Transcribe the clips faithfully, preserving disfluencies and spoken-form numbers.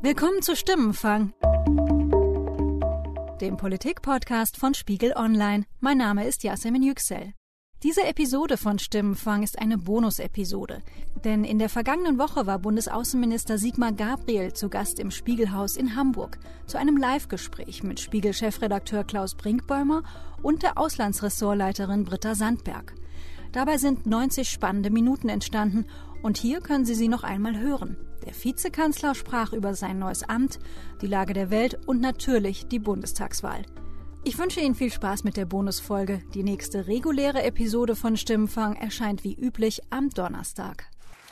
Willkommen zu Stimmenfang, dem Politik-Podcast von Spiegel Online. Mein Name ist Yasemin Yüksel. Diese Episode von Stimmenfang ist eine Bonus-Episode, denn in der vergangenen Woche war Bundesaußenminister Sigmar Gabriel zu Gast im Spiegelhaus in Hamburg zu einem Live-Gespräch mit Spiegel-Chefredakteur Klaus Brinkbäumer und der Auslandsressortleiterin Britta Sandberg. Dabei sind neunzig spannende Minuten entstanden und hier können Sie sie noch einmal hören. Der Vizekanzler sprach über sein neues Amt, die Lage der Welt und natürlich die Bundestagswahl. Ich wünsche Ihnen viel Spaß mit der Bonusfolge. Die nächste reguläre Episode von Stimmenfang erscheint wie üblich am Donnerstag.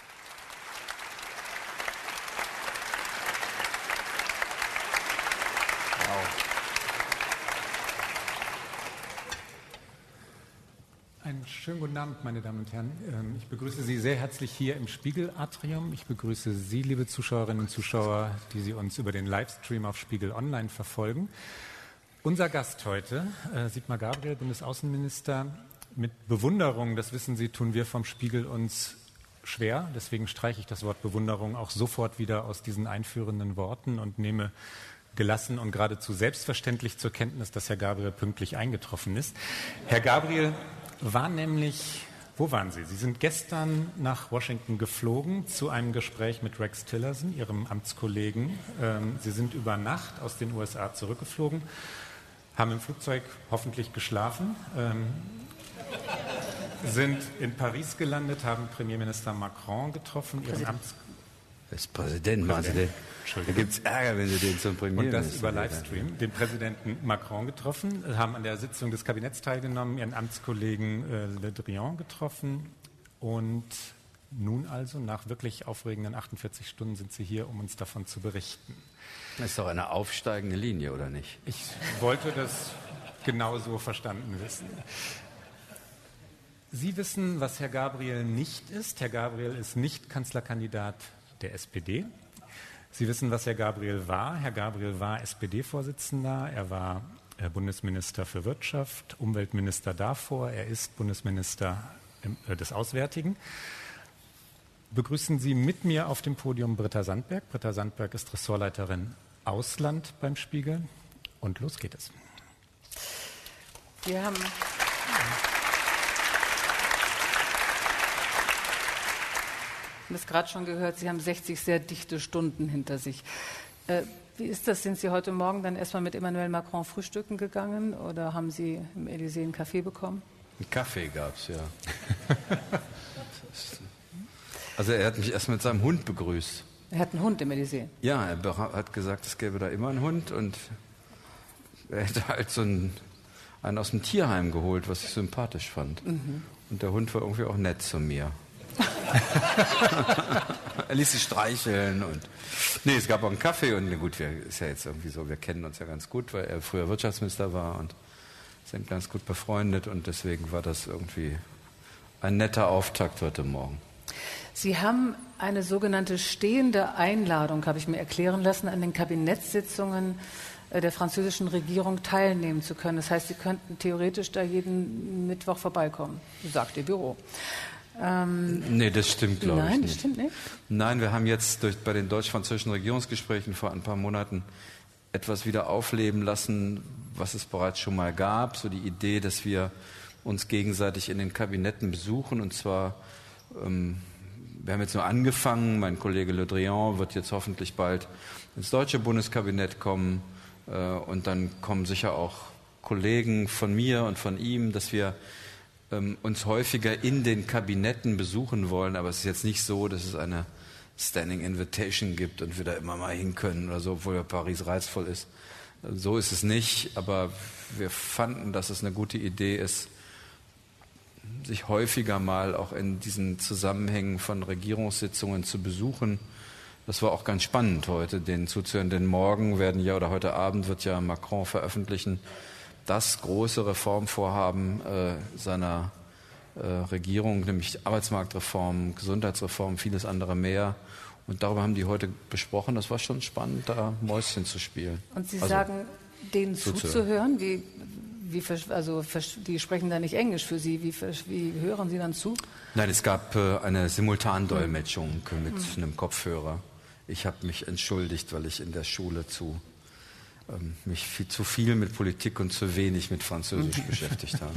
Einen schönen guten Abend, meine Damen und Herren. Ich begrüße Sie sehr herzlich hier im Spiegel-Atrium. Ich begrüße Sie, liebe Zuschauerinnen und Zuschauer, die Sie uns über den Livestream auf Spiegel Online verfolgen. Unser Gast heute, äh, Sigmar Gabriel, Bundesaußenminister, mit Bewunderung, das wissen Sie, tun wir vom Spiegel uns schwer. Deswegen streiche ich das Wort Bewunderung auch sofort wieder aus diesen einführenden Worten und nehme gelassen und geradezu selbstverständlich zur Kenntnis, dass Herr Gabriel pünktlich eingetroffen ist. Herr Gabriel war nämlich, wo waren Sie? Sie sind gestern nach Washington geflogen zu einem Gespräch mit Rex Tillerson, Ihrem Amtskollegen. Ähm, Sie sind über Nacht aus den U S A zurückgeflogen, haben im Flugzeug hoffentlich geschlafen, ähm, sind in Paris gelandet, haben Premierminister Macron getroffen, Ihren Amts... Das ist Präsident, machen Sie den. Da gibt es Ärger, wenn Sie den zum Premierminister... Und das über Livestream. Den Präsidenten Macron getroffen, haben an der Sitzung des Kabinetts teilgenommen, Ihren Amtskollegen äh, Le Drian getroffen. Und nun also, nach wirklich aufregenden achtundvierzig Stunden, sind Sie hier, um uns davon zu berichten. Das ist doch eine aufsteigende Linie, oder nicht? Ich wollte das genau so verstanden wissen. Sie wissen, was Herr Gabriel nicht ist. Herr Gabriel ist nicht Kanzlerkandidat der S P D. Sie wissen, was Herr Gabriel war. Herr Gabriel war S P D-Vorsitzender. Er war äh, Bundesminister für Wirtschaft, Umweltminister davor. Er ist Bundesminister im, äh, des Auswärtigen. Begrüßen Sie mit mir auf dem Podium Britta Sandberg. Britta Sandberg ist Ressortleiterin Ausland beim Spiegel. Und los geht es. Wir haben... Ich habe es gerade schon gehört, Sie haben sechzig sehr dichte Stunden hinter sich. Äh, wie ist das? Sind Sie heute Morgen dann erstmal mit Emmanuel Macron frühstücken gegangen oder haben Sie im Élysée einen Kaffee bekommen? Einen Kaffee gab es, ja. Also er hat mich erst mit seinem Hund begrüßt. Er hat einen Hund im Élysée? Ja, er hat gesagt, es gäbe da immer einen Hund und er hätte halt so einen, einen aus dem Tierheim geholt, was ich sympathisch fand. Mhm. Und der Hund war irgendwie auch nett zu mir. Er ließ sich streicheln und nee, es gab auch einen Kaffee und ne, gut, wir ist ja jetzt irgendwie so, wir kennen uns ja ganz gut, weil er früher Wirtschaftsminister war und sind ganz gut befreundet und deswegen war das irgendwie ein netter Auftakt heute Morgen. Sie haben eine sogenannte stehende Einladung, habe ich mir erklären lassen, an den Kabinettssitzungen der französischen Regierung teilnehmen zu können. Das heißt, Sie könnten theoretisch da jeden Mittwoch vorbeikommen, sagt Ihr Büro. Ähm, nee, das stimmt, glaube ich nicht. Nein, das stimmt nicht? Nein, wir haben jetzt durch, bei den deutsch-französischen Regierungsgesprächen vor ein paar Monaten etwas wieder aufleben lassen, was es bereits schon mal gab. So die Idee, dass wir uns gegenseitig in den Kabinetten besuchen. Und zwar, ähm, wir haben jetzt nur angefangen, mein Kollege Le Drian wird jetzt hoffentlich bald ins deutsche Bundeskabinett kommen. Äh, und dann kommen sicher auch Kollegen von mir und von ihm, dass wir uns häufiger in den Kabinetten besuchen wollen, aber es ist jetzt nicht so, dass es eine Standing Invitation gibt und wir da immer mal hin können oder so, obwohl ja Paris reizvoll ist. So ist es nicht, aber wir fanden, dass es eine gute Idee ist, sich häufiger mal auch in diesen Zusammenhängen von Regierungssitzungen zu besuchen. Das war auch ganz spannend heute, denen zuzuhören, denn morgen werden ja oder heute Abend wird ja Macron veröffentlichen, das große Reformvorhaben äh, seiner äh, Regierung, nämlich Arbeitsmarktreform, Gesundheitsreform, vieles andere mehr. Und darüber haben die heute besprochen. Das war schon spannend, da Mäuschen zu spielen. Und Sie also, sagen, denen zuzuhören? Wie, wie, also, die sprechen da nicht Englisch für Sie. Wie, wie hören Sie dann zu? Nein, es gab äh, eine Simultandolmetschung mit hm. einem Kopfhörer Ich habe mich entschuldigt, weil ich in der Schule zu, ähm, mich viel, zu viel mit Politik und zu wenig mit Französisch beschäftigt habe.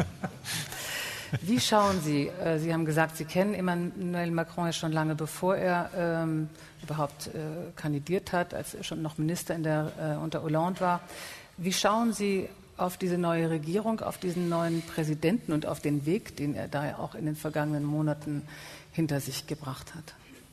Wie schauen Sie, äh, Sie haben gesagt, Sie kennen Emmanuel Macron ja schon lange, bevor er ähm, überhaupt äh, kandidiert hat, als er schon noch Minister in der, äh, unter Hollande war. Wie schauen Sie auf diese neue Regierung, auf diesen neuen Präsidenten und auf den Weg, den er da ja auch in den vergangenen Monaten hinter sich gebracht hat?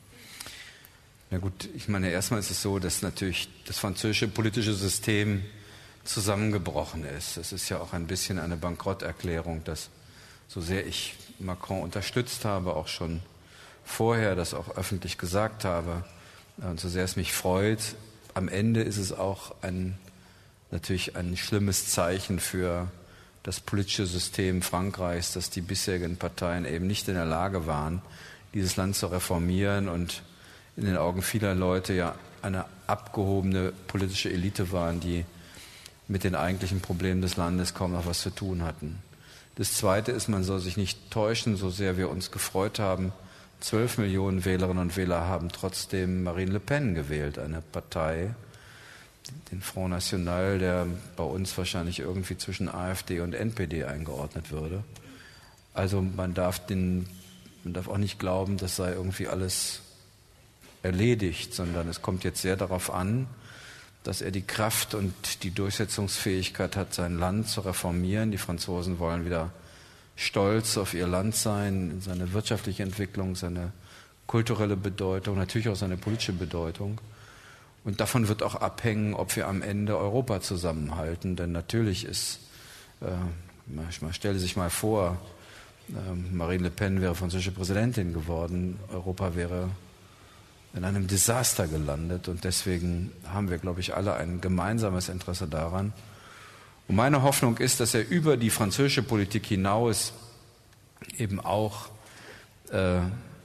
Na gut, ich meine, erstmal ist es so, dass natürlich das französische politische System zusammengebrochen ist. Es ist ja auch ein bisschen eine Bankrotterklärung, dass so sehr ich Macron unterstützt habe, auch schon vorher das auch öffentlich gesagt habe, und so sehr es mich freut, am Ende ist es auch ein, natürlich ein schlimmes Zeichen für das politische System Frankreichs, dass die bisherigen Parteien eben nicht in der Lage waren, dieses Land zu reformieren und in den Augen vieler Leute ja eine abgehobene politische Elite waren, die mit den eigentlichen Problemen des Landes kaum noch was zu tun hatten. Das Zweite ist, man soll sich nicht täuschen, so sehr wir uns gefreut haben. Zwölf Millionen Wählerinnen und Wähler haben trotzdem Marine Le Pen gewählt, eine Partei, den Front National, der bei uns wahrscheinlich irgendwie zwischen AfD und N P D eingeordnet würde. Also man darf, den, man darf auch nicht glauben, das sei irgendwie alles erledigt, sondern es kommt jetzt sehr darauf an, dass er die Kraft und die Durchsetzungsfähigkeit hat, sein Land zu reformieren. Die Franzosen wollen wieder stolz auf ihr Land sein, seine wirtschaftliche Entwicklung, seine kulturelle Bedeutung, natürlich auch seine politische Bedeutung. Und davon wird auch abhängen, ob wir am Ende Europa zusammenhalten. Denn natürlich ist, äh, man stelle sich mal vor, äh, Marine Le Pen wäre französische Präsidentin geworden, Europa wäre in einem Desaster gelandet, und deswegen haben wir, glaube ich, alle ein gemeinsames Interesse daran. Und meine Hoffnung ist, dass er über die französische Politik hinaus eben auch äh,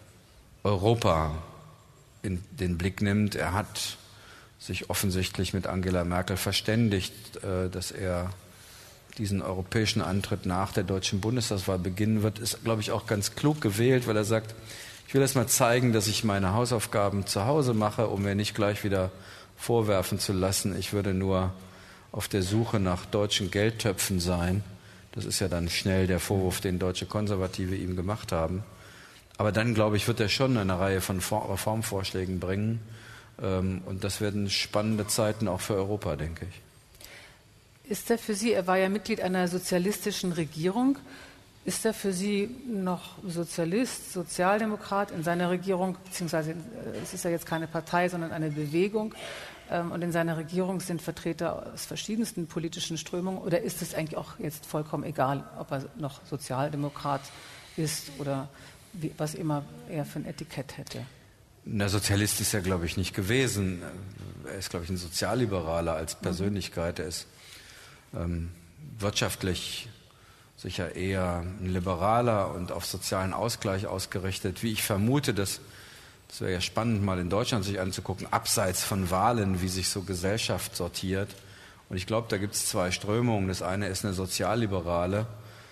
Europa in den Blick nimmt. Er hat sich offensichtlich mit Angela Merkel verständigt, äh, dass er diesen europäischen Antritt nach der deutschen Bundestagswahl beginnen wird. Ist, glaube ich, auch ganz klug gewählt, weil er sagt, ich will erst mal zeigen, dass ich meine Hausaufgaben zu Hause mache, um mir nicht gleich wieder vorwerfen zu lassen, ich würde nur auf der Suche nach deutschen Geldtöpfen sein. Das ist ja dann schnell der Vorwurf, den deutsche Konservative ihm gemacht haben. Aber dann, glaube ich, wird er schon eine Reihe von Reformvorschlägen bringen. Und das werden spannende Zeiten auch für Europa, denke ich. Ist er für Sie, er war ja Mitglied einer sozialistischen Regierung, ist er für Sie noch Sozialist, Sozialdemokrat in seiner Regierung, beziehungsweise es ist ja jetzt keine Partei, sondern eine Bewegung, ähm, und in seiner Regierung sind Vertreter aus verschiedensten politischen Strömungen, oder ist es eigentlich auch jetzt vollkommen egal, ob er noch Sozialdemokrat ist oder wie, was immer er für ein Etikett hätte? Na, Sozialist ist er, glaube ich, nicht gewesen. Er ist, glaube ich, ein Sozialliberaler als Persönlichkeit. Er ist ähm, wirtschaftlich sicher eher ein Liberaler und auf sozialen Ausgleich ausgerichtet. Wie ich vermute, das, das wäre ja spannend, mal in Deutschland sich anzugucken, abseits von Wahlen, wie sich so Gesellschaft sortiert. Und ich glaube, da gibt es zwei Strömungen. Das eine ist eine sozialliberale,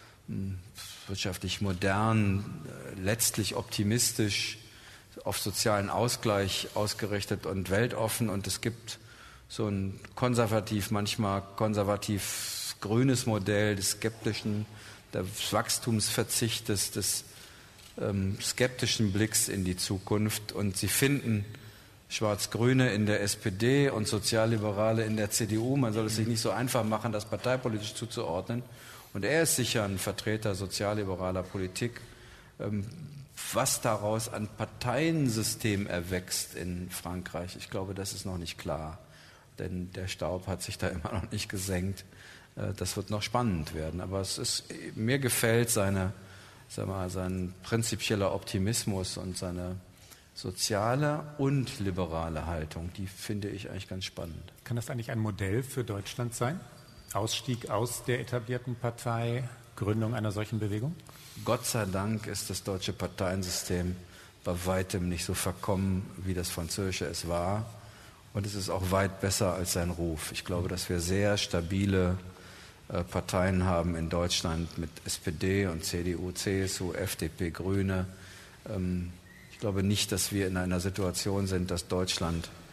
wirtschaftlich modern, letztlich optimistisch, auf sozialen Ausgleich ausgerichtet und weltoffen. Und es gibt so ein konservativ, manchmal konservativ grünes Modell des skeptischen, des Wachstumsverzichtes, des ähm, skeptischen Blicks in die Zukunft. Und sie finden Schwarz-Grüne in der S P D und Sozialliberale in der C D U. Man soll es sich nicht so einfach machen, das parteipolitisch zuzuordnen. Und er ist sicher ein Vertreter sozialliberaler Politik. Ähm, was daraus an Parteiensystem erwächst in Frankreich, ich glaube, das ist noch nicht klar. Denn der Staub hat sich da immer noch nicht gesenkt. Das wird noch spannend werden. Aber es ist, mir gefällt seine, sag mal, sein prinzipieller Optimismus und seine soziale und liberale Haltung. Die finde ich eigentlich ganz spannend. Kann das eigentlich ein Modell für Deutschland sein? Ausstieg aus der etablierten Partei, Gründung einer solchen Bewegung? Gott sei Dank ist das deutsche Parteiensystem bei weitem nicht so verkommen, wie das französische es war. Und es ist auch weit besser als sein Ruf. Ich glaube, dass wir sehr stabile Parteien haben in Deutschland mit S P D und C D U, C S U, F D P, Grüne. Ich glaube nicht, dass wir in einer Situation sind, dass Deutschland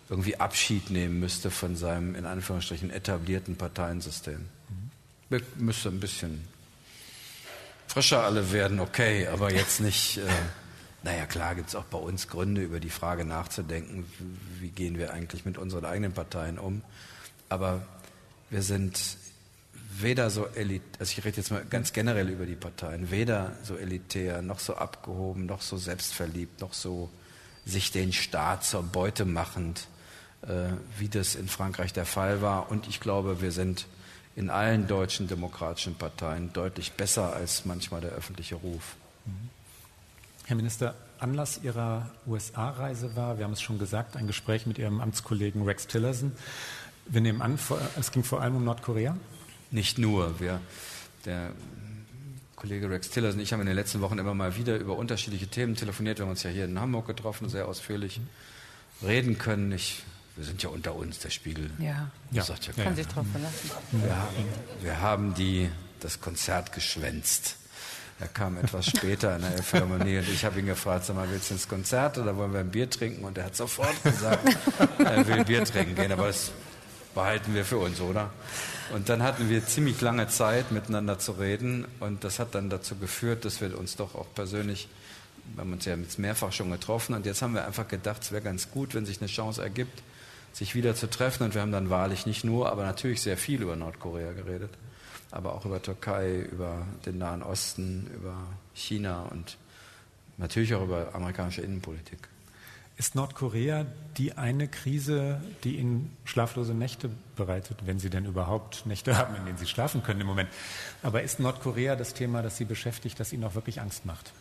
irgendwie Abschied nehmen müsste von seinem, in Anführungsstrichen, etablierten Parteiensystem. Wir müssen ein bisschen frischer alle werden, okay, aber jetzt nicht, äh, naja klar, gibt es auch bei uns Gründe, über die Frage nachzudenken, wie gehen wir eigentlich mit unseren eigenen Parteien um. Aber wir sind weder so elitär, also ich rede jetzt mal ganz generell über die Parteien, weder so elitär, noch so abgehoben, noch so selbstverliebt, noch so sich den Staat zur Beute machend, äh, wie das in Frankreich der Fall war. Und ich glaube, wir sind in allen deutschen demokratischen Parteien deutlich besser als manchmal der öffentliche Ruf. Herr Minister, Anlass Ihrer U S A-Reise war, wir haben es schon gesagt, ein Gespräch mit Ihrem Amtskollegen Rex Tillerson. Wir nehmen an, es ging vor allem um Nordkorea? Nicht nur. Wir, der Kollege Rex Tillerson und ich haben in den letzten Wochen immer mal wieder über unterschiedliche Themen telefoniert. Wir haben uns ja hier in Hamburg getroffen, sehr ausführlich reden können. Ich, wir sind ja unter uns, der Spiegel. Ja, ja. Sagt ja, kann sich drauf verlassen. Wir haben, wir haben die, das Konzert geschwänzt. Er kam etwas später in der Elbphilharmonie und ich habe ihn gefragt, sag mal, willst du ins Konzert oder wollen wir ein Bier trinken? Und er hat sofort gesagt, er will Bier trinken gehen, aber das behalten wir für uns, oder? Und dann hatten wir ziemlich lange Zeit, miteinander zu reden und das hat dann dazu geführt, dass wir uns doch auch persönlich, wir haben uns ja jetzt mehrfach schon getroffen und jetzt haben wir einfach gedacht, es wäre ganz gut, wenn sich eine Chance ergibt, sich wieder zu treffen und wir haben dann wahrlich nicht nur, aber natürlich sehr viel über Nordkorea geredet, aber auch über Türkei, über den Nahen Osten, über China und natürlich auch über amerikanische Innenpolitik. Ist Nordkorea die eine Krise, die Ihnen schlaflose Nächte bereitet, wenn Sie denn überhaupt Nächte haben, in denen Sie schlafen können im Moment? Aber ist Nordkorea das Thema, das Sie beschäftigt, das Ihnen auch wirklich Angst macht?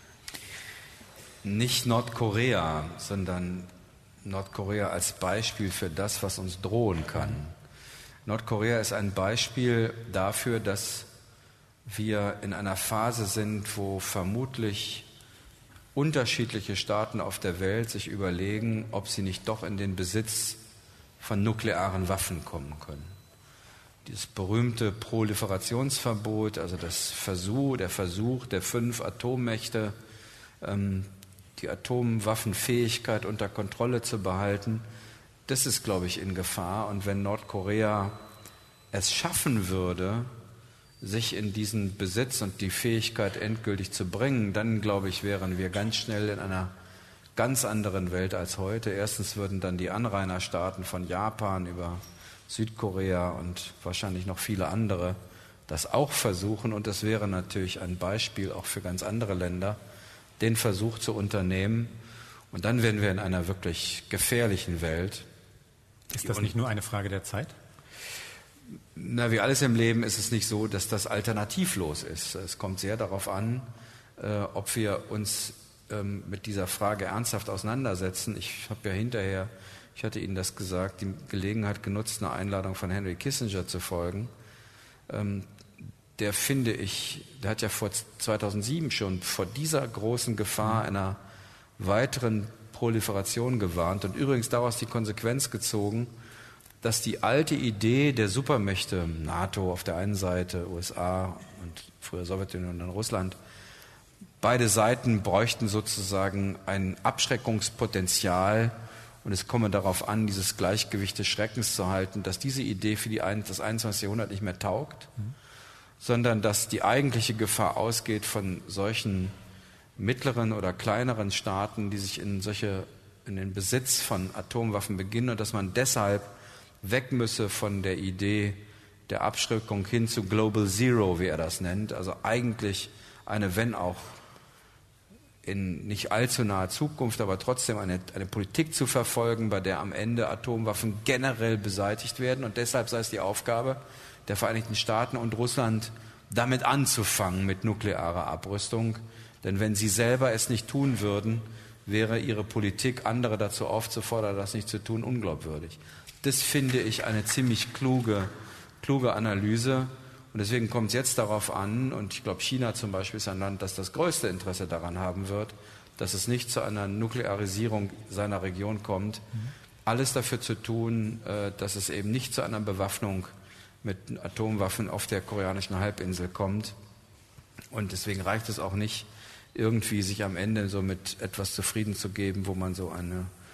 Nicht Nordkorea, sondern Nordkorea als Beispiel für das, was uns drohen kann. Nordkorea ist ein Beispiel dafür, dass wir in einer Phase sind, wo vermutlich unterschiedliche Staaten auf der Welt sich überlegen, ob sie nicht doch in den Besitz von nuklearen Waffen kommen können. Dieses berühmte Proliferationsverbot, also das Versuch, der Versuch der fünf Atommächte, ähm, die Atomwaffenfähigkeit unter Kontrolle zu behalten, das ist, glaube ich, in Gefahr. Und wenn Nordkorea es schaffen würde, sich in diesen Besitz und die Fähigkeit endgültig zu bringen, dann, glaube ich, wären wir ganz schnell in einer ganz anderen Welt als heute. Erstens würden dann die Anrainerstaaten von Japan über Südkorea und wahrscheinlich noch viele andere das auch versuchen. Und es wäre natürlich ein Beispiel auch für ganz andere Länder, den Versuch zu unternehmen. Und dann wären wir in einer wirklich gefährlichen Welt. Ist das nicht nur eine Frage der Zeit? Na, wie alles im Leben ist es nicht so, dass das alternativlos ist. Es kommt sehr darauf an, äh, ob wir uns ähm, mit dieser Frage ernsthaft auseinandersetzen. Ich habe ja hinterher, ich hatte Ihnen das gesagt, die Gelegenheit genutzt, einer Einladung von Henry Kissinger zu folgen. Ähm, der finde ich, der hat ja vor zweitausendsieben schon vor dieser großen Gefahr einer weiteren Proliferation gewarnt und übrigens daraus die Konsequenz gezogen, dass die alte Idee der Supermächte, NATO auf der einen Seite, U S A und früher Sowjetunion und dann Russland, beide Seiten bräuchten sozusagen ein Abschreckungspotenzial und es komme darauf an, dieses Gleichgewicht des Schreckens zu halten, dass diese Idee für die ein, das einundzwanzigste Jahrhundert nicht mehr taugt, mhm. sondern dass die eigentliche Gefahr ausgeht von solchen mittleren oder kleineren Staaten, die sich in solche in den Besitz von Atomwaffen beginnen und dass man deshalb weg müsse von der Idee der Abschreckung hin zu Global Zero, wie er das nennt, also eigentlich eine, wenn auch in nicht allzu naher Zukunft, aber trotzdem eine, eine Politik zu verfolgen, bei der am Ende Atomwaffen generell beseitigt werden und deshalb sei es die Aufgabe der Vereinigten Staaten und Russland, damit anzufangen mit nuklearer Abrüstung, denn wenn sie selber es nicht tun würden, wäre ihre Politik, andere dazu aufzufordern, das nicht zu tun, unglaubwürdig. Das finde ich eine ziemlich kluge, kluge Analyse. Und deswegen kommt es jetzt darauf an, und ich glaube, China zum Beispiel ist ein Land, das das größte Interesse daran haben wird, dass es nicht zu einer Nuklearisierung seiner Region kommt, mhm. alles dafür zu tun, dass es eben nicht zu einer Bewaffnung mit Atomwaffen auf der koreanischen Halbinsel kommt. Und deswegen reicht es auch nicht, irgendwie sich am Ende so mit etwas zufrieden zu geben, wo man so eine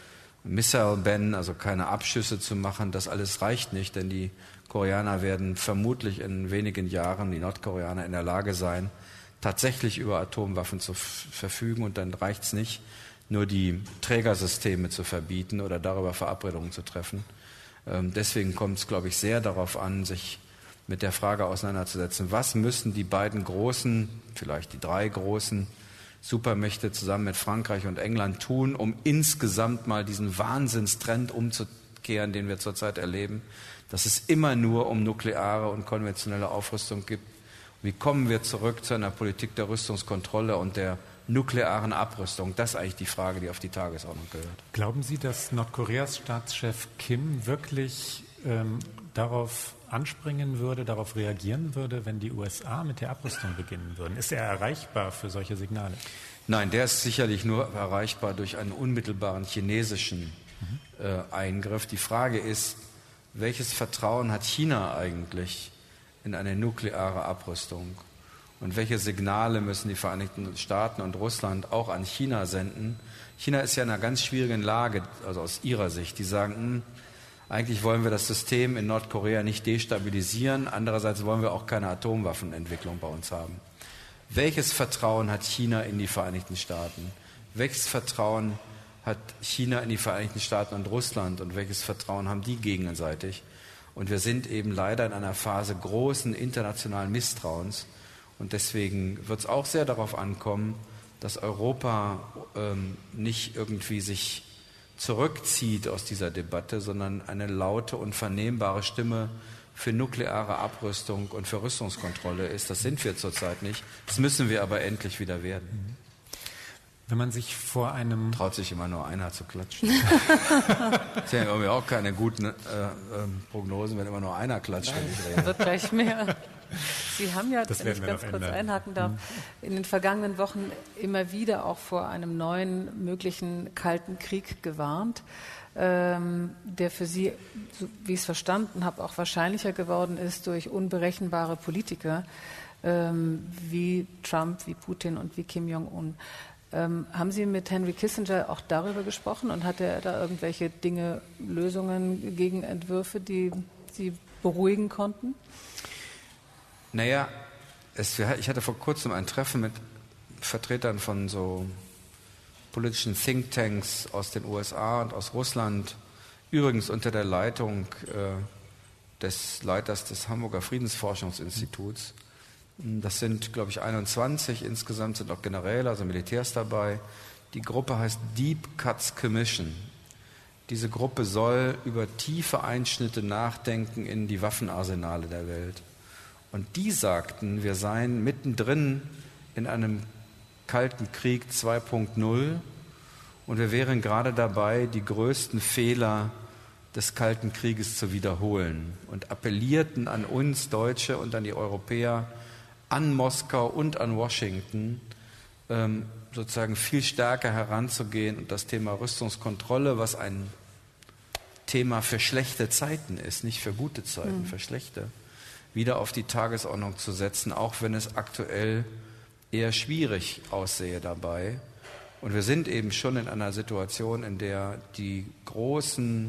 Missile Ban, also keine Abschüsse zu machen, das alles reicht nicht, denn die Koreaner werden vermutlich in wenigen Jahren, die Nordkoreaner, in der Lage sein, tatsächlich über Atomwaffen zu f- verfügen und dann reicht es nicht, nur die Trägersysteme zu verbieten oder darüber Verabredungen zu treffen. Ähm, deswegen kommt es, glaube ich, sehr darauf an, sich mit der Frage auseinanderzusetzen, was müssen die beiden großen, vielleicht die drei großen Supermächte zusammen mit Frankreich und England tun, um insgesamt mal diesen Wahnsinnstrend umzukehren, den wir zurzeit erleben, dass es immer nur um nukleare und konventionelle Aufrüstung geht. Wie kommen wir zurück zu einer Politik der Rüstungskontrolle und der nuklearen Abrüstung? Das ist eigentlich die Frage, die auf die Tagesordnung gehört. Glauben Sie, dass Nordkoreas Staatschef Kim wirklich ähm, darauf anspringen würde, darauf reagieren würde, wenn die U S A mit der Abrüstung beginnen würden? Ist er erreichbar für solche Signale? Nein, der ist sicherlich nur erreichbar durch einen unmittelbaren chinesischen mhm. äh, Eingriff. Die Frage ist, welches Vertrauen hat China eigentlich in eine nukleare Abrüstung? Und welche Signale müssen die Vereinigten Staaten und Russland auch an China senden? China ist ja in einer ganz schwierigen Lage, also aus ihrer Sicht. Die sagen, mh, eigentlich wollen wir das System in Nordkorea nicht destabilisieren, andererseits wollen wir auch keine Atomwaffenentwicklung bei uns haben. Welches Vertrauen hat China in die Vereinigten Staaten? Welches Vertrauen hat China in die Vereinigten Staaten und Russland und welches Vertrauen haben die gegenseitig? Und wir sind eben leider in einer Phase großen internationalen Misstrauens und deswegen wird es auch sehr darauf ankommen, dass Europa ähm, nicht irgendwie sich zurückzieht aus dieser Debatte, sondern eine laute und vernehmbare Stimme für nukleare Abrüstung und für Rüstungskontrolle ist. Das sind wir zurzeit nicht. Das müssen wir aber endlich wieder werden. Wenn man sich vor einem... Traut sich immer nur einer zu klatschen. Das sind ja irgendwie auch keine guten äh, äh, Prognosen, wenn immer nur einer klatscht. Wenn ich rede. Wird gleich mehr. Sie haben ja, Das wenn ich werden wir ganz noch kurz ändern. einhaken darf, in den vergangenen Wochen immer wieder auch vor einem neuen möglichen Kalten Krieg gewarnt, ähm, der für Sie, so wie ich es verstanden habe, auch wahrscheinlicher geworden ist durch unberechenbare Politiker ähm, wie Trump, wie Putin und wie Kim Jong-un. Ähm, haben Sie mit Henry Kissinger auch darüber gesprochen und hatte er da irgendwelche Dinge, Lösungen, Gegenentwürfe, die Sie beruhigen konnten? Naja, es, ich hatte vor kurzem ein Treffen mit Vertretern von so politischen Thinktanks aus den U S A und aus Russland, übrigens unter der Leitung äh, des Leiters des Hamburger Friedensforschungsinstituts. Das sind, glaube ich, einundzwanzig, insgesamt sind auch Generäle, also Militärs dabei. Die Gruppe heißt Deep Cuts Commission. Diese Gruppe soll über tiefe Einschnitte nachdenken in die Waffenarsenale der Welt. Und die sagten, wir seien mittendrin in einem Kalten Krieg zwei Punkt null und wir wären gerade dabei, die größten Fehler des Kalten Krieges zu wiederholen und appellierten an uns Deutsche und an die Europäer, an Moskau und an Washington, ähm, sozusagen viel stärker heranzugehen und das Thema Rüstungskontrolle, was ein Thema für schlechte Zeiten ist, nicht für gute Zeiten, mhm. für schlechte, wieder auf die Tagesordnung zu setzen, auch wenn es aktuell eher schwierig aussehe dabei. Und wir sind eben schon in einer Situation, in der die großen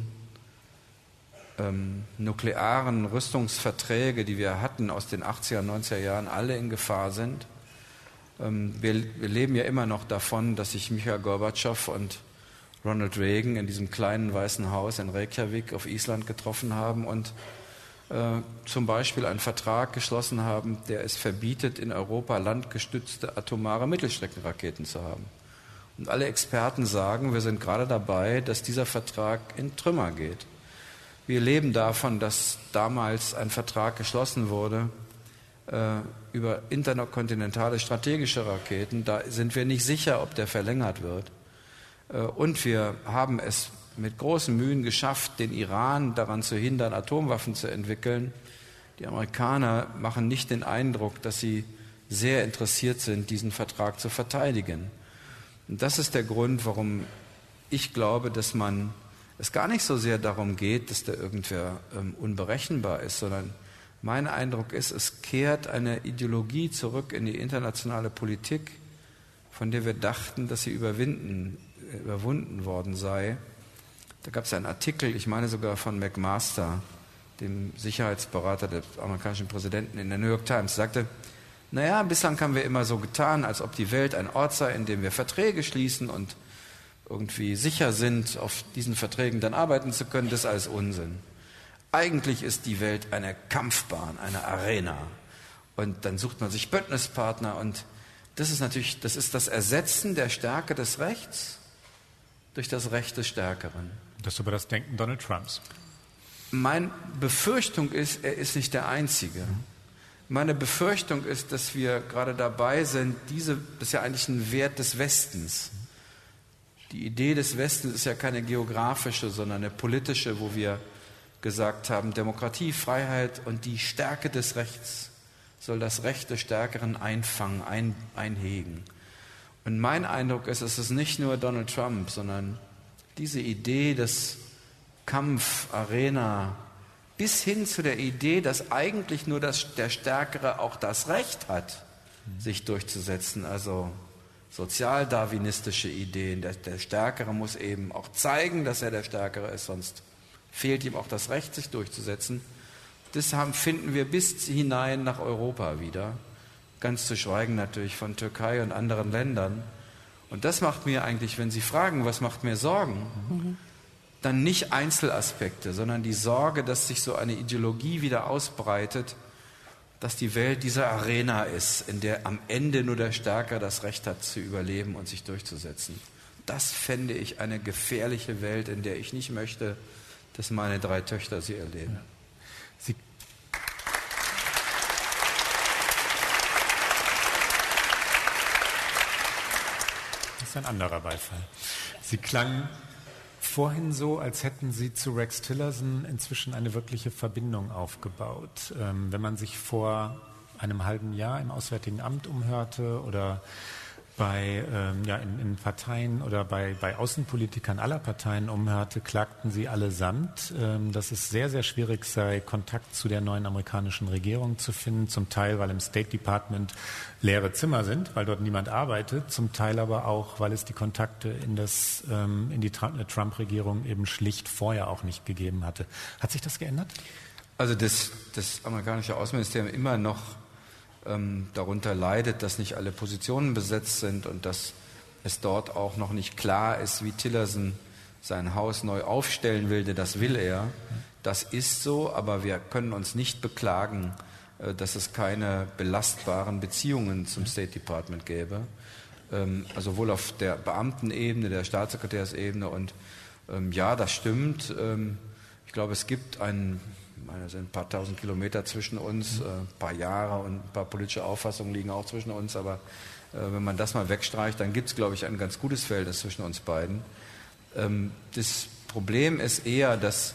ähm, nuklearen Rüstungsverträge, die wir hatten aus den achtziger, neunziger Jahren, alle in Gefahr sind. Ähm, wir, wir leben ja immer noch davon, dass sich Michail Gorbatschow und Ronald Reagan in diesem kleinen weißen Haus in Reykjavik auf Island getroffen haben und äh, zum Beispiel einen Vertrag geschlossen haben, der es verbietet, in Europa landgestützte atomare Mittelstreckenraketen zu haben. Und alle Experten sagen, wir sind gerade dabei, dass dieser Vertrag in Trümmer geht. Wir leben davon, dass damals ein Vertrag geschlossen wurde äh, über interkontinentale strategische Raketen. Da sind wir nicht sicher, ob der verlängert wird. Äh, und wir haben es mit großen Mühen geschafft, den Iran daran zu hindern, Atomwaffen zu entwickeln. Die Amerikaner machen nicht den Eindruck, dass sie sehr interessiert sind, diesen Vertrag zu verteidigen. Und das ist der Grund, warum ich glaube, dass man es gar nicht so sehr darum geht, dass da irgendwer ähm, unberechenbar ist, sondern mein Eindruck ist, es kehrt eine Ideologie zurück in die internationale Politik, von der wir dachten, dass sie überwinden, äh, überwunden worden sei. Da gab es einen Artikel, ich meine sogar von McMaster, dem Sicherheitsberater des amerikanischen Präsidenten in der New York Times, sagte, naja, bislang haben wir immer so getan, als ob die Welt ein Ort sei, in dem wir Verträge schließen und irgendwie sicher sind, auf diesen Verträgen dann arbeiten zu können. Das ist alles Unsinn. Eigentlich ist die Welt eine Kampfbahn, eine Arena. Und dann sucht man sich Bündnispartner. Und das ist natürlich, das ist das Ersetzen der Stärke des Rechts durch das Recht des Stärkeren. Das ist aber das Denken Donald Trumps. Meine Befürchtung ist, er ist nicht der Einzige. Meine Befürchtung ist, dass wir gerade dabei sind, diese, das ist ja eigentlich ein Wert des Westens. Die Idee des Westens ist ja keine geografische, sondern eine politische, wo wir gesagt haben, Demokratie, Freiheit und die Stärke des Rechts soll das Recht des Stärkeren einfangen, ein, einhegen. Und mein Eindruck ist, es ist nicht nur Donald Trump, sondern diese Idee des Kampf, Arena, bis hin zu der Idee, dass eigentlich nur das, der Stärkere auch das Recht hat, sich durchzusetzen. Also sozialdarwinistische Ideen. Der, der Stärkere muss eben auch zeigen, dass er der Stärkere ist, sonst fehlt ihm auch das Recht, sich durchzusetzen. Das haben, finden wir bis hinein nach Europa wieder. Ganz zu schweigen natürlich von Türkei und anderen Ländern. Und das macht mir eigentlich, wenn Sie fragen, was macht mir Sorgen, mhm. dann nicht Einzelaspekte, sondern die Sorge, dass sich so eine Ideologie wieder ausbreitet, dass die Welt diese Arena ist, in der am Ende nur der Stärker das Recht hat, zu überleben und sich durchzusetzen. Das fände ich eine gefährliche Welt, in der ich nicht möchte, dass meine drei Töchter sie erleben. Ja. Sie das ist ein anderer Beifall. Sie klangen vorhin so, als hätten Sie zu Rex Tillerson inzwischen eine wirkliche Verbindung aufgebaut. Ähm, wenn man sich vor einem halben Jahr im Auswärtigen Amt umhörte oder bei ähm, ja, in, in Parteien oder bei, bei Außenpolitikern aller Parteien umhörte, klagten sie allesamt, ähm, dass es sehr, sehr schwierig sei, Kontakt zu der neuen amerikanischen Regierung zu finden, zum Teil, weil im State Department leere Zimmer sind, weil dort niemand arbeitet, zum Teil aber auch, weil es die Kontakte in, das, ähm, in die Trump-Regierung eben schlicht vorher auch nicht gegeben hatte. Hat sich das geändert? Also das, das amerikanische Außenministerium immer noch darunter leidet, dass nicht alle Positionen besetzt sind und dass es dort auch noch nicht klar ist, wie Tillerson sein Haus neu aufstellen will, denn das will er. Das ist so, aber wir können uns nicht beklagen, dass es keine belastbaren Beziehungen zum State Department gäbe. Also sowohl auf der Beamtenebene, der Staatssekretärsebene und ja, das stimmt. Ich glaube, es gibt einen Ich meine, es sind ein paar tausend Kilometer zwischen uns, äh, ein paar Jahre und ein paar politische Auffassungen liegen auch zwischen uns, aber äh, wenn man das mal wegstreicht, dann gibt es, glaube ich, ein ganz gutes Verhältnis zwischen uns beiden. Ähm, das Problem ist eher, dass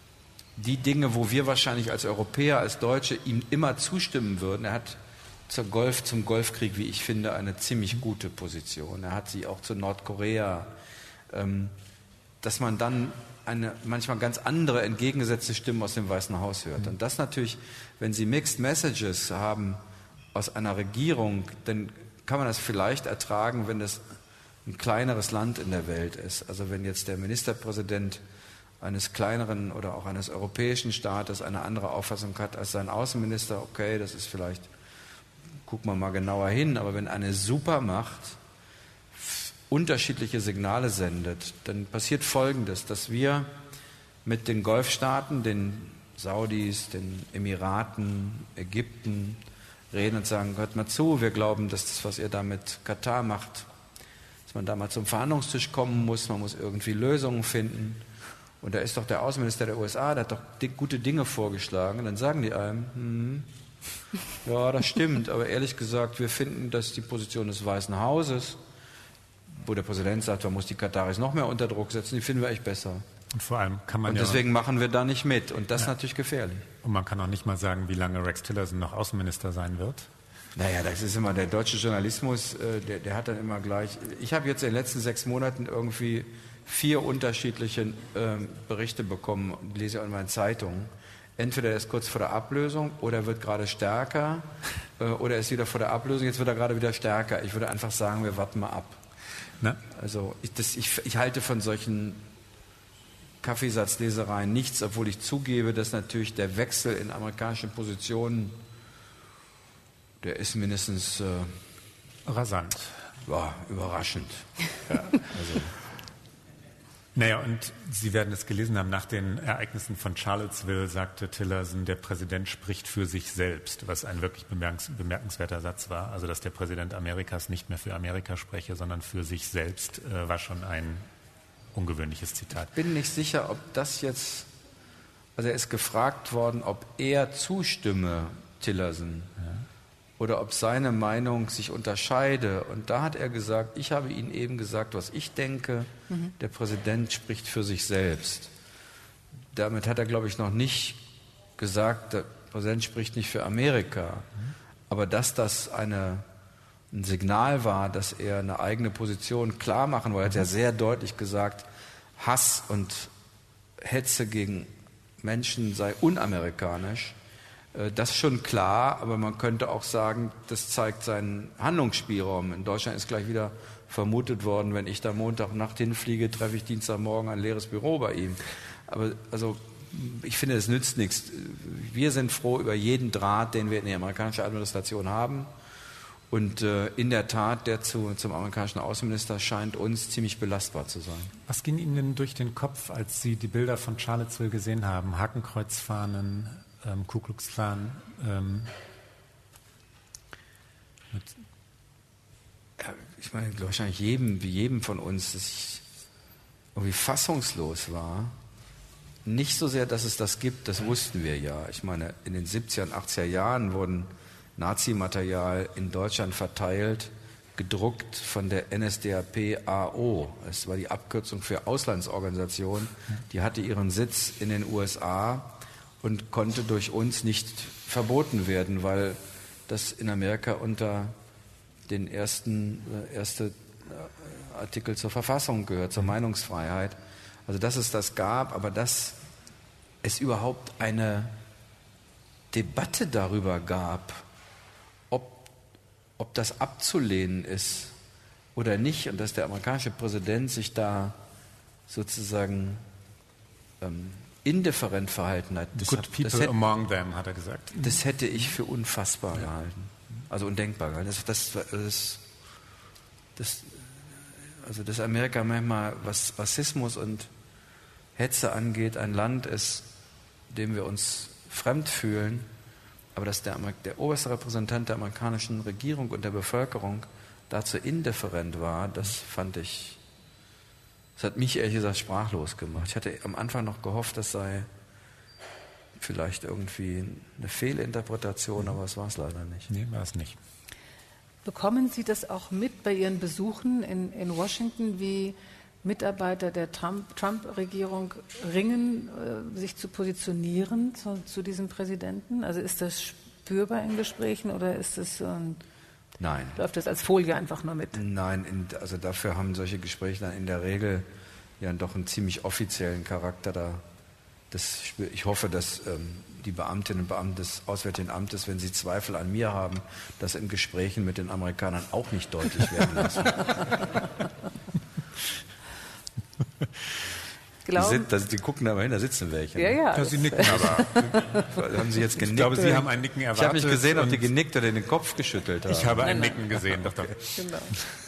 die Dinge, wo wir wahrscheinlich als Europäer, als Deutsche ihm immer zustimmen würden, er hat zur Golf, zum Golfkrieg, wie ich finde, eine ziemlich gute Position. Er hat sie auch zu Nordkorea, ähm, dass man dann eine manchmal ganz andere, entgegengesetzte Stimmen aus dem Weißen Haus hört. Und das natürlich, wenn Sie Mixed Messages haben aus einer Regierung, dann kann man das vielleicht ertragen, wenn das ein kleineres Land in der Welt ist. Also wenn jetzt der Ministerpräsident eines kleineren oder auch eines europäischen Staates eine andere Auffassung hat als sein Außenminister, okay, das ist vielleicht, gucken wir mal genauer hin, aber wenn eine Supermacht unterschiedliche Signale sendet, dann passiert Folgendes, dass wir mit den Golfstaaten, den Saudis, den Emiraten, Ägypten reden und sagen, hört mal zu, wir glauben, dass das, was ihr da mit Katar macht, dass man da mal zum Verhandlungstisch kommen muss, man muss irgendwie Lösungen finden. Und da ist doch der Außenminister der U S A, der hat doch gute Dinge vorgeschlagen. Und dann sagen die einem, hm, ja, das stimmt, aber ehrlich gesagt, wir finden, dass die Position des Weißen Hauses, wo der Präsident sagt, man muss die Kataris noch mehr unter Druck setzen, die finden wir echt besser. Und vor allem kann man Und ja deswegen machen wir da nicht mit. Und das ja. ist natürlich gefährlich. Und man kann auch nicht mal sagen, wie lange Rex Tillerson noch Außenminister sein wird. Naja, das ist immer der deutsche Journalismus, der, der hat dann immer gleich. Ich habe jetzt in den letzten sechs Monaten irgendwie vier unterschiedliche äh, Berichte bekommen, die lese ich auch in meinen Zeitungen. Entweder er ist kurz vor der Ablösung oder er wird gerade stärker äh, oder er ist wieder vor der Ablösung, jetzt wird er gerade wieder stärker. Ich würde einfach sagen, wir warten mal ab. Na? Also ich, das, ich, ich halte von solchen Kaffeesatzleserei nichts, obwohl ich zugebe, dass natürlich der Wechsel in amerikanischen Positionen, der ist mindestens äh, rasant. Ja, überraschend. Ja, also. Naja, und Sie werden es gelesen haben, nach den Ereignissen von Charlottesville sagte Tillerson, der Präsident spricht für sich selbst, was ein wirklich bemerkens- bemerkenswerter Satz war. Also, dass der Präsident Amerikas nicht mehr für Amerika spreche, sondern für sich selbst, äh, war schon ein ungewöhnliches Zitat. Ich bin nicht sicher, ob das jetzt, also er ist gefragt worden, ob er zustimme, Tillerson, ja, oder ob seine Meinung sich unterscheide. Und da hat er gesagt, ich habe Ihnen eben gesagt, was ich denke, mhm. der Präsident spricht für sich selbst. Damit hat er, glaube ich, noch nicht gesagt, der Präsident spricht nicht für Amerika. Mhm. Aber dass das eine, ein Signal war, dass er eine eigene Position klar machen wollte, er hat ja sehr deutlich gesagt, Hass und Hetze gegen Menschen sei unamerikanisch. Das ist schon klar, aber man könnte auch sagen, das zeigt seinen Handlungsspielraum. In Deutschland ist gleich wieder vermutet worden, wenn ich da Montagnacht hinfliege, treffe ich Dienstagmorgen ein leeres Büro bei ihm. Aber also ich finde, es nützt nichts. Wir sind froh über jeden Draht, den wir in der amerikanischen Administration haben. Und äh, in der Tat, der zu, zum amerikanischen Außenminister scheint uns ziemlich belastbar zu sein. Was ging Ihnen denn durch den Kopf, als Sie die Bilder von Charlottesville gesehen haben? Hakenkreuzfahnen, ähm, Ku Klux Klan. Ähm, mit ja, ich meine, wahrscheinlich jedem, wie jedem von uns, dass ich irgendwie fassungslos war. Nicht so sehr, dass es das gibt, das wussten wir ja. Ich meine, in den siebziger und achtziger Jahren wurden Nazi-Material in Deutschland verteilt, gedruckt von der N S D A P A O. Es war die Abkürzung für Auslandsorganisation. Die hatte ihren Sitz in den U S A und konnte durch uns nicht verboten werden, weil das in Amerika unter den ersten äh, erste Artikel zur Verfassung gehört, zur Meinungsfreiheit. Also dass es das gab, aber dass es überhaupt eine Debatte darüber gab, ob, ob das abzulehnen ist oder nicht, und dass der amerikanische Präsident sich da sozusagen ähm, indifferent verhalten hat. Das Good hat, people das hätte, among them, hat er gesagt. Das hätte ich für unfassbar ja. gehalten. Also undenkbar gehalten. Das, das, das, das, also dass Amerika manchmal, was Rassismus und Hetze angeht, ein Land ist, dem wir uns fremd fühlen, aber dass der, der oberste Repräsentant der amerikanischen Regierung und der Bevölkerung dazu indifferent war, das fand ich, das hat mich ehrlich gesagt sprachlos gemacht. Ich hatte am Anfang noch gehofft, das sei vielleicht irgendwie eine Fehlinterpretation, aber es war es leider nicht. Nee, war es nicht. Bekommen Sie das auch mit bei Ihren Besuchen in, in Washington, wie Mitarbeiter der Trump, Trump-Regierung ringen, äh, sich zu positionieren zu, zu diesem Präsidenten? Also ist das spürbar in Gesprächen oder ist das ähm, Nein. Läuft das als Folie einfach nur mit? Nein, in, also dafür haben solche Gespräche dann in der Regel ja doch einen ziemlich offiziellen Charakter. Da, das, ich hoffe, dass ähm, die Beamtinnen und Beamten des Auswärtigen Amtes, wenn sie Zweifel an mir haben, das in Gesprächen mit den Amerikanern auch nicht deutlich werden lassen. Die, sind, das, die gucken da mal hin, da sitzen welche. Ja, ja. Ja, sie nicken aber. Haben Sie jetzt genickt? Ich glaube, Sie haben ein Nicken erwartet. Ich habe nicht gesehen, ob die genickt oder den Kopf geschüttelt haben. Ich habe ein nein, Nicken gesehen. Doch, doch. Genau.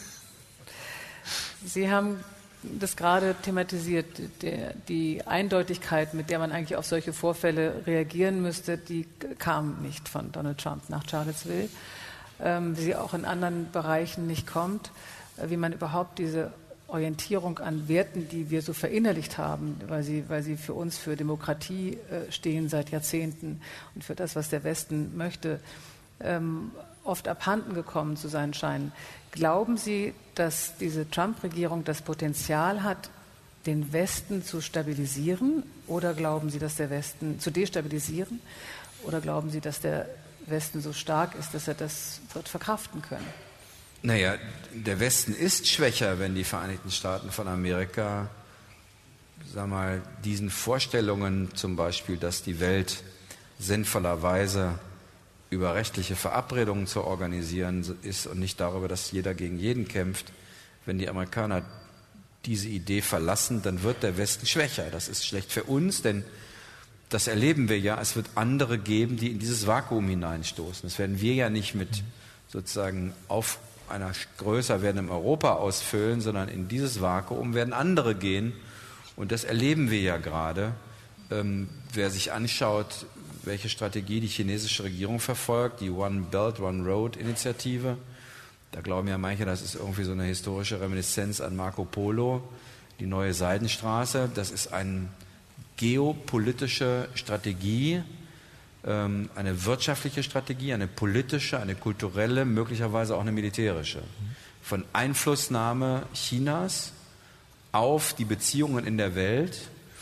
Sie haben das gerade thematisiert, der, die Eindeutigkeit, mit der man eigentlich auf solche Vorfälle reagieren müsste, die kam nicht von Donald Trump nach Charlottesville, ähm, wie sie auch in anderen Bereichen nicht kommt, äh, wie man überhaupt diese Orientierung an Werten, die wir so verinnerlicht haben, weil sie, weil sie für uns für Demokratie äh, stehen seit Jahrzehnten und für das, was der Westen möchte, ähm, oft abhanden gekommen zu sein scheinen. Glauben Sie, dass diese Trump-Regierung das Potenzial hat, den Westen zu stabilisieren, oder glauben Sie, dass der Westen zu destabilisieren, oder glauben Sie, dass der Westen so stark ist, dass er das wird verkraften können? Naja, der Westen ist schwächer, wenn die Vereinigten Staaten von Amerika, sag mal, diesen Vorstellungen zum Beispiel, dass die Welt sinnvollerweise über rechtliche Verabredungen zu organisieren ist und nicht darüber, dass jeder gegen jeden kämpft. Wenn die Amerikaner diese Idee verlassen, dann wird der Westen schwächer. Das ist schlecht für uns, denn das erleben wir ja, es wird andere geben, die in dieses Vakuum hineinstoßen. Das werden wir ja nicht mit sozusagen auf einer größer werdenden Europa ausfüllen, sondern in dieses Vakuum werden andere gehen. Und das erleben wir ja gerade. Ähm, wer sich anschaut, welche Strategie die chinesische Regierung verfolgt, die One Belt, One Road Initiative, da glauben ja manche, das ist irgendwie so eine historische Reminiszenz an Marco Polo, die neue Seidenstraße. Das ist eine geopolitische Strategie, ähm, eine wirtschaftliche Strategie, eine politische, eine kulturelle, möglicherweise auch eine militärische. Von Einflussnahme Chinas auf die Beziehungen in der Welt.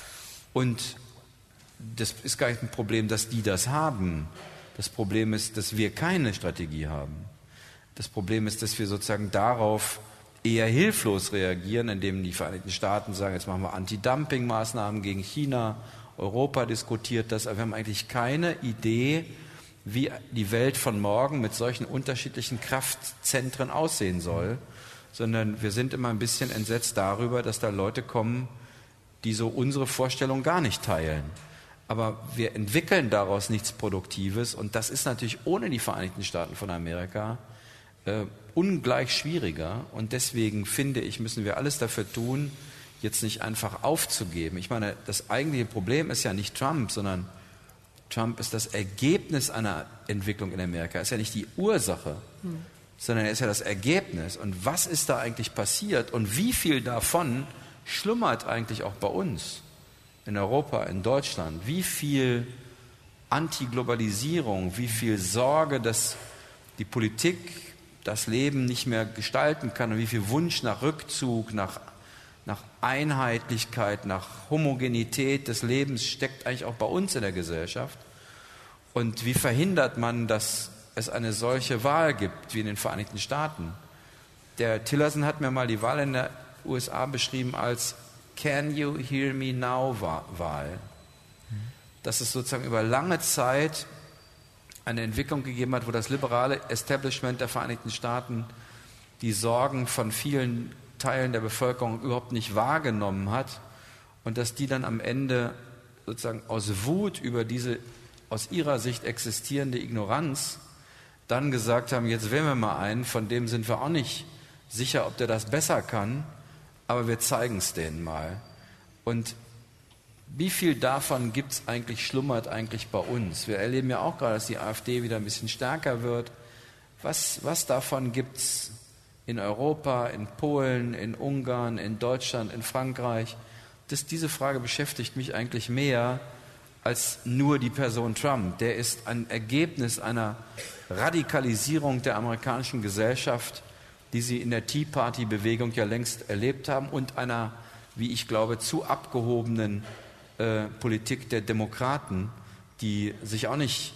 Und das ist gar nicht ein Problem, dass die das haben. Das Problem ist, dass wir keine Strategie haben. Das Problem ist, dass wir sozusagen darauf eher hilflos reagieren, indem die Vereinigten Staaten sagen, jetzt machen wir Anti-Dumping-Maßnahmen gegen China, Europa diskutiert das, aber wir haben eigentlich keine Idee, wie die Welt von morgen mit solchen unterschiedlichen Kraftzentren aussehen soll, sondern wir sind immer ein bisschen entsetzt darüber, dass da Leute kommen, die so unsere Vorstellung gar nicht teilen. Aber wir entwickeln daraus nichts Produktives und das ist natürlich ohne die Vereinigten Staaten von Amerika äh, ungleich schwieriger und deswegen finde ich, müssen wir alles dafür tun, jetzt nicht einfach aufzugeben. Ich meine, das eigentliche Problem ist ja nicht Trump, sondern Trump ist das Ergebnis einer Entwicklung in Amerika, ist ja nicht die Ursache, hm. sondern er ist ja das Ergebnis. Und was ist da eigentlich passiert und wie viel davon schlummert eigentlich auch bei uns in Europa, in Deutschland? Wie viel Antiglobalisierung, wie viel Sorge, dass die Politik das Leben nicht mehr gestalten kann und wie viel Wunsch nach Rückzug, nach, nach Einheitlichkeit, nach Homogenität des Lebens steckt eigentlich auch bei uns in der Gesellschaft. Und wie verhindert man, dass es eine solche Wahl gibt wie in den Vereinigten Staaten? Der Tillerson hat mir mal die Wahl in der U S A beschrieben als Can you hear me now Wahl. Dass es sozusagen über lange Zeit eine Entwicklung gegeben hat, wo das liberale Establishment der Vereinigten Staaten die Sorgen von vielen Teilen der Bevölkerung überhaupt nicht wahrgenommen hat und dass die dann am Ende sozusagen aus Wut über diese aus ihrer Sicht existierende Ignoranz dann gesagt haben, jetzt wählen wir mal einen, von dem sind wir auch nicht sicher, ob der das besser kann, aber wir zeigen es denen mal. Und wie viel davon gibt es eigentlich, schlummert eigentlich bei uns? Wir erleben ja auch gerade, dass die AfD wieder ein bisschen stärker wird. Was, was davon gibt es in Europa, in Polen, in Ungarn, in Deutschland, in Frankreich? Das, diese Frage beschäftigt mich eigentlich mehr als nur die Person Trump. Der ist ein Ergebnis einer Radikalisierung der amerikanischen Gesellschaft, die sie in der Tea Party-Bewegung ja längst erlebt haben und einer, wie ich glaube, zu abgehobenen äh, Politik der Demokraten, die sich auch nicht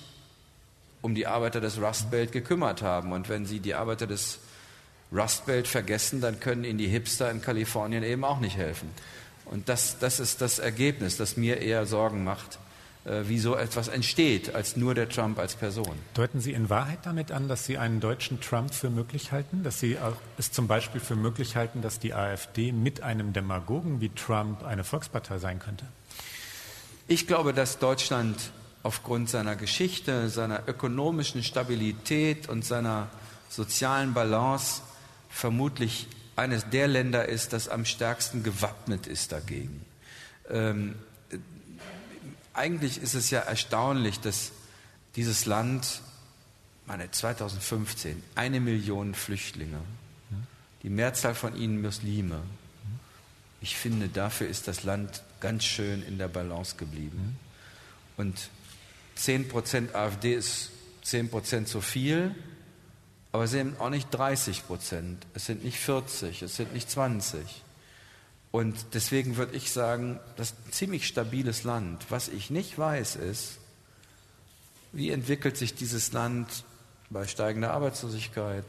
um die Arbeiter des Rust Belt gekümmert haben. Und wenn sie die Arbeiter des Rust Belt vergessen, dann können ihnen die Hipster in Kalifornien eben auch nicht helfen. Und das, das ist das Ergebnis, das mir eher Sorgen macht, wie so etwas entsteht, als nur der Trump als Person. Deuten Sie in Wahrheit damit an, dass Sie einen deutschen Trump für möglich halten? Dass Sie auch es zum Beispiel für möglich halten, dass die AfD mit einem Demagogen wie Trump eine Volkspartei sein könnte? Ich glaube, dass Deutschland aufgrund seiner Geschichte, seiner ökonomischen Stabilität und seiner sozialen Balance vermutlich eines der Länder ist, das am stärksten gewappnet ist dagegen. Ähm, Eigentlich ist es ja erstaunlich, dass dieses Land, meine zweitausendfünfzehn, eine Million Flüchtlinge, die Mehrzahl von ihnen Muslime. Ich finde, dafür ist das Land ganz schön in der Balance geblieben. Und zehn Prozent AfD ist zehn Prozent zu viel, aber es sind auch nicht dreißig Prozent, es sind nicht vierzig, es sind nicht zwanzig. Und deswegen würde ich sagen, das ist ein ziemlich stabiles Land. Was ich nicht weiß, ist, wie entwickelt sich dieses Land bei steigender Arbeitslosigkeit,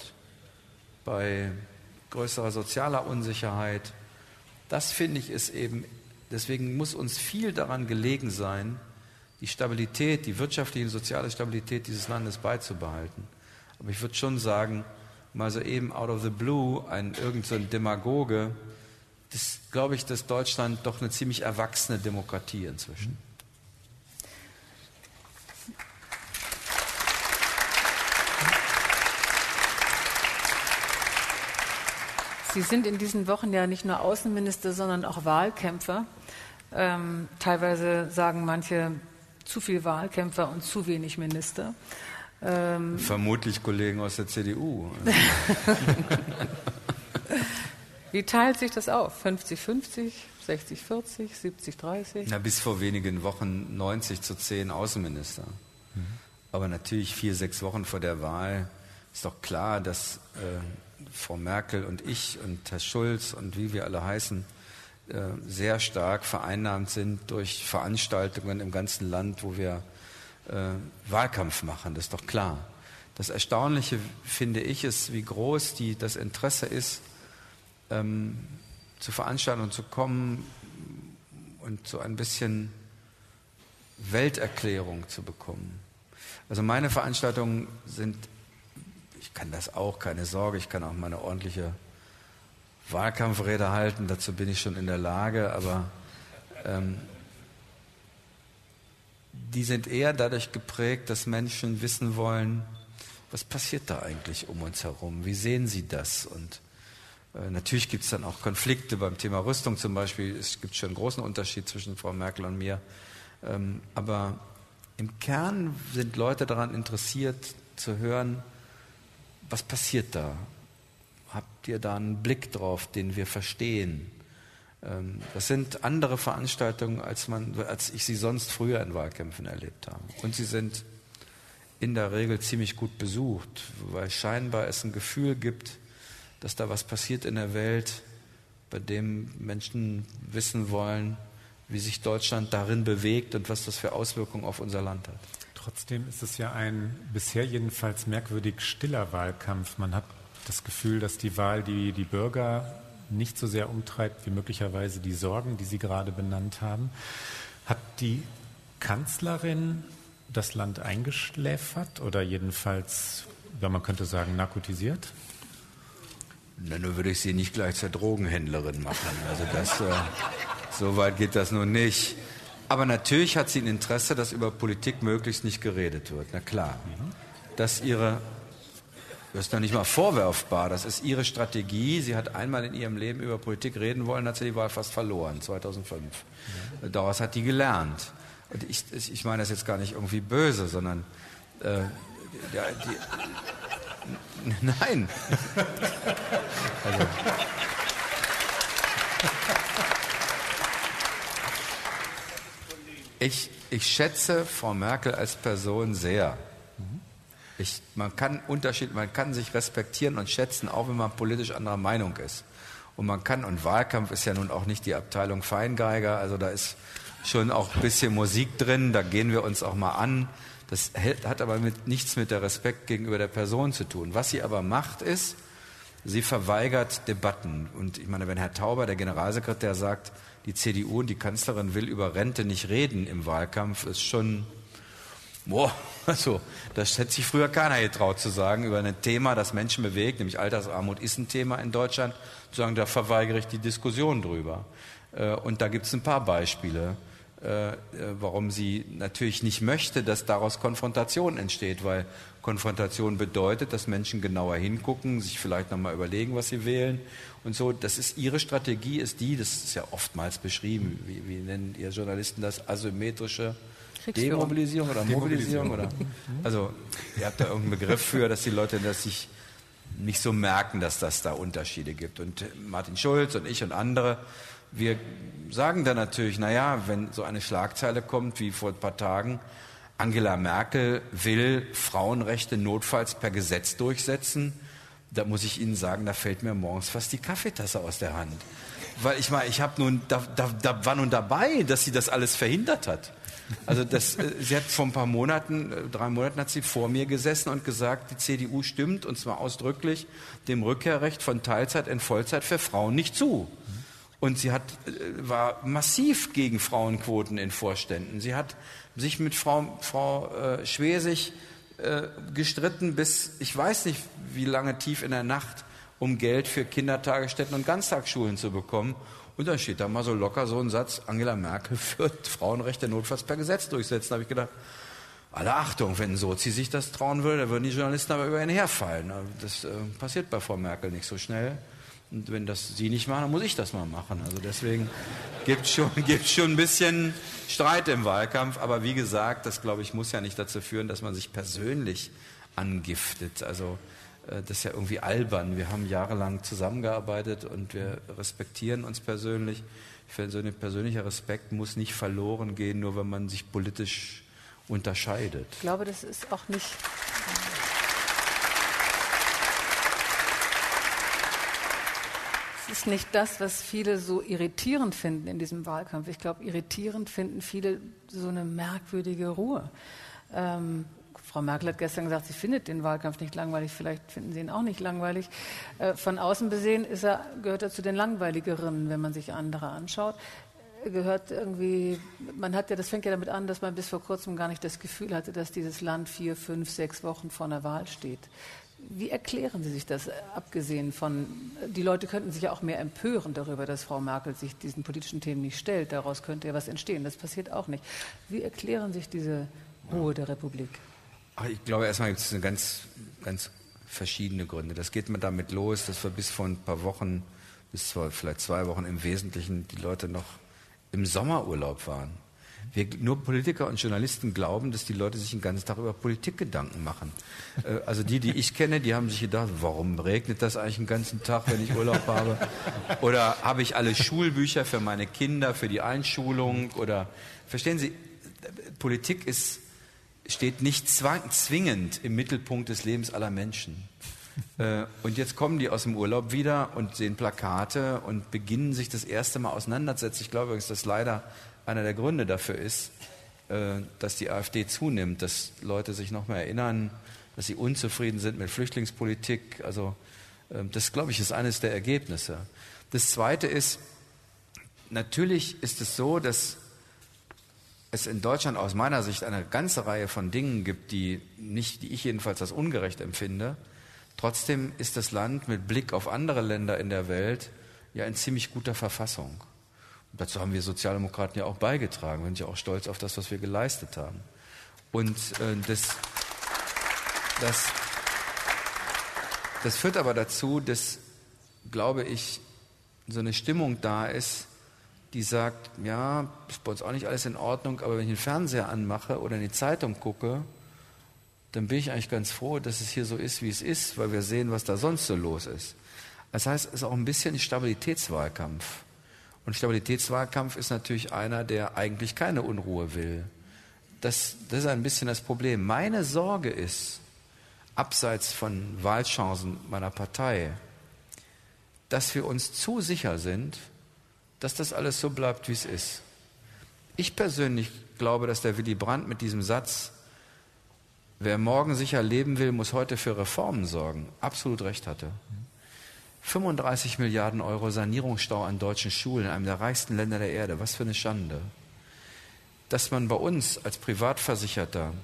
bei größerer sozialer Unsicherheit. Das finde ich ist eben, deswegen muss uns viel daran gelegen sein, die Stabilität, die wirtschaftliche und soziale Stabilität dieses Landes beizubehalten. Aber ich würde schon sagen, mal so eben out of the blue, ein irgend so ein Demagoge, das glaube ich, dass Deutschland doch eine ziemlich erwachsene Demokratie inzwischen. Sie sind in diesen Wochen ja nicht nur Außenminister, sondern auch Wahlkämpfer. Ähm, teilweise sagen manche zu viel Wahlkämpfer und zu wenig Minister. Ähm, Vermutlich Kollegen aus der C D U. Wie teilt sich das auf? fünfzig fünfzig, sechzig vierzig, siebzig dreißig? Na, bis vor wenigen Wochen neunzig zu zehn Außenminister. Mhm. Aber natürlich vier, sechs Wochen vor der Wahl ist doch klar, dass äh, Frau Merkel und ich und Herr Schulz und wie wir alle heißen, äh, sehr stark vereinnahmt sind durch Veranstaltungen im ganzen Land, wo wir äh, Wahlkampf machen. Das ist doch klar. Das Erstaunliche, finde ich, ist, wie groß die, das Interesse ist, ähm, zu Veranstaltungen zu kommen und so ein bisschen Welterklärung zu bekommen. Also meine Veranstaltungen sind, ich kann das auch, keine Sorge, ich kann auch mal eine ordentliche Wahlkampfrede halten, dazu bin ich schon in der Lage, aber ähm, die sind eher dadurch geprägt, dass Menschen wissen wollen, was passiert da eigentlich um uns herum, wie sehen sie das? Und äh, natürlich gibt es dann auch Konflikte beim Thema Rüstung zum Beispiel, es gibt schon einen großen Unterschied zwischen Frau Merkel und mir, ähm, aber im Kern sind Leute daran interessiert zu hören, was passiert da? Habt ihr da einen Blick drauf, den wir verstehen? Das sind andere Veranstaltungen, als, man, als ich sie sonst früher in Wahlkämpfen erlebt habe. Und sie sind in der Regel ziemlich gut besucht, weil scheinbar es ein Gefühl gibt, dass da was passiert in der Welt, bei dem Menschen wissen wollen, wie sich Deutschland darin bewegt und was das für Auswirkungen auf unser Land hat. Trotzdem ist es ja ein bisher jedenfalls merkwürdig stiller Wahlkampf. Man hat das Gefühl, dass die Wahl die, die Bürger nicht so sehr umtreibt wie möglicherweise die Sorgen, die Sie gerade benannt haben. Hat die Kanzlerin das Land eingeschläfert oder jedenfalls, ja, man könnte sagen, narkotisiert? Na, nur würde ich sie nicht gleich zur Drogenhändlerin machen. Also das, äh, so weit geht das nun nicht. Aber natürlich hat sie ein Interesse, dass über Politik möglichst nicht geredet wird. Na klar. Dass ihre, das ist doch nicht mal vorwerfbar, das ist ihre Strategie. Sie hat einmal in ihrem Leben über Politik reden wollen, hat sie die Wahl fast verloren, zweitausendfünf. Ja. Daraus hat die gelernt. Und ich, ich meine das jetzt gar nicht irgendwie böse, sondern äh, ja, die, nein. Also, Ich, ich schätze Frau Merkel als Person sehr. Ich, man kann Unterschied, man kann sich respektieren und schätzen, auch wenn man politisch anderer Meinung ist. Und man kann, und Wahlkampf ist ja nun auch nicht die Abteilung Feingeiger, also da ist schon auch ein bisschen Musik drin, da gehen wir uns auch mal an. Das hat aber mit, nichts mit der Respekt gegenüber der Person zu tun. Was sie aber macht ist, sie verweigert Debatten. Und ich meine, wenn Herr Tauber, der Generalsekretär, sagt, die C D U und die Kanzlerin will über Rente nicht reden im Wahlkampf, ist schon, boah, also, das hätte sich früher keiner getraut zu sagen, über ein Thema, das Menschen bewegt, nämlich Altersarmut ist ein Thema in Deutschland, zu sagen, da verweigere ich die Diskussion drüber. Und da gibt es ein paar Beispiele, warum sie natürlich nicht möchte, dass daraus Konfrontation entsteht, weil Konfrontation bedeutet, dass Menschen genauer hingucken, sich vielleicht nochmal überlegen, was sie wählen und so. Das ist ihre Strategie, ist die, das ist ja oftmals beschrieben, wie, wie nennen ihr Journalisten das, asymmetrische Demobilisierung oder Mobilisierung? Oder? Also ihr habt da irgendeinen Begriff für, dass die Leute das sich nicht so merken, dass das da Unterschiede gibt. Und Martin Schulz und ich und andere, wir sagen dann natürlich, naja, wenn so eine Schlagzeile kommt wie vor ein paar Tagen, Angela Merkel will Frauenrechte notfalls per Gesetz durchsetzen, da muss ich Ihnen sagen, da fällt mir morgens fast die Kaffeetasse aus der Hand. Weil ich meine, ich habe nun, da, da, da war nun dabei, dass sie das alles verhindert hat. Also das, sie hat vor ein paar Monaten, drei Monaten hat sie vor mir gesessen und gesagt, die C D U stimmt, und zwar ausdrücklich, dem Rückkehrrecht von Teilzeit in Vollzeit für Frauen nicht zu. Und sie hat, war massiv gegen Frauenquoten in Vorständen. Sie hat sich mit Frau, Frau äh, Schwesig äh, gestritten bis, ich weiß nicht wie lange, tief in der Nacht, um Geld für Kindertagesstätten und Ganztagsschulen zu bekommen. Und dann steht da mal so locker so ein Satz, Angela Merkel wird Frauenrechte notfalls per Gesetz durchsetzen. Da habe ich gedacht, alle Achtung, wenn ein Sozi sich das trauen würde, dann würden die Journalisten aber über ihn herfallen. Das äh, passiert bei Frau Merkel nicht so schnell. Und wenn das sie nicht machen, dann muss ich das mal machen. Also deswegen gibt es schon, gibt's schon ein bisschen Streit im Wahlkampf. Aber wie gesagt, das, glaube ich, muss ja nicht dazu führen, dass man sich persönlich angiftet. Also äh, das ist ja irgendwie albern. Wir haben jahrelang zusammengearbeitet und wir respektieren uns persönlich. Ich finde, so ein persönlicher Respekt muss nicht verloren gehen, nur wenn man sich politisch unterscheidet. Ich glaube, das ist auch nicht... Das ist nicht das, was viele so irritierend finden in diesem Wahlkampf. Ich glaube, irritierend finden viele so eine merkwürdige Ruhe. Ähm, Frau Merkel hat gestern gesagt, sie findet den Wahlkampf nicht langweilig. Vielleicht finden Sie ihn auch nicht langweilig. Äh, von außen besehen ist er, gehört er zu den langweiligeren, wenn man sich andere anschaut. Gehört irgendwie, man hat ja, das fängt ja damit an, dass man bis vor kurzem gar nicht das Gefühl hatte, dass dieses Land vier, fünf, sechs Wochen vor einer Wahl steht. Wie erklären Sie sich das, abgesehen von, die Leute könnten sich ja auch mehr empören darüber, dass Frau Merkel sich diesen politischen Themen nicht stellt. Daraus könnte ja was entstehen. Das passiert auch nicht. Wie erklären sich diese Ruhe der Republik? Ach, ich glaube, erstmal gibt es eine ganz, ganz verschiedene Gründe. Das geht mit damit los, dass wir bis vor ein paar Wochen, bis vor vielleicht zwei Wochen im Wesentlichen die Leute noch im Sommerurlaub waren. Wir, nur Politiker und Journalisten glauben, dass die Leute sich den ganzen Tag über Politik Gedanken machen. Äh, also die, die ich kenne, die haben sich gedacht, warum regnet das eigentlich den ganzen Tag, wenn ich Urlaub habe? Oder habe ich alle Schulbücher für meine Kinder, für die Einschulung? Oder verstehen Sie, Politik ist, steht nicht zwang, zwingend im Mittelpunkt des Lebens aller Menschen. Äh, und jetzt kommen die aus dem Urlaub wieder und sehen Plakate und beginnen sich das erste Mal auseinanderzusetzen. Ich glaube übrigens, dass leider einer der Gründe dafür ist, äh, dass die AfD zunimmt, dass Leute sich noch mehr erinnern, dass sie unzufrieden sind mit Flüchtlingspolitik. Also äh, das, glaube ich, ist eines der Ergebnisse. Das Zweite ist, natürlich ist es so, dass es in Deutschland aus meiner Sicht eine ganze Reihe von Dingen gibt, die, nicht, die ich jedenfalls als ungerecht empfinde. Trotzdem ist das Land mit Blick auf andere Länder in der Welt ja in ziemlich guter Verfassung. Und dazu haben wir Sozialdemokraten ja auch beigetragen. Wir sind ja auch stolz auf das, was wir geleistet haben. Und äh, das, das, das führt aber dazu, dass, glaube ich, so eine Stimmung da ist, die sagt, ja, ist bei uns auch nicht alles in Ordnung, aber wenn ich den Fernseher anmache oder in die Zeitung gucke, dann bin ich eigentlich ganz froh, dass es hier so ist, wie es ist, weil wir sehen, was da sonst so los ist. Das heißt, es ist auch ein bisschen Stabilitätswahlkampf. Und Stabilitätswahlkampf ist natürlich einer, der eigentlich keine Unruhe will. Das, das ist ein bisschen das Problem. Meine Sorge ist, abseits von Wahlchancen meiner Partei, dass wir uns zu sicher sind, dass das alles so bleibt, wie es ist. Ich persönlich glaube, dass der Willy Brandt mit diesem Satz, wer morgen sicher leben will, muss heute für Reformen sorgen, absolut recht hatte. fünfunddreißig Milliarden Euro Sanierungsstau an deutschen Schulen, einem der reichsten Länder der Erde. Was für eine Schande. Dass man bei uns als Privatversicherter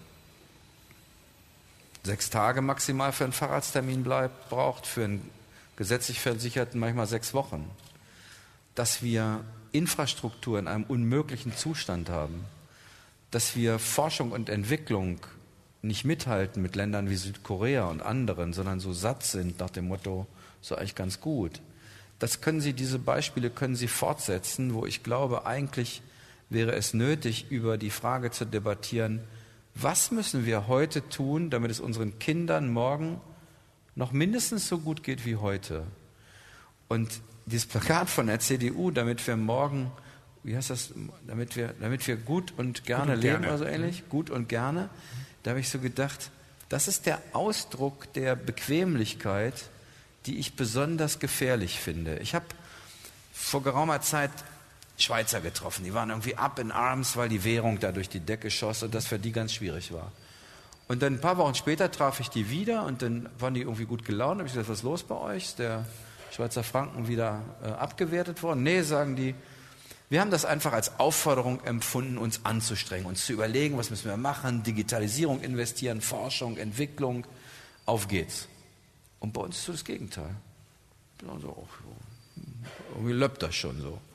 sechs Tage maximal für einen Fahrradstermin bleibt, braucht, für einen gesetzlich Versicherten manchmal sechs Wochen. Dass wir Infrastruktur in einem unmöglichen Zustand haben. Dass wir Forschung und Entwicklung nicht mithalten mit Ländern wie Südkorea und anderen, sondern so satt sind nach dem Motto, so eigentlich ganz gut. Das können Sie, diese Beispiele können Sie fortsetzen, wo ich glaube, eigentlich wäre es nötig, über die Frage zu debattieren, was müssen wir heute tun, damit es unseren Kindern morgen noch mindestens so gut geht wie heute. Und dieses Plakat von der C D U, damit wir morgen, wie heißt das, damit wir, damit wir gut und gerne gut und leben, gerne. Oder so ähnlich, gut und gerne, da habe ich so gedacht, das ist der Ausdruck der Bequemlichkeit, die ich besonders gefährlich finde. Ich habe vor geraumer Zeit Schweizer getroffen, die waren irgendwie up in arms, weil die Währung da durch die Decke schoss und das für die ganz schwierig war. Und dann ein paar Wochen später traf ich die wieder und dann waren die irgendwie gut gelaunt. Da habe ich gesagt, was ist los bei euch? Ist der Schweizer Franken wieder äh, abgewertet worden? Nee, sagen die, wir haben das einfach als Aufforderung empfunden, uns anzustrengen, uns zu überlegen, was müssen wir machen, Digitalisierung investieren, Forschung, Entwicklung, auf geht's. Und bei uns ist so das Gegenteil. So, irgendwie läuft das schon so.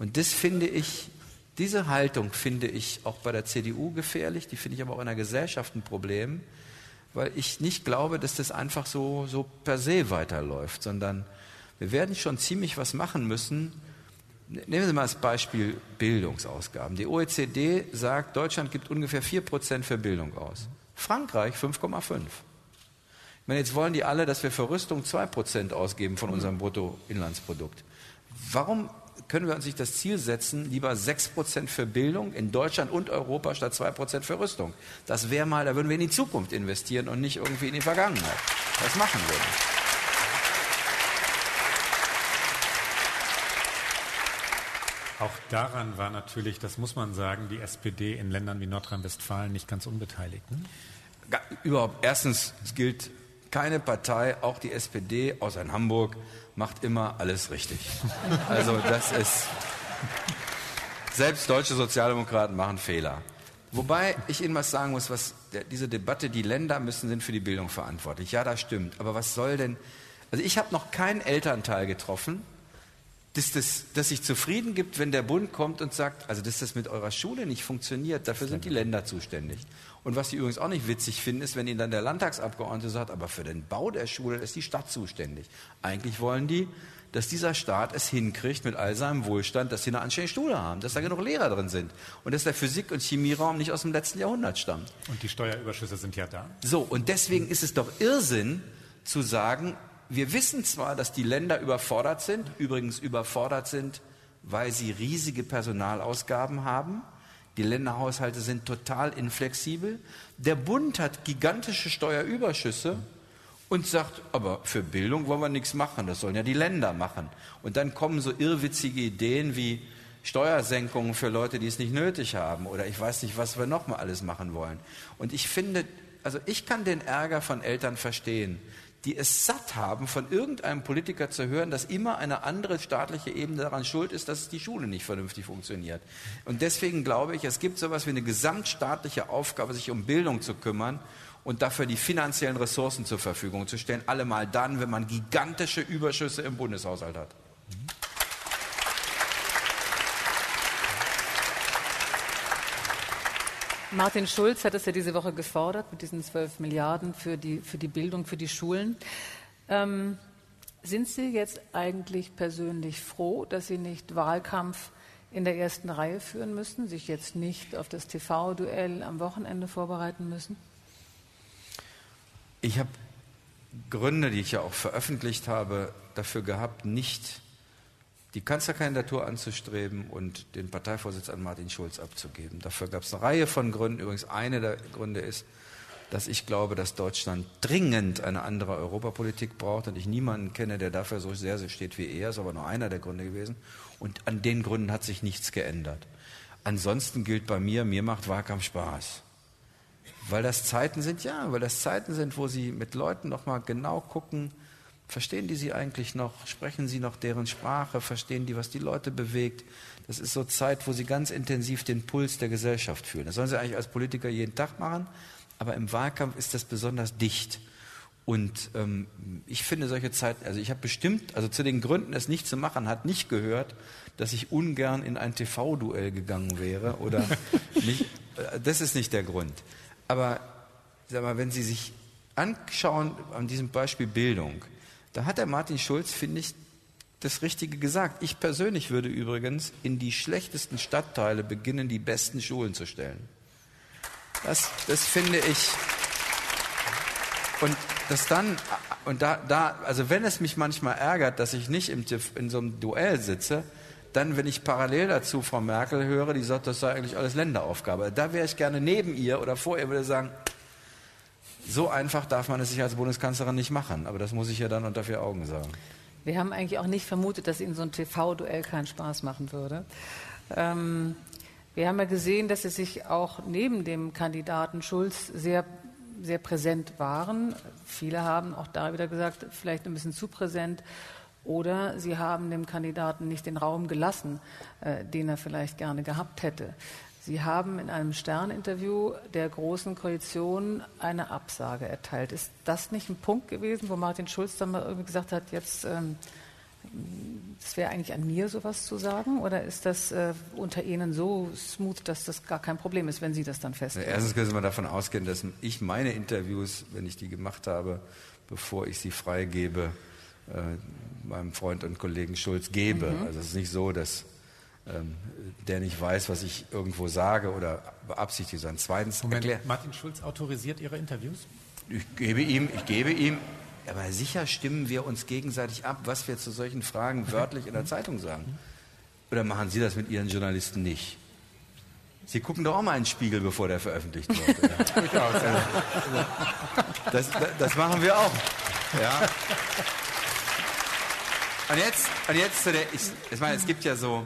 Und das finde ich, diese Haltung finde ich auch bei der C D U gefährlich, die finde ich aber auch in der Gesellschaft ein Problem, weil ich nicht glaube, dass das einfach so, so per se weiterläuft, sondern wir werden schon ziemlich was machen müssen. Nehmen Sie mal als Beispiel Bildungsausgaben. Die O E C D sagt, Deutschland gibt ungefähr vier Prozent für Bildung aus. Frankreich fünf Komma fünf. Ich meine, jetzt wollen die alle, dass wir für Rüstung zwei Prozent ausgeben von unserem Bruttoinlandsprodukt. Warum können wir uns nicht das Ziel setzen, lieber sechs Prozent für Bildung in Deutschland und Europa statt zwei Prozent für Rüstung? Das wäre mal, da würden wir in die Zukunft investieren und nicht irgendwie in die Vergangenheit. Das machen wir nicht. Auch daran war natürlich, das muss man sagen, die S P D in Ländern wie Nordrhein-Westfalen nicht ganz unbeteiligt. Ne? Überhaupt, erstens, es gilt, keine Partei, auch die S P D, außer in Hamburg, macht immer alles richtig. Also das ist, selbst deutsche Sozialdemokraten machen Fehler. Wobei ich Ihnen was sagen muss, was der, diese Debatte, die Länder müssen sind für die Bildung verantwortlich. Ja, das stimmt. Aber was soll denn, also ich habe noch keinen Elternteil getroffen, dass, das, dass sich zufrieden gibt, wenn der Bund kommt und sagt, also dass das mit eurer Schule nicht funktioniert, dafür sind die Länder zuständig. Und was sie übrigens auch nicht witzig finden, ist, wenn ihnen dann der Landtagsabgeordnete sagt, aber für den Bau der Schule ist die Stadt zuständig. Eigentlich wollen die, dass dieser Staat es hinkriegt mit all seinem Wohlstand, dass sie eine anständige Schule haben, dass da genug Lehrer drin sind und dass der Physik- und Chemieraum nicht aus dem letzten Jahrhundert stammt. Und die Steuerüberschüsse sind ja da. So, und deswegen ist es doch Irrsinn zu sagen, wir wissen zwar, dass die Länder überfordert sind, übrigens überfordert sind, weil sie riesige Personalausgaben haben. Die Länderhaushalte sind total inflexibel. Der Bund hat gigantische Steuerüberschüsse und sagt, aber für Bildung wollen wir nichts machen, das sollen ja die Länder machen. Und dann kommen so irrwitzige Ideen wie Steuersenkungen für Leute, die es nicht nötig haben oder ich weiß nicht, was wir noch mal alles machen wollen. Und ich finde, also ich kann den Ärger von Eltern verstehen, die es satt haben, von irgendeinem Politiker zu hören, dass immer eine andere staatliche Ebene daran schuld ist, dass die Schule nicht vernünftig funktioniert. Und deswegen glaube ich, es gibt so etwas wie eine gesamtstaatliche Aufgabe, sich um Bildung zu kümmern und dafür die finanziellen Ressourcen zur Verfügung zu stellen, allemal dann, wenn man gigantische Überschüsse im Bundeshaushalt hat. Martin Schulz hat es ja diese Woche gefordert mit diesen zwölf Milliarden für die, für die Bildung, für die Schulen. Ähm, sind Sie jetzt eigentlich persönlich froh, dass Sie nicht Wahlkampf in der ersten Reihe führen müssen, sich jetzt nicht auf das T V-Duell am Wochenende vorbereiten müssen? Ich habe Gründe, die ich ja auch veröffentlicht habe, dafür gehabt, nicht die Kanzlerkandidatur anzustreben und den Parteivorsitz an Martin Schulz abzugeben. Dafür gab es eine Reihe von Gründen. Übrigens, einer der Gründe ist, dass ich glaube, dass Deutschland dringend eine andere Europapolitik braucht und ich niemanden kenne, der dafür so sehr steht wie er. Das ist aber nur einer der Gründe gewesen. Und an den Gründen hat sich nichts geändert. Ansonsten gilt bei mir, mir macht Wahlkampf Spaß. Weil das Zeiten sind, ja, weil das Zeiten sind, wo Sie mit Leuten nochmal genau gucken, verstehen die sie eigentlich noch? Sprechen sie noch deren Sprache? Verstehen die, was die Leute bewegt? Das ist so Zeit, wo sie ganz intensiv den Puls der Gesellschaft fühlen. Das sollen sie eigentlich als Politiker jeden Tag machen, aber im Wahlkampf ist das besonders dicht. Und ähm, ich finde solche Zeiten, also ich habe bestimmt, also zu den Gründen, es nicht zu machen, hat nicht gehört, dass ich ungern in ein T V-Duell gegangen wäre oder nicht. Das ist nicht der Grund. Aber sag mal, wenn Sie sich anschauen an diesem Beispiel Bildung, da hat der Martin Schulz, finde ich, das Richtige gesagt. Ich persönlich würde übrigens in die schlechtesten Stadtteile beginnen, die besten Schulen zu stellen. Das, das finde ich. Und das dann, und da, da, also wenn es mich manchmal ärgert, dass ich nicht im, in so einem Duell sitze, dann, wenn ich parallel dazu Frau Merkel höre, die sagt, das sei eigentlich alles Länderaufgabe. Da wäre ich gerne neben ihr oder vor ihr, würde sagen, so einfach darf man es sich als Bundeskanzlerin nicht machen. Aber das muss ich ja dann unter vier Augen sagen. Wir haben eigentlich auch nicht vermutet, dass Ihnen so ein T V-Duell keinen Spaß machen würde. Ähm, wir haben ja gesehen, dass Sie sich auch neben dem Kandidaten Schulz sehr, sehr präsent waren. Viele haben auch da wieder gesagt, vielleicht ein bisschen zu präsent. Oder Sie haben dem Kandidaten nicht den Raum gelassen, äh, den er vielleicht gerne gehabt hätte. Sie haben in einem Stern-Interview der Großen Koalition eine Absage erteilt. Ist das nicht ein Punkt gewesen, wo Martin Schulz dann mal irgendwie gesagt hat, jetzt ähm, es wäre eigentlich an mir, sowas zu sagen? Oder ist das äh, unter Ihnen so smooth, dass das gar kein Problem ist, wenn Sie das dann festlegen? Erstens können Sie mal davon ausgehen, dass ich meine Interviews, wenn ich die gemacht habe, bevor ich sie freigebe, äh, meinem Freund und Kollegen Schulz gebe. Mhm. Also es ist nicht so, dass ähm, der nicht weiß, was ich irgendwo sage oder beabsichtige. Sondern zweitens, Moment, erklär, Martin Schulz autorisiert Ihre Interviews? Ich gebe ihm, ich gebe ihm, aber sicher stimmen wir uns gegenseitig ab, was wir zu solchen Fragen wörtlich in der Zeitung sagen. Oder machen Sie das mit Ihren Journalisten nicht? Sie gucken doch auch mal einen Spiegel, bevor der veröffentlicht wird. Durchaus. das, das machen wir auch. Ja. Und jetzt, und jetzt zu der, ich, ich meine, es gibt ja so,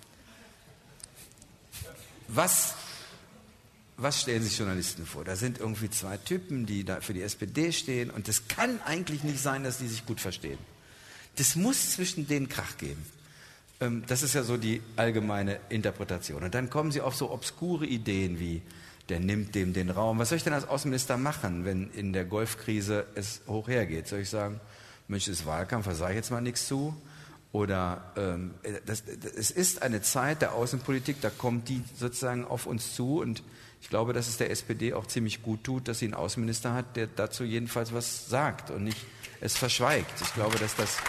was, was stellen sich Journalisten vor? Da sind irgendwie zwei Typen, die da für die S P D stehen, und es kann eigentlich nicht sein, dass die sich gut verstehen. Das muss zwischen denen Krach geben. Das ist ja so die allgemeine Interpretation. Und dann kommen sie auf so obskure Ideen wie, der nimmt dem den Raum. Was soll ich denn als Außenminister machen, wenn in der Golfkrise es hoch hergeht? Soll ich sagen, Mensch, das ist Wahlkampf, da sage ich jetzt mal nichts zu? Oder ähm, das, das, es ist eine Zeit der Außenpolitik, da kommt die sozusagen auf uns zu. Und ich glaube, dass es der S P D auch ziemlich gut tut, dass sie einen Außenminister hat, der dazu jedenfalls was sagt und nicht es verschweigt. Ich glaube, dass das...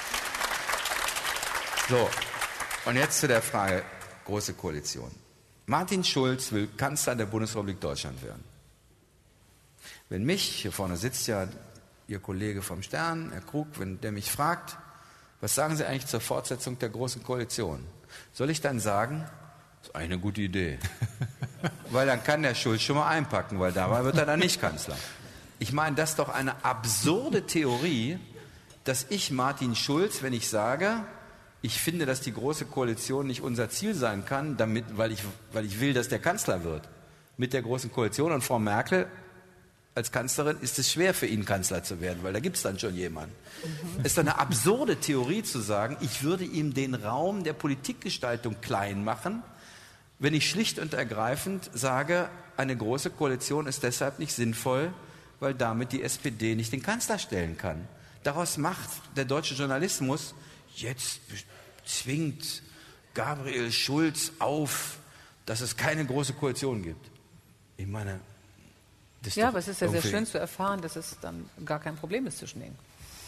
So, und jetzt zu der Frage, Große Koalition. Martin Schulz will Kanzler der Bundesrepublik Deutschland werden. Wenn mich, hier vorne sitzt ja Ihr Kollege vom Stern, Herr Krug, wenn der mich fragt, was sagen Sie eigentlich zur Fortsetzung der Großen Koalition? Soll ich dann sagen, das ist eigentlich eine gute Idee. Weil dann kann der Schulz schon mal einpacken, weil dabei wird er dann nicht Kanzler. Ich meine, das ist doch eine absurde Theorie, dass ich Martin Schulz, wenn ich sage, ich finde, dass die Große Koalition nicht unser Ziel sein kann, damit, weil, ich, weil ich will, dass der Kanzler wird. Mit der Großen Koalition und Frau Merkel als Kanzlerin ist es schwer für ihn, Kanzler zu werden, weil da gibt es dann schon jemanden. Es mhm. ist doch eine absurde Theorie zu sagen, ich würde ihm den Raum der Politikgestaltung klein machen, wenn ich schlicht und ergreifend sage, eine Große Koalition ist deshalb nicht sinnvoll, weil damit die S P D nicht den Kanzler stellen kann. Daraus macht der deutsche Journalismus, jetzt zwingt Gabriel Schulz auf, dass es keine Große Koalition gibt. Ich meine, das ist ja, aber es ist ja sehr schön zu erfahren, dass es dann gar kein Problem ist zwischen ihnen.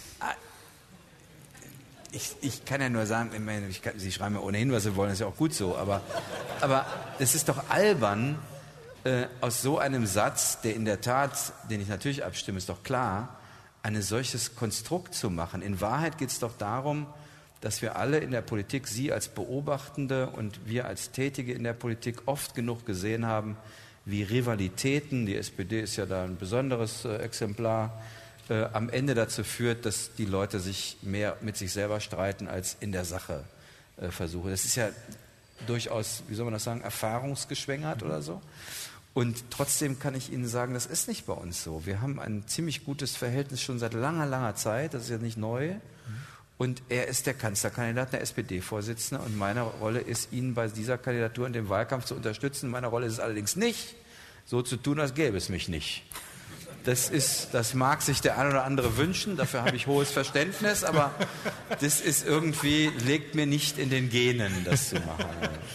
Ich, ich kann ja nur sagen, ich meine, ich kann, Sie schreiben ja ohnehin, was Sie wollen, ist ja auch gut so, aber, aber es ist doch albern, äh, aus so einem Satz, der in der Tat, den ich natürlich abstimme, ist doch klar, ein solches Konstrukt zu machen. In Wahrheit geht es doch darum, dass wir alle in der Politik, Sie als Beobachtende und wir als Tätige in der Politik oft genug gesehen haben, wie Rivalitäten, die S P D ist ja da ein besonderes äh, Exemplar, äh, am Ende dazu führt, dass die Leute sich mehr mit sich selber streiten, als in der Sache äh, versuchen. Das ist ja durchaus, wie soll man das sagen, erfahrungsgeschwängert oder so. Und trotzdem kann ich Ihnen sagen, das ist nicht bei uns so. Wir haben ein ziemlich gutes Verhältnis schon seit langer, langer Zeit, das ist ja nicht neu. Und er ist der Kanzlerkandidat, der S P D-Vorsitzende. Und meine Rolle ist, ihn bei dieser Kandidatur in dem Wahlkampf zu unterstützen. Meine Rolle ist es allerdings nicht, so zu tun, als gäbe es mich nicht. Das ist, das mag sich der ein oder andere wünschen, dafür habe ich hohes Verständnis, aber das ist irgendwie, legt mir nicht in den Genen, das zu machen.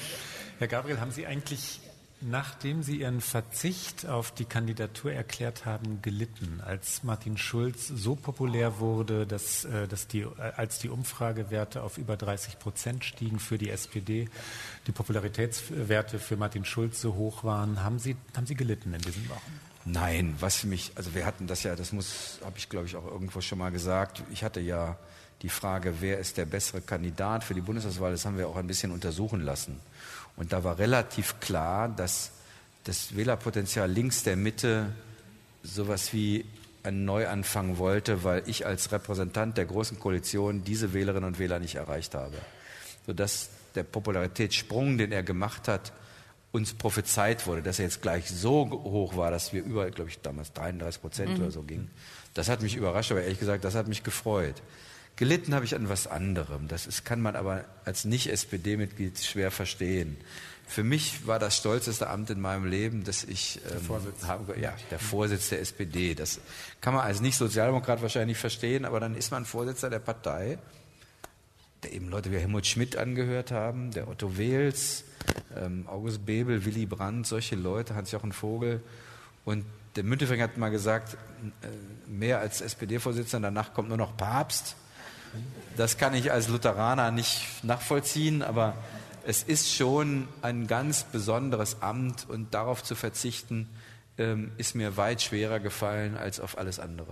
Herr Gabriel, haben Sie eigentlich, nachdem Sie Ihren Verzicht auf die Kandidatur erklärt haben, gelitten, als Martin Schulz so populär wurde, dass, dass die, als die Umfragewerte auf über dreißig Prozent stiegen für die S P D, die Popularitätswerte für Martin Schulz so hoch waren, haben Sie, haben Sie gelitten in diesen Wochen? Nein, was für mich, also wir hatten das ja, das muss, habe ich glaube ich auch irgendwo schon mal gesagt, ich hatte ja die Frage, wer ist der bessere Kandidat für die Bundestagswahl, das haben wir auch ein bisschen untersuchen lassen. Und da war relativ klar, dass das Wählerpotenzial links der Mitte sowas wie einen Neuanfang wollte, weil ich als Repräsentant der Großen Koalition diese Wählerinnen und Wähler nicht erreicht habe. Sodass der Popularitätssprung, den er gemacht hat, uns prophezeit wurde, dass er jetzt gleich so hoch war, dass wir über, glaube ich, damals dreiunddreißig Prozent mhm. oder so gingen. Das hat mich überrascht, aber ehrlich gesagt, das hat mich gefreut. Gelitten habe ich an was anderem. Das ist, kann man aber als Nicht-S P D-Mitglied schwer verstehen. Für mich war das stolzeste Amt in meinem Leben, dass ich ähm, der Vorsitz. Habe, ja, der Vorsitz der S P D. Das kann man als Nicht-Sozialdemokrat wahrscheinlich nicht verstehen, aber dann ist man Vorsitzender der Partei der eben Leute wie Helmut Schmidt angehört haben, der Otto Wehls, ähm, August Bebel, Willy Brandt, solche Leute, Hans-Jochen Vogel. Und der Müntefering hat mal gesagt, äh, mehr als S P D-Vorsitzender, danach kommt nur noch Papst. Das kann ich als Lutheraner nicht nachvollziehen, aber es ist schon ein ganz besonderes Amt und darauf zu verzichten, ähm, ist mir weit schwerer gefallen als auf alles andere.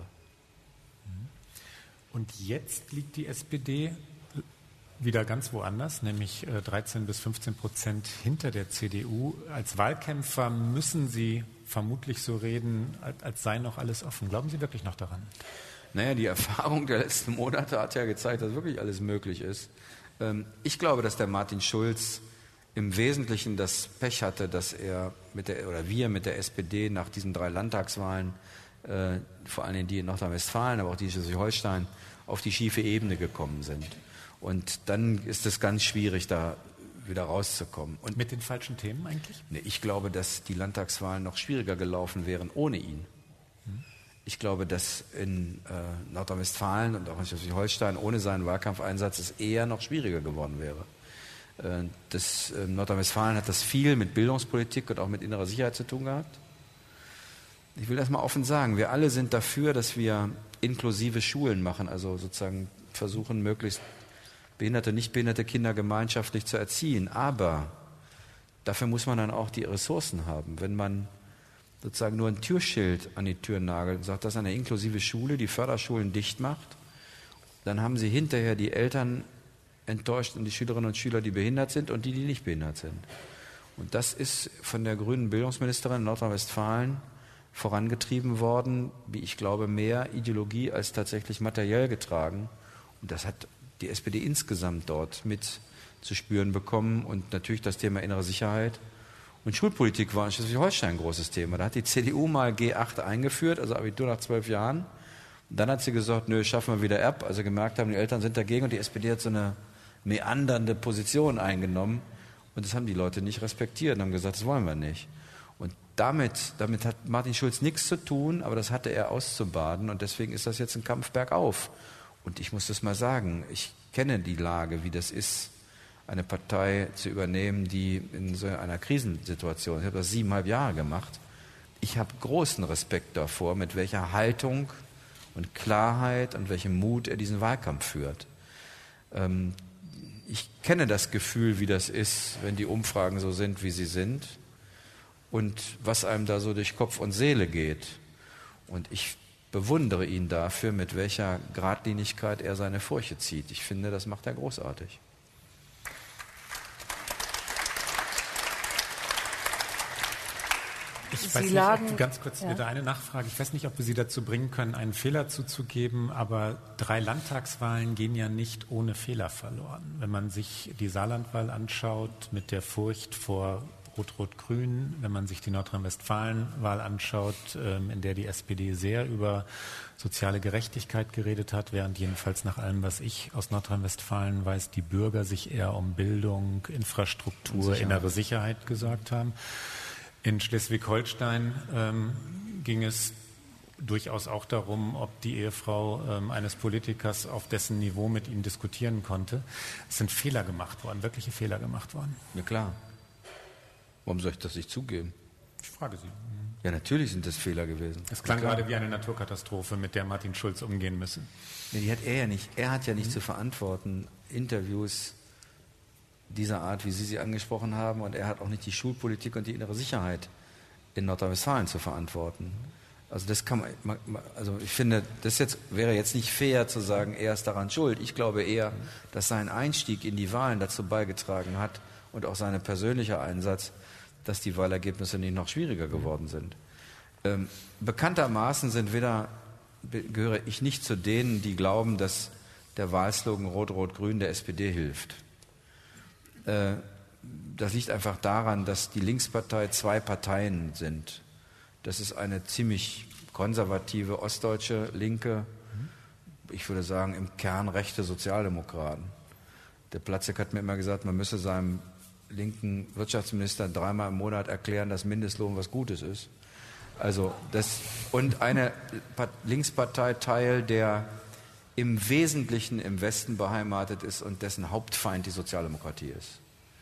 Und jetzt liegt die S P D wieder ganz woanders, nämlich äh, dreizehn bis fünfzehn Prozent hinter der C D U. Als Wahlkämpfer müssen Sie vermutlich so reden, als, als sei noch alles offen. Glauben Sie wirklich noch daran? Naja, die Erfahrung der letzten Monate hat ja gezeigt, dass wirklich alles möglich ist. Ähm, ich glaube, dass der Martin Schulz im Wesentlichen das Pech hatte, dass er mit der, oder wir mit der S P D nach diesen drei Landtagswahlen, äh, vor allem die in Nordrhein-Westfalen, aber auch die in Schleswig-Holstein, auf die schiefe Ebene gekommen sind. Und dann ist es ganz schwierig, da wieder rauszukommen. Und mit den falschen Themen eigentlich? Nee, ich glaube, dass die Landtagswahlen noch schwieriger gelaufen wären ohne ihn. Hm. Ich glaube, dass in äh, Nordrhein-Westfalen und auch in Schleswig-Holstein ohne seinen Wahlkampfeinsatz es eher noch schwieriger geworden wäre. Äh, das, äh, Nordrhein-Westfalen hat das viel mit Bildungspolitik und auch mit innerer Sicherheit zu tun gehabt. Ich will das mal offen sagen, wir alle sind dafür, dass wir inklusive Schulen machen, also sozusagen versuchen, möglichst behinderte, nicht behinderte Kinder gemeinschaftlich zu erziehen. Aber dafür muss man dann auch die Ressourcen haben. Wenn man sozusagen nur ein Türschild an die Tür nagelt und sagt, das ist eine inklusive Schule, die Förderschulen dicht macht, dann haben sie hinterher die Eltern enttäuscht und die Schülerinnen und Schüler, die behindert sind und die, die nicht behindert sind. Und das ist von der grünen Bildungsministerin in Nordrhein-Westfalen vorangetrieben worden, wie ich glaube, mehr Ideologie als tatsächlich materiell getragen. Und das hat die S P D insgesamt dort mit zu spüren bekommen. Und natürlich das Thema innere Sicherheit. Und Schulpolitik war in Schleswig-Holstein ein großes Thema. Da hat die C D U mal G acht eingeführt, also Abitur nach zwölf Jahren. Und dann hat sie gesagt, nö, schaffen wir wieder ab. Also gemerkt haben, die Eltern sind dagegen und die S P D hat so eine meandernde Position eingenommen. Und das haben die Leute nicht respektiert und haben gesagt, das wollen wir nicht. Und damit, damit hat Martin Schulz nichts zu tun, aber das hatte er auszubaden. Und deswegen ist das jetzt ein Kampf bergauf. Und ich muss das mal sagen, ich kenne die Lage, wie das ist, eine Partei zu übernehmen, die in so einer Krisensituation, ich habe das siebeneinhalb Jahre gemacht, ich habe großen Respekt davor, mit welcher Haltung und Klarheit und welchem Mut er diesen Wahlkampf führt. Ähm, ich kenne das Gefühl, wie das ist, wenn die Umfragen so sind, wie sie sind und was einem da so durch Kopf und Seele geht. Und ich bewundere ihn dafür, mit welcher Geradlinigkeit er seine Furche zieht. Ich finde, das macht er großartig. Ich Sie weiß nicht, lagen, ob, ganz kurz ja. wieder eine Nachfrage. Ich weiß nicht, ob wir Sie dazu bringen können, einen Fehler zuzugeben, aber drei Landtagswahlen gehen ja nicht ohne Fehler verloren. Wenn man sich die Saarlandwahl anschaut mit der Furcht vor Rot-Rot-Grün, wenn man sich die Nordrhein-Westfalen-Wahl anschaut, in der die S P D sehr über soziale Gerechtigkeit geredet hat, während jedenfalls nach allem, was ich aus Nordrhein-Westfalen weiß, die Bürger sich eher um Bildung, Infrastruktur, Sicherheit. innere Sicherheit gesagt haben. In Schleswig-Holstein ähm, ging es durchaus auch darum, ob die Ehefrau ähm, eines Politikers auf dessen Niveau mit ihm diskutieren konnte. Es sind Fehler gemacht worden, wirkliche Fehler gemacht worden. Ja klar. Warum soll ich das nicht zugeben? Ich frage Sie. Ja, natürlich sind das Fehler gewesen. Es klang gerade wie eine Naturkatastrophe, mit der Martin Schulz umgehen müsse. Ja, die hat er ja nicht. Er hat ja nicht mhm. zu verantworten, Interviews dieser Art, wie Sie sie angesprochen haben, und er hat auch nicht die Schulpolitik und die innere Sicherheit in Nordrhein-Westfalen zu verantworten. Also das kann man, also ich finde, das jetzt wäre jetzt nicht fair zu sagen, er ist daran schuld. Ich glaube eher, dass sein Einstieg in die Wahlen dazu beigetragen hat und auch sein persönlicher Einsatz, dass die Wahlergebnisse nicht noch schwieriger geworden sind. Ähm, bekanntermaßen sind wieder, gehöre ich nicht zu denen, die glauben, dass der Wahlslogan Rot-Rot-Grün der S P D hilft. Äh, das liegt einfach daran, dass die Linkspartei zwei Parteien sind. Das ist eine ziemlich konservative ostdeutsche Linke, ich würde sagen im Kern rechte Sozialdemokraten. Der Platzek hat mir immer gesagt, man müsse seinem linken Wirtschaftsminister dreimal im Monat erklären, dass Mindestlohn was Gutes ist. Also das, und eine Linksparteiteil, der im Wesentlichen im Westen beheimatet ist und dessen Hauptfeind die Sozialdemokratie ist.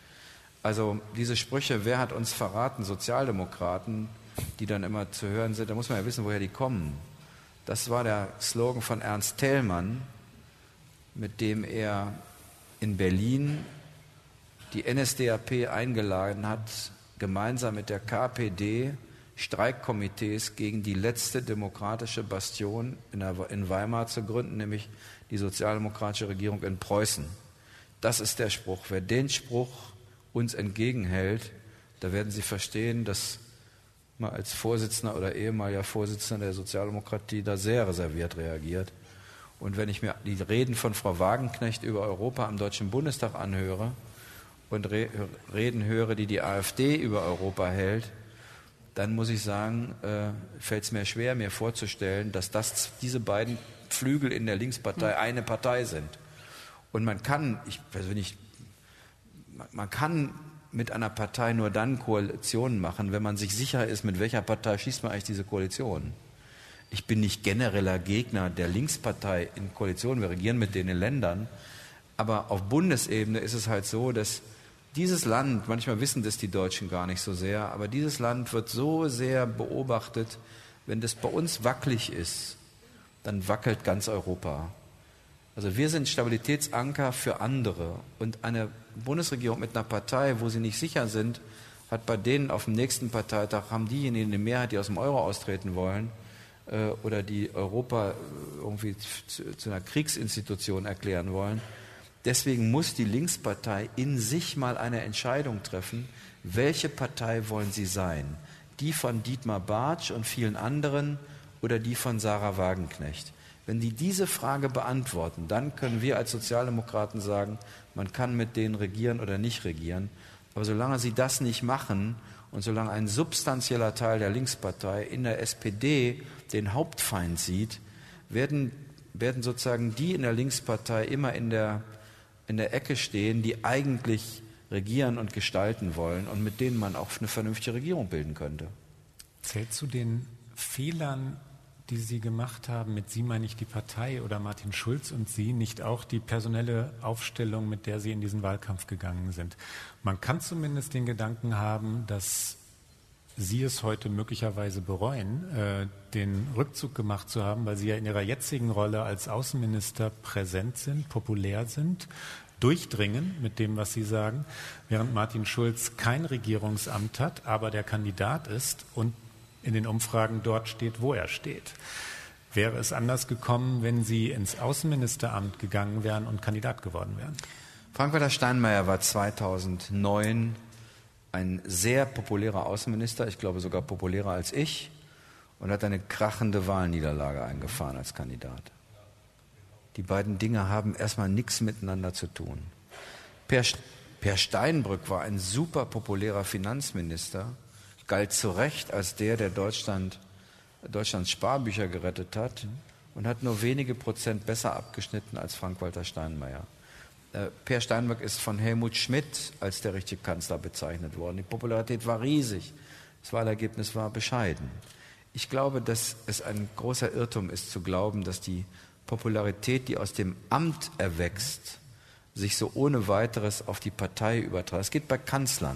Also diese Sprüche, wer hat uns verraten, Sozialdemokraten, die dann immer zu hören sind, da muss man ja wissen, woher die kommen. Das war der Slogan von Ernst Thälmann, mit dem er in Berlin die N S D A P eingeladen hat, gemeinsam mit der K P D Streikkomitees gegen die letzte demokratische Bastion in, der, in Weimar zu gründen, nämlich die sozialdemokratische Regierung in Preußen. Das ist der Spruch. Wer den Spruch uns entgegenhält, da werden Sie verstehen, dass man als Vorsitzender oder ehemaliger Vorsitzender der Sozialdemokratie da sehr reserviert reagiert. Und wenn ich mir die Reden von Frau Wagenknecht über Europa am Deutschen Bundestag anhöre und Re- Reden höre, die die AfD über Europa hält, dann muss ich sagen, äh, fällt es mir schwer, mir vorzustellen, dass das, diese beiden Flügel in der Linkspartei eine Partei sind. Und man kann, ich persönlich, man kann mit einer Partei nur dann Koalitionen machen, wenn man sich sicher ist, mit welcher Partei schließt man eigentlich diese Koalition. Ich bin nicht genereller Gegner der Linkspartei in Koalitionen, wir regieren mit denen in Ländern, aber auf Bundesebene ist es halt so, dass dieses Land, manchmal wissen das die Deutschen gar nicht so sehr, aber dieses Land wird so sehr beobachtet, wenn das bei uns wackelig ist, dann wackelt ganz Europa. Also wir sind Stabilitätsanker für andere und eine Bundesregierung mit einer Partei, wo sie nicht sicher sind, hat bei denen auf dem nächsten Parteitag, haben diejenigen eine Mehrheit, die aus dem Euro austreten wollen äh, oder die Europa irgendwie zu, zu einer Kriegsinstitution erklären wollen. Deswegen muss die Linkspartei in sich mal eine Entscheidung treffen, welche Partei wollen sie sein? Die von Dietmar Bartsch und vielen anderen oder die von Sarah Wagenknecht? Wenn die diese Frage beantworten, dann können wir als Sozialdemokraten sagen, man kann mit denen regieren oder nicht regieren. Aber solange sie das nicht machen und solange ein substanzieller Teil der Linkspartei in der S P D den Hauptfeind sieht, werden, werden sozusagen die in der Linkspartei immer in der, in der Ecke stehen, die eigentlich regieren und gestalten wollen und mit denen man auch eine vernünftige Regierung bilden könnte. Zählt zu den Fehlern, die Sie gemacht haben, mit Sie meine ich die Partei oder Martin Schulz und Sie, nicht auch die personelle Aufstellung, mit der Sie in diesen Wahlkampf gegangen sind? Man kann zumindest den Gedanken haben, dass Sie es heute möglicherweise bereuen, äh, den Rückzug gemacht zu haben, weil Sie ja in Ihrer jetzigen Rolle als Außenminister präsent sind, populär sind, durchdringen mit dem, was Sie sagen, während Martin Schulz kein Regierungsamt hat, aber der Kandidat ist und in den Umfragen dort steht, wo er steht. Wäre es anders gekommen, wenn Sie ins Außenministeramt gegangen wären und Kandidat geworden wären? Frank-Walter Steinmeier war zweitausendneun ein sehr populärer Außenminister, ich glaube sogar populärer als ich, und hat eine krachende Wahlniederlage eingefahren als Kandidat. Die beiden Dinge haben erstmal nichts miteinander zu tun. Per, per Steinbrück war ein super populärer Finanzminister, galt zu Recht als der, der Deutschland, Deutschlands Sparbücher gerettet hat und hat nur wenige Prozent besser abgeschnitten als Frank-Walter Steinmeier. Äh, Per Steinbrück ist von Helmut Schmidt als der richtige Kanzler bezeichnet worden. Die Popularität war riesig, das Wahlergebnis war bescheiden. Ich glaube, dass es ein großer Irrtum ist zu glauben, dass die Popularität, die aus dem Amt erwächst, sich so ohne weiteres auf die Partei überträgt. Es geht bei Kanzlern.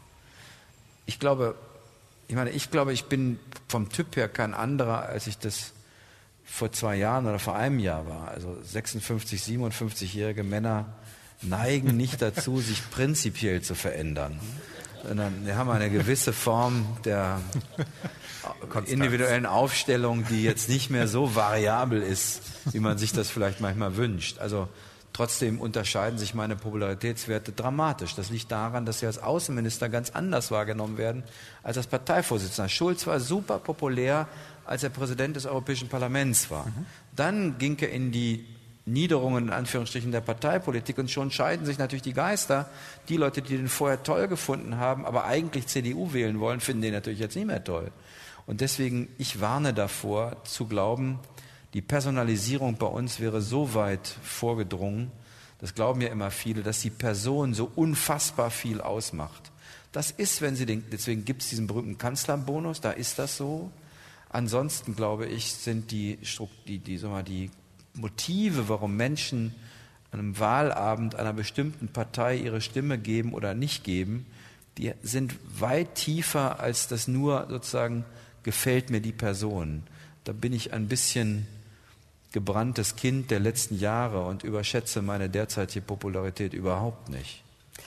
Ich glaube, ich meine, ich glaube, ich bin vom Typ her kein anderer, als ich das vor zwei Jahren oder vor einem Jahr war. Also sechsundfünfzig-, siebenundfünfzigjährige Männer neigen nicht dazu, sich prinzipiell zu verändern, sondern wir haben eine gewisse Form der individuellen Aufstellung, die jetzt nicht mehr so variabel ist, wie man sich das vielleicht manchmal wünscht. Also trotzdem unterscheiden sich meine Popularitätswerte dramatisch. Das liegt daran, dass sie als Außenminister ganz anders wahrgenommen werden als als Parteivorsitzender. Schulz war super populär, als er Präsident des Europäischen Parlaments war. Mhm. Dann ging er in die Niederungen, in Anführungsstrichen, der Parteipolitik und schon scheiden sich natürlich die Geister. Die Leute, die den vorher toll gefunden haben, aber eigentlich C D U wählen wollen, finden den natürlich jetzt nicht mehr toll. Und deswegen, ich warne davor, zu glauben, die Personalisierung bei uns wäre so weit vorgedrungen, das glauben ja immer viele, dass die Person so unfassbar viel ausmacht. Das ist, wenn Sie den, deswegen gibt es diesen berühmten Kanzlerbonus, da ist das so. Ansonsten, glaube ich, sind die, die, die, sag mal, die Motive, warum Menschen an einem Wahlabend einer bestimmten Partei ihre Stimme geben oder nicht geben, die sind weit tiefer als das nur sozusagen gefällt mir die Person. Da bin ich ein bisschen gebranntes Kind der letzten Jahre und überschätze meine derzeitige Popularität überhaupt nicht.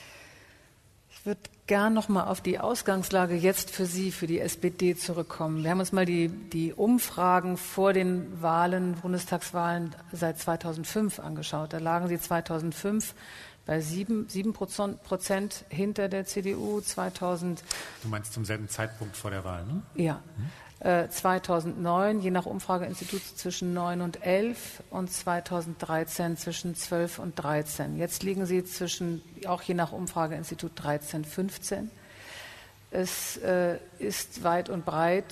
Ich würde gern noch mal auf die Ausgangslage jetzt für Sie, für die S P D zurückkommen. Wir haben uns mal die, die Umfragen vor den Wahlen, Bundestagswahlen seit zweitausendfünf angeschaut. Da lagen Sie zweitausendfünf bei sieben, sieben Prozent hinter der C D U. zweitausend Du meinst zum selben Zeitpunkt vor der Wahl, ne? Ja. Hm. Äh, zweitausendneun, je nach Umfrageinstitut, zwischen neun und elf und zweitausenddreizehn zwischen zwölf und dreizehn. Jetzt liegen Sie zwischen, auch je nach Umfrageinstitut, dreizehn, fünfzehn. Es äh, ist weit und breit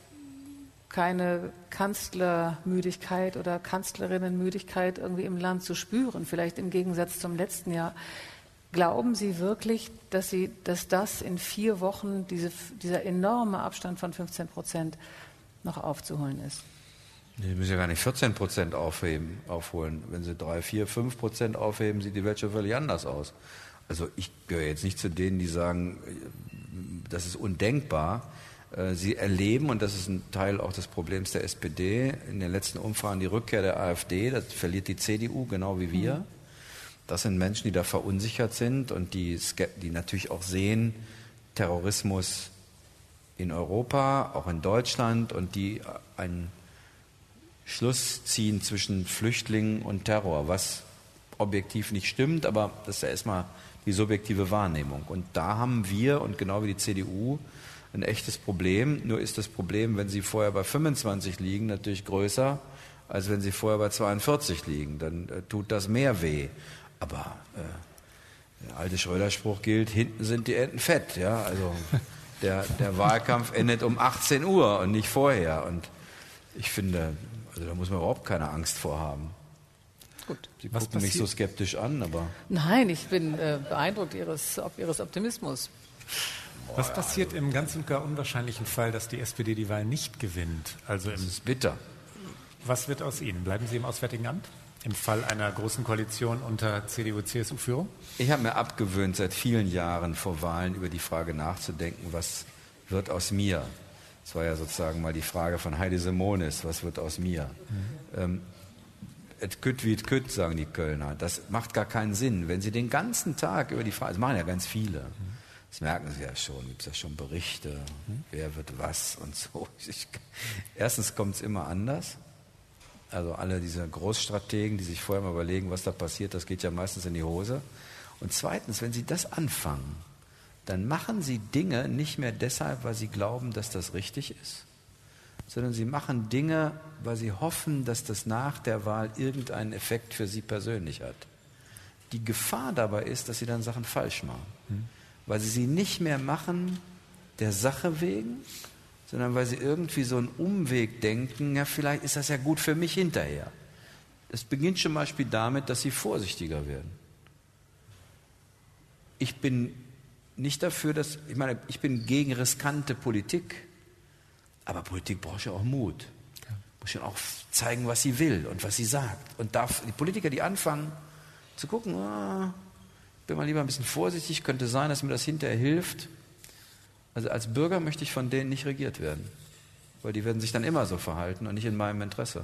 keine Kanzlermüdigkeit oder Kanzlerinnenmüdigkeit irgendwie im Land zu spüren, vielleicht im Gegensatz zum letzten Jahr. Glauben Sie wirklich, dass, Sie, dass das in vier Wochen, diese, dieser enorme Abstand von fünfzehn Prozent, noch aufzuholen ist? Sie müssen ja gar nicht vierzehn Prozent aufheben, aufholen. Wenn Sie drei, vier, fünf Prozent aufheben, sieht die Welt schon völlig anders aus. Also ich gehöre jetzt nicht zu denen, die sagen, das ist undenkbar. Sie erleben, und das ist ein Teil auch des Problems der S P D, in den letzten Umfragen die Rückkehr der AfD, das verliert die C D U genau wie wir. Mhm. Das sind Menschen, die da verunsichert sind und die, die natürlich auch sehen, Terrorismus in Europa, auch in Deutschland, und die einen Schluss ziehen zwischen Flüchtlingen und Terror, was objektiv nicht stimmt, aber das ist ja erstmal die subjektive Wahrnehmung. Und da haben wir, und genau wie die C D U, ein echtes Problem. Nur ist das Problem, wenn sie vorher bei fünfundzwanzig liegen, natürlich größer, als wenn sie vorher bei zweiundvierzig liegen. Dann äh, tut das mehr weh. Aber äh, der alte Schröder-Spruch gilt, hinten sind die Enten fett. Ja? Also der, der Wahlkampf endet um achtzehn Uhr und nicht vorher. Und ich finde, also da muss man überhaupt keine Angst vor haben. Gut. Sie Was gucken mich so skeptisch an, aber... Nein, ich bin äh, beeindruckt Ihres, Ihres Optimismus. Was passiert im ganz und gar unwahrscheinlichen Fall, dass die S P D die Wahl nicht gewinnt? Also das im, ist bitter. Was wird aus Ihnen? Bleiben Sie im Auswärtigen Amt? Im Fall einer großen Koalition unter C D U-C S U-Führung? Ich habe mir abgewöhnt, seit vielen Jahren vor Wahlen über die Frage nachzudenken, was wird aus mir? Das war ja sozusagen mal die Frage von Heidi Simonis, was wird aus mir? Mhm. Ähm, et kütt wie et kütt, sagen die Kölner. Das macht gar keinen Sinn. Wenn Sie den ganzen Tag über die Frage, das machen ja ganz viele, mhm. Das merken Sie ja schon, gibt es ja schon Berichte, hm? wer wird was und so. Ich, erstens kommt es immer anders. Also alle diese Großstrategen, die sich vorher mal überlegen, was da passiert, das geht ja meistens in die Hose. Und zweitens, wenn Sie das anfangen, dann machen Sie Dinge nicht mehr deshalb, weil Sie glauben, dass das richtig ist, sondern Sie machen Dinge, weil Sie hoffen, dass das nach der Wahl irgendeinen Effekt für Sie persönlich hat. Die Gefahr dabei ist, dass Sie dann Sachen falsch machen. Hm? Weil sie sie nicht mehr machen der Sache wegen, sondern weil sie irgendwie so einen Umweg denken, ja, vielleicht ist das ja gut für mich hinterher. Das beginnt zum Beispiel damit, dass sie vorsichtiger werden. Ich bin nicht dafür, dass, ich meine, ich bin gegen riskante Politik, aber Politik braucht ja auch Mut. Ja. Muss ja auch zeigen, was sie will und was sie sagt. Und darf, die Politiker, die anfangen zu gucken, ah, bin mal lieber ein bisschen vorsichtig, könnte sein, dass mir das hinterher hilft. Also als Bürger möchte ich von denen nicht regiert werden, weil die werden sich dann immer so verhalten und nicht in meinem Interesse.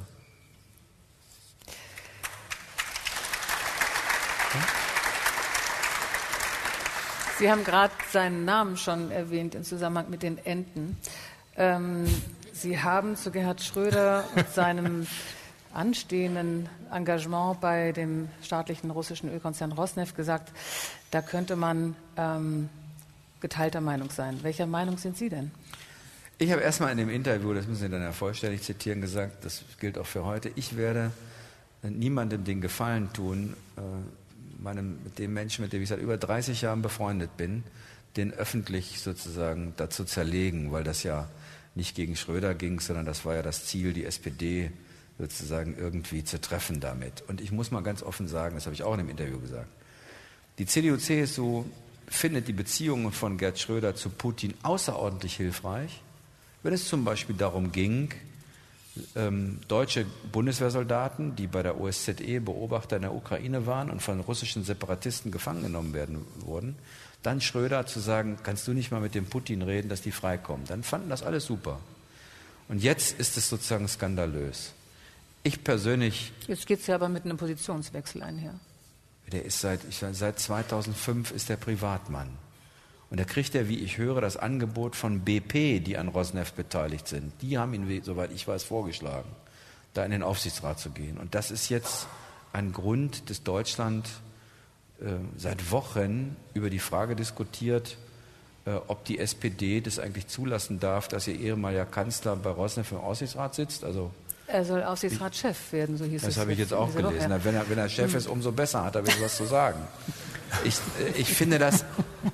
Sie haben gerade seinen Namen schon erwähnt im Zusammenhang mit den Enten. Ähm, Sie haben zu Gerhard Schröder und seinem anstehenden Engagement bei dem staatlichen russischen Ölkonzern Rosneft gesagt, da könnte man ähm, geteilter Meinung sein. Welcher Meinung sind Sie denn? Ich habe erstmal in dem Interview, das müssen Sie dann ja vollständig zitieren, gesagt, das gilt auch für heute, ich werde niemandem den Gefallen tun, äh, meinem, mit dem Menschen, mit dem ich seit über dreißig Jahren befreundet bin, den öffentlich sozusagen dazu zerlegen, weil das ja nicht gegen Schröder ging, sondern das war ja das Ziel, die S P D sozusagen irgendwie zu treffen damit. Und ich muss mal ganz offen sagen, das habe ich auch in dem Interview gesagt, die C D U-C S U findet die Beziehungen von Gerd Schröder zu Putin außerordentlich hilfreich, wenn es zum Beispiel darum ging, ähm, deutsche Bundeswehrsoldaten, die bei der O S Z E Beobachter in der Ukraine waren und von russischen Separatisten gefangen genommen werden wurden. Dann Schröder zu sagen, kannst du nicht mal mit dem Putin reden, dass die freikommen. Dann fanden das alles super. Und jetzt ist es sozusagen skandalös. Ich persönlich... Jetzt geht es ja aber mit einem Positionswechsel einher. Der ist seit, ich, seit zweitausendfünf ist der Privatmann. Und da kriegt er, wie ich höre, das Angebot von B P, die an Rosneft beteiligt sind. Die haben ihn, soweit ich weiß, vorgeschlagen, da in den Aufsichtsrat zu gehen. Und das ist jetzt ein Grund, dass Deutschland äh, seit Wochen über die Frage diskutiert, äh, ob die S P D das eigentlich zulassen darf, dass ihr ehemaliger Kanzler bei Rosneft im Aufsichtsrat sitzt. Also er soll Aufsichtsratschef werden, so hieß das es. Das habe ich jetzt auch gelesen. Woche. Wenn er, wenn er Chef ist, umso besser, hat er wieder was zu sagen. Ich, ich finde das...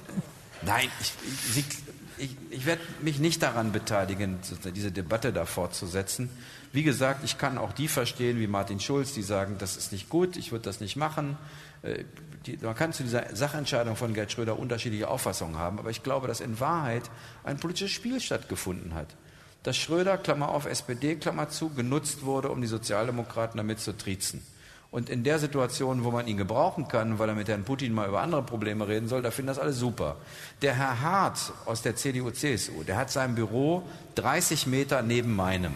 Nein, ich, ich, ich, ich werde mich nicht daran beteiligen, diese Debatte da fortzusetzen. Wie gesagt, ich kann auch die verstehen, wie Martin Schulz, die sagen, das ist nicht gut, ich würde das nicht machen. Die, man kann zu dieser Sachentscheidung von Gerd Schröder unterschiedliche Auffassungen haben, aber ich glaube, dass in Wahrheit ein politisches Spiel stattgefunden hat. Dass Schröder, Klammer auf S P D, Klammer zu, genutzt wurde, um die Sozialdemokraten damit zu triezen. Und in der Situation, wo man ihn gebrauchen kann, weil er mit Herrn Putin mal über andere Probleme reden soll, da finden das alle super. Der Herr Hart aus der C D U C S U, der hat sein Büro dreißig Meter neben meinem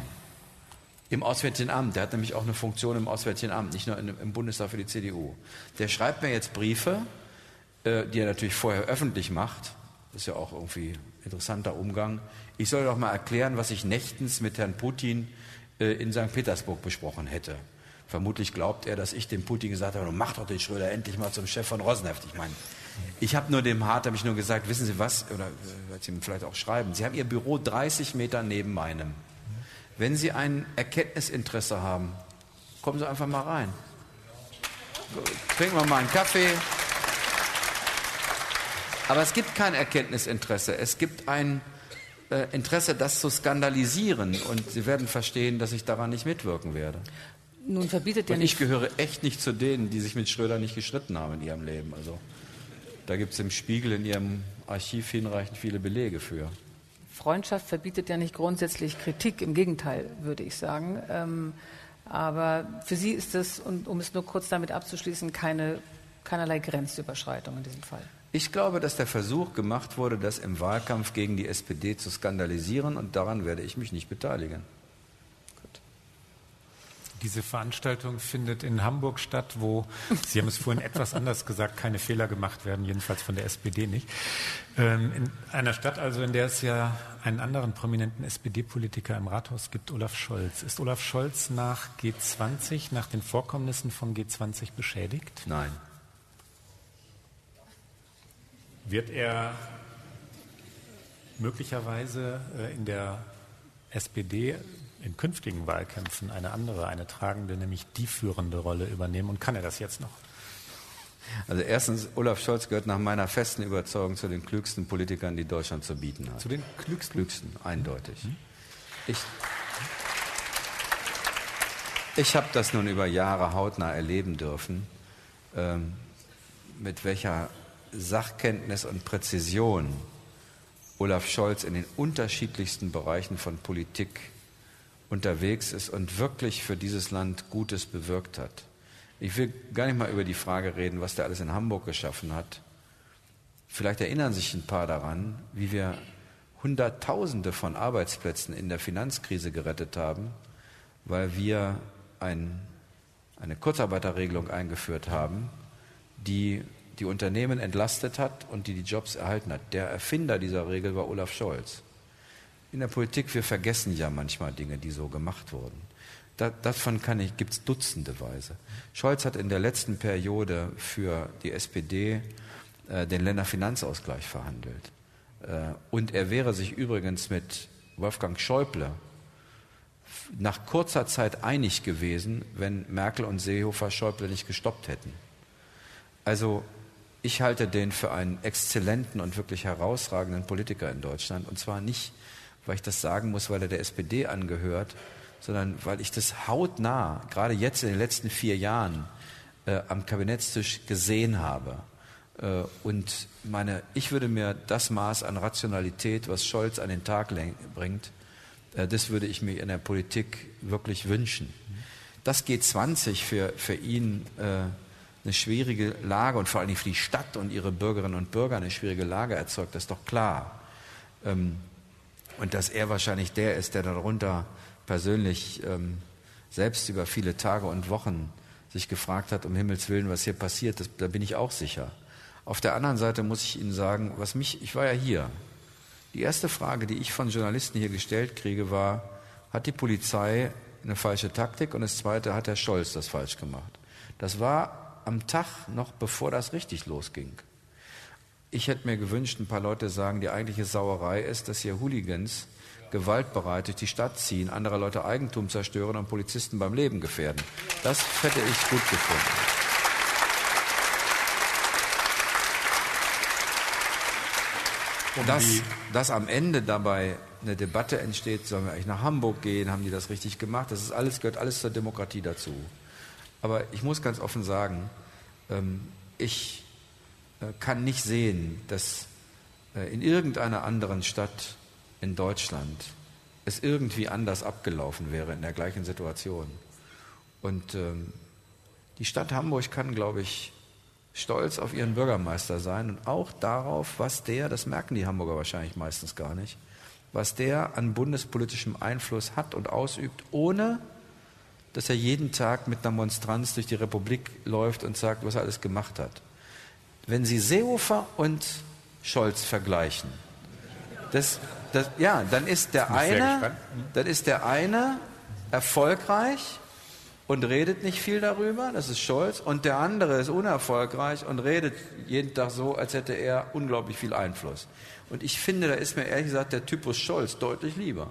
im Auswärtigen Amt. Der hat nämlich auch eine Funktion im Auswärtigen Amt, nicht nur in, im Bundestag für die C D U. Der schreibt mir jetzt Briefe, äh, die er natürlich vorher öffentlich macht. Das ist ja auch irgendwie ein interessanter Umgang. Ich soll doch mal erklären, was ich nächtens mit Herrn Putin äh, in Sankt Petersburg besprochen hätte. Vermutlich glaubt er, dass ich dem Putin gesagt habe, mach doch den Schröder endlich mal zum Chef von Rosneft. Ich meine, ich habe nur dem Hart, habe ich nur gesagt, wissen Sie was, oder werde ich ihm vielleicht auch schreiben, Sie haben Ihr Büro dreißig Meter neben meinem. Wenn Sie ein Erkenntnisinteresse haben, kommen Sie einfach mal rein. Trinken wir mal einen Kaffee. Aber es gibt kein Erkenntnisinteresse. Es gibt ein äh, Interesse, das zu skandalisieren. Und Sie werden verstehen, dass ich daran nicht mitwirken werde. Nun verbietet ja Und nicht. ich gehöre echt nicht zu denen, die sich mit Schröder nicht gestritten haben in ihrem Leben. Also da gibt es im Spiegel in ihrem Archiv hinreichend viele Belege für. Freundschaft verbietet ja nicht grundsätzlich Kritik, im Gegenteil, würde ich sagen. Ähm, aber für Sie ist es, und um es nur kurz damit abzuschließen, keine, keinerlei Grenzüberschreitung in diesem Fall. Ich glaube, dass der Versuch gemacht wurde, das im Wahlkampf gegen die S P D zu skandalisieren, und daran werde ich mich nicht beteiligen. Diese Veranstaltung findet in Hamburg statt, wo, Sie haben es vorhin etwas anders gesagt, keine Fehler gemacht werden, jedenfalls von der S P D nicht. Ähm, in einer Stadt also, in der es ja einen anderen prominenten S P D-Politiker im Rathaus gibt, Olaf Scholz. Ist Olaf Scholz nach G zwanzig, nach den Vorkommnissen von G zwanzig beschädigt? Nein. Wird er möglicherweise äh, in der S P D in künftigen Wahlkämpfen eine andere, eine tragende, nämlich die führende Rolle übernehmen? Und kann er das jetzt noch? Also erstens, Olaf Scholz gehört nach meiner festen Überzeugung zu den klügsten Politikern, die Deutschland zu bieten hat. Zu den klügsten? Klügsten, eindeutig. Mhm. Ich, ich habe das nun über Jahre hautnah erleben dürfen, ähm, mit welcher Sachkenntnis und Präzision Olaf Scholz in den unterschiedlichsten Bereichen von Politik unterwegs ist und wirklich für dieses Land Gutes bewirkt hat. Ich will gar nicht mal über die Frage reden, was der alles in Hamburg geschaffen hat. Vielleicht erinnern sich ein paar daran, wie wir Hunderttausende von Arbeitsplätzen in der Finanzkrise gerettet haben, weil wir ein, eine Kurzarbeiterregelung eingeführt haben, die die Unternehmen entlastet hat und die die Jobs erhalten hat. Der Erfinder dieser Regel war Olaf Scholz. In der Politik, wir vergessen ja manchmal Dinge, die so gemacht wurden. Da, davon kann ich, gibt es dutzendeweise. Scholz hat in der letzten Periode für die S P D äh, den Länderfinanzausgleich verhandelt. Äh, und er wäre sich übrigens mit Wolfgang Schäuble nach kurzer Zeit einig gewesen, wenn Merkel und Seehofer Schäuble nicht gestoppt hätten. Also ich halte den für einen exzellenten und wirklich herausragenden Politiker in Deutschland. Und zwar nicht, weil ich das sagen muss, weil er der S P D angehört, sondern weil ich das hautnah, gerade jetzt in den letzten vier Jahren, äh, am Kabinettstisch gesehen habe. Äh, und meine, ich würde mir das Maß an Rationalität, was Scholz an den Tag bringt, Äh, das würde ich mir in der Politik wirklich wünschen. Dass G zwanzig für, für ihn äh, eine schwierige Lage und vor allem für die Stadt und ihre Bürgerinnen und Bürger eine schwierige Lage erzeugt, das ist doch klar. Ähm, und dass er wahrscheinlich der ist, der darunter persönlich ähm, selbst über viele Tage und Wochen sich gefragt hat, um Himmels Willen, was hier passiert, das, da bin ich auch sicher. Auf der anderen Seite muss ich Ihnen sagen, was mich, ich war ja hier. Die erste Frage, die ich von Journalisten hier gestellt kriege, war, hat die Polizei eine falsche Taktik? Und das zweite, hat Herr Scholz das falsch gemacht? Das war am Tag noch, bevor das richtig losging. Ich hätte mir gewünscht, ein paar Leute sagen, die eigentliche Sauerei ist, dass hier Hooligans gewaltbereit durch die Stadt ziehen, andere Leute Eigentum zerstören und Polizisten beim Leben gefährden. Das hätte ich gut gefunden. Dass, dass am Ende dabei eine Debatte entsteht, sollen wir eigentlich nach Hamburg gehen, haben die das richtig gemacht, das ist alles, gehört alles zur Demokratie dazu. Aber ich muss ganz offen sagen, ich kann nicht sehen, dass in irgendeiner anderen Stadt in Deutschland es irgendwie anders abgelaufen wäre in der gleichen Situation. Und ähm, die Stadt Hamburg kann, glaube ich, stolz auf ihren Bürgermeister sein und auch darauf, was der, das merken die Hamburger wahrscheinlich meistens gar nicht, was der an bundespolitischem Einfluss hat und ausübt, ohne dass er jeden Tag mit einer Monstranz durch die Republik läuft und sagt, was er alles gemacht hat. Wenn Sie Seehofer und Scholz vergleichen, das, das, ja, dann ist der eine, dann ist der eine erfolgreich und redet nicht viel darüber, das ist Scholz, und der andere ist unerfolgreich und redet jeden Tag so, als hätte er unglaublich viel Einfluss. Und ich finde, da ist mir ehrlich gesagt der Typus Scholz deutlich lieber.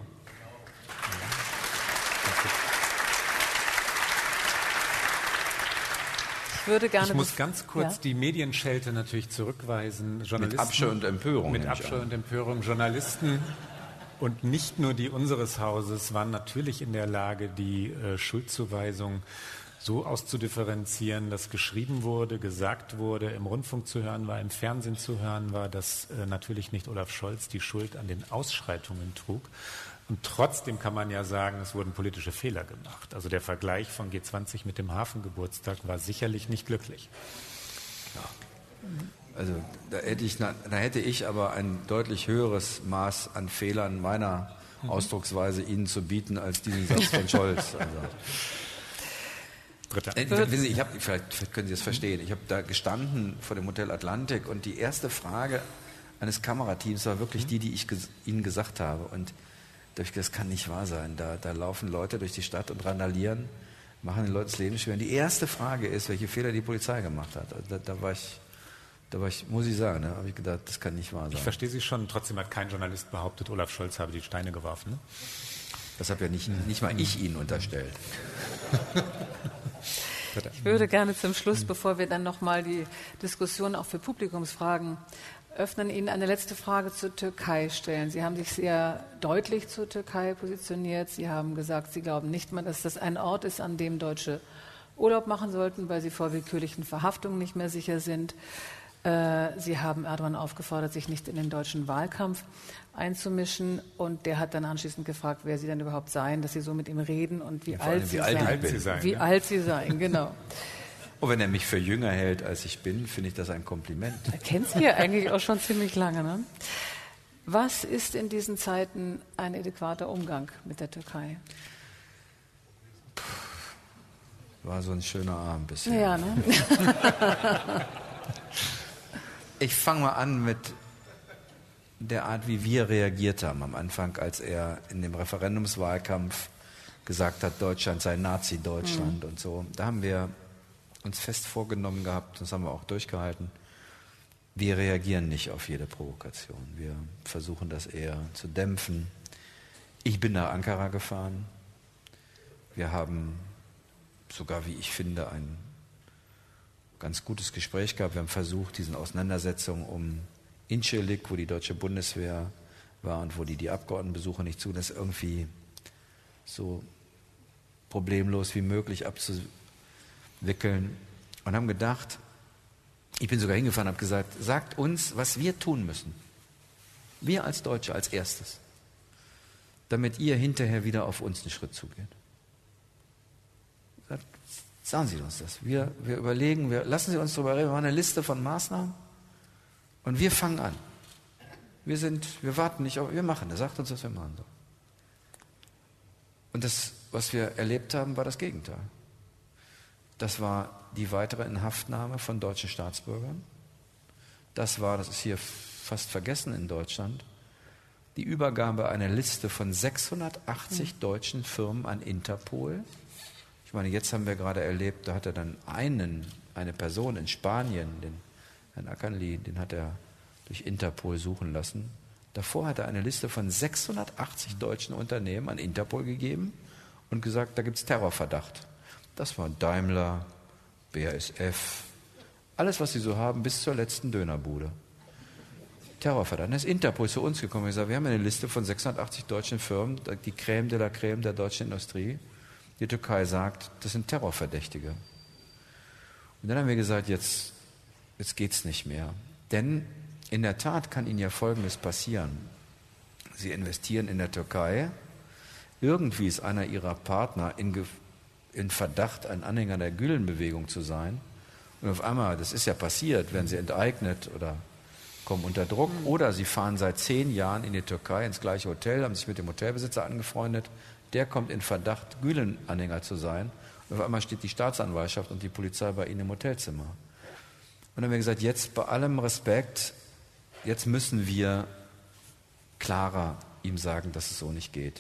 Ich würde gerne ich muss ganz kurz ja? die Medienschelte natürlich zurückweisen. Journalisten, mit Abscheu und Empörung. Mit Abscheu und Empörung. Journalisten und nicht nur die unseres Hauses waren natürlich in der Lage, die äh, Schuldzuweisung so auszudifferenzieren, dass geschrieben wurde, gesagt wurde, im Rundfunk zu hören war, im Fernsehen zu hören war, dass äh, natürlich nicht Olaf Scholz die Schuld an den Ausschreitungen trug. Und trotzdem kann man ja sagen, es wurden politische Fehler gemacht. Also der Vergleich von G zwanzig mit dem Hafengeburtstag war sicherlich nicht glücklich. Ja. Also da hätte ich, da hätte ich aber ein deutlich höheres Maß an Fehlern meiner mhm. Ausdrucksweise Ihnen zu bieten als diesen Satz von Scholz. Also. Dritter. Äh, wissen Sie, ich hab, vielleicht, vielleicht können Sie das verstehen. Ich habe da gestanden vor dem Hotel Atlantik und die erste Frage eines Kamerateams war wirklich die, die ich ges- Ihnen gesagt habe. Und das kann nicht wahr sein. Da, da laufen Leute durch die Stadt und randalieren, machen den Leuten das Leben schwer. Und die erste Frage ist, welche Fehler die Polizei gemacht hat. Da, da war ich, da war ich, muss ich sagen, ne, habe ich gedacht, das kann nicht wahr sein. Ich verstehe Sie schon. Trotzdem hat kein Journalist behauptet, Olaf Scholz habe die Steine geworfen. Ne? Das habe ja nicht, nicht mal ich Ihnen unterstellt. Ich würde gerne zum Schluss, bevor wir dann nochmal die Diskussion auch für Publikumsfragen öffnen, Ihnen eine letzte Frage zur Türkei stellen. Sie haben sich sehr deutlich zur Türkei positioniert. Sie haben gesagt, Sie glauben nicht mehr, dass das ein Ort ist, an dem Deutsche Urlaub machen sollten, weil sie vor willkürlichen Verhaftungen nicht mehr sicher sind. Äh, Sie haben Erdogan aufgefordert, sich nicht in den deutschen Wahlkampf einzumischen. Und der hat dann anschließend gefragt, wer Sie denn überhaupt seien, dass Sie so mit ihm reden und wie, alt, allem, wie Sie alt, seien. Sie seien. Wie ne? alt Sie seien, genau. Und wenn er mich für jünger hält, als ich bin, finde ich das ein Kompliment. Er kennt Sie ja eigentlich auch schon ziemlich lange. Ne? Was ist in diesen Zeiten ein adäquater Umgang mit der Türkei? War so ein schöner Abend bisher. Ja, ne? Ich fange mal an mit der Art, wie wir reagiert haben am Anfang, als er in dem Referendumswahlkampf gesagt hat, Deutschland sei Nazi-Deutschland mhm. und so. Da haben wir uns fest vorgenommen gehabt, das haben wir auch durchgehalten, wir reagieren nicht auf jede Provokation. Wir versuchen das eher zu dämpfen. Ich bin nach Ankara gefahren. Wir haben sogar, wie ich finde, ein ganz gutes Gespräch gehabt. Wir haben versucht, diesen Auseinandersetzungen um Incirlik, wo die deutsche Bundeswehr war und wo die die Abgeordnetenbesuche nicht zulassen, irgendwie so problemlos wie möglich abzuwickeln. Und haben gedacht, ich bin sogar hingefahren und habe gesagt, sagt uns, was wir tun müssen. Wir als Deutsche als erstes. damit ihr hinterher wieder auf uns einen Schritt zugeht. Sagen Sie uns das. Wir, wir überlegen, wir, lassen Sie uns darüber reden, wir machen eine Liste von Maßnahmen und wir fangen an. Wir sind, wir warten nicht auf, wir machen, er sagt uns, was wir machen sollen. Und das, was wir erlebt haben, war das Gegenteil. Das war die weitere Inhaftnahme von deutschen Staatsbürgern. Das war, das ist hier fast vergessen in Deutschland, die Übergabe einer Liste von sechshundertachtzig mhm. deutschen Firmen an Interpol. Ich meine, jetzt haben wir gerade erlebt, da hat er dann einen, eine Person in Spanien, den Herrn Akernli, den hat er durch Interpol suchen lassen. Davor hat er eine Liste von sechshundertachtzig deutschen Unternehmen an Interpol gegeben und gesagt, da gibt es Terrorverdacht. Das war Daimler, B A S F, alles, was sie so haben, bis zur letzten Dönerbude. Terrorverdacht. Dann ist Interpol zu uns gekommen und gesagt, wir haben eine Liste von sechshundertachtzig deutschen Firmen, die Crème de la Crème der deutschen Industrie. Die Türkei sagt, das sind Terrorverdächtige. Und dann haben wir gesagt, jetzt, jetzt geht es nicht mehr. Denn in der Tat kann Ihnen ja Folgendes passieren. Sie investieren in der Türkei, irgendwie ist einer Ihrer Partner in, in Verdacht, ein Anhänger der Gülen-Bewegung zu sein. Und auf einmal, das ist ja passiert, werden Sie enteignet oder kommen unter Druck. Mhm. Oder Sie fahren seit zehn Jahren in die Türkei ins gleiche Hotel, haben sich mit dem Hotelbesitzer angefreundet. Der kommt in Verdacht, Gülen-Anhänger zu sein. Und auf einmal steht die Staatsanwaltschaft und die Polizei bei Ihnen im Hotelzimmer. Und dann haben wir gesagt, jetzt bei allem Respekt, jetzt müssen wir klarer ihm sagen, dass es so nicht geht.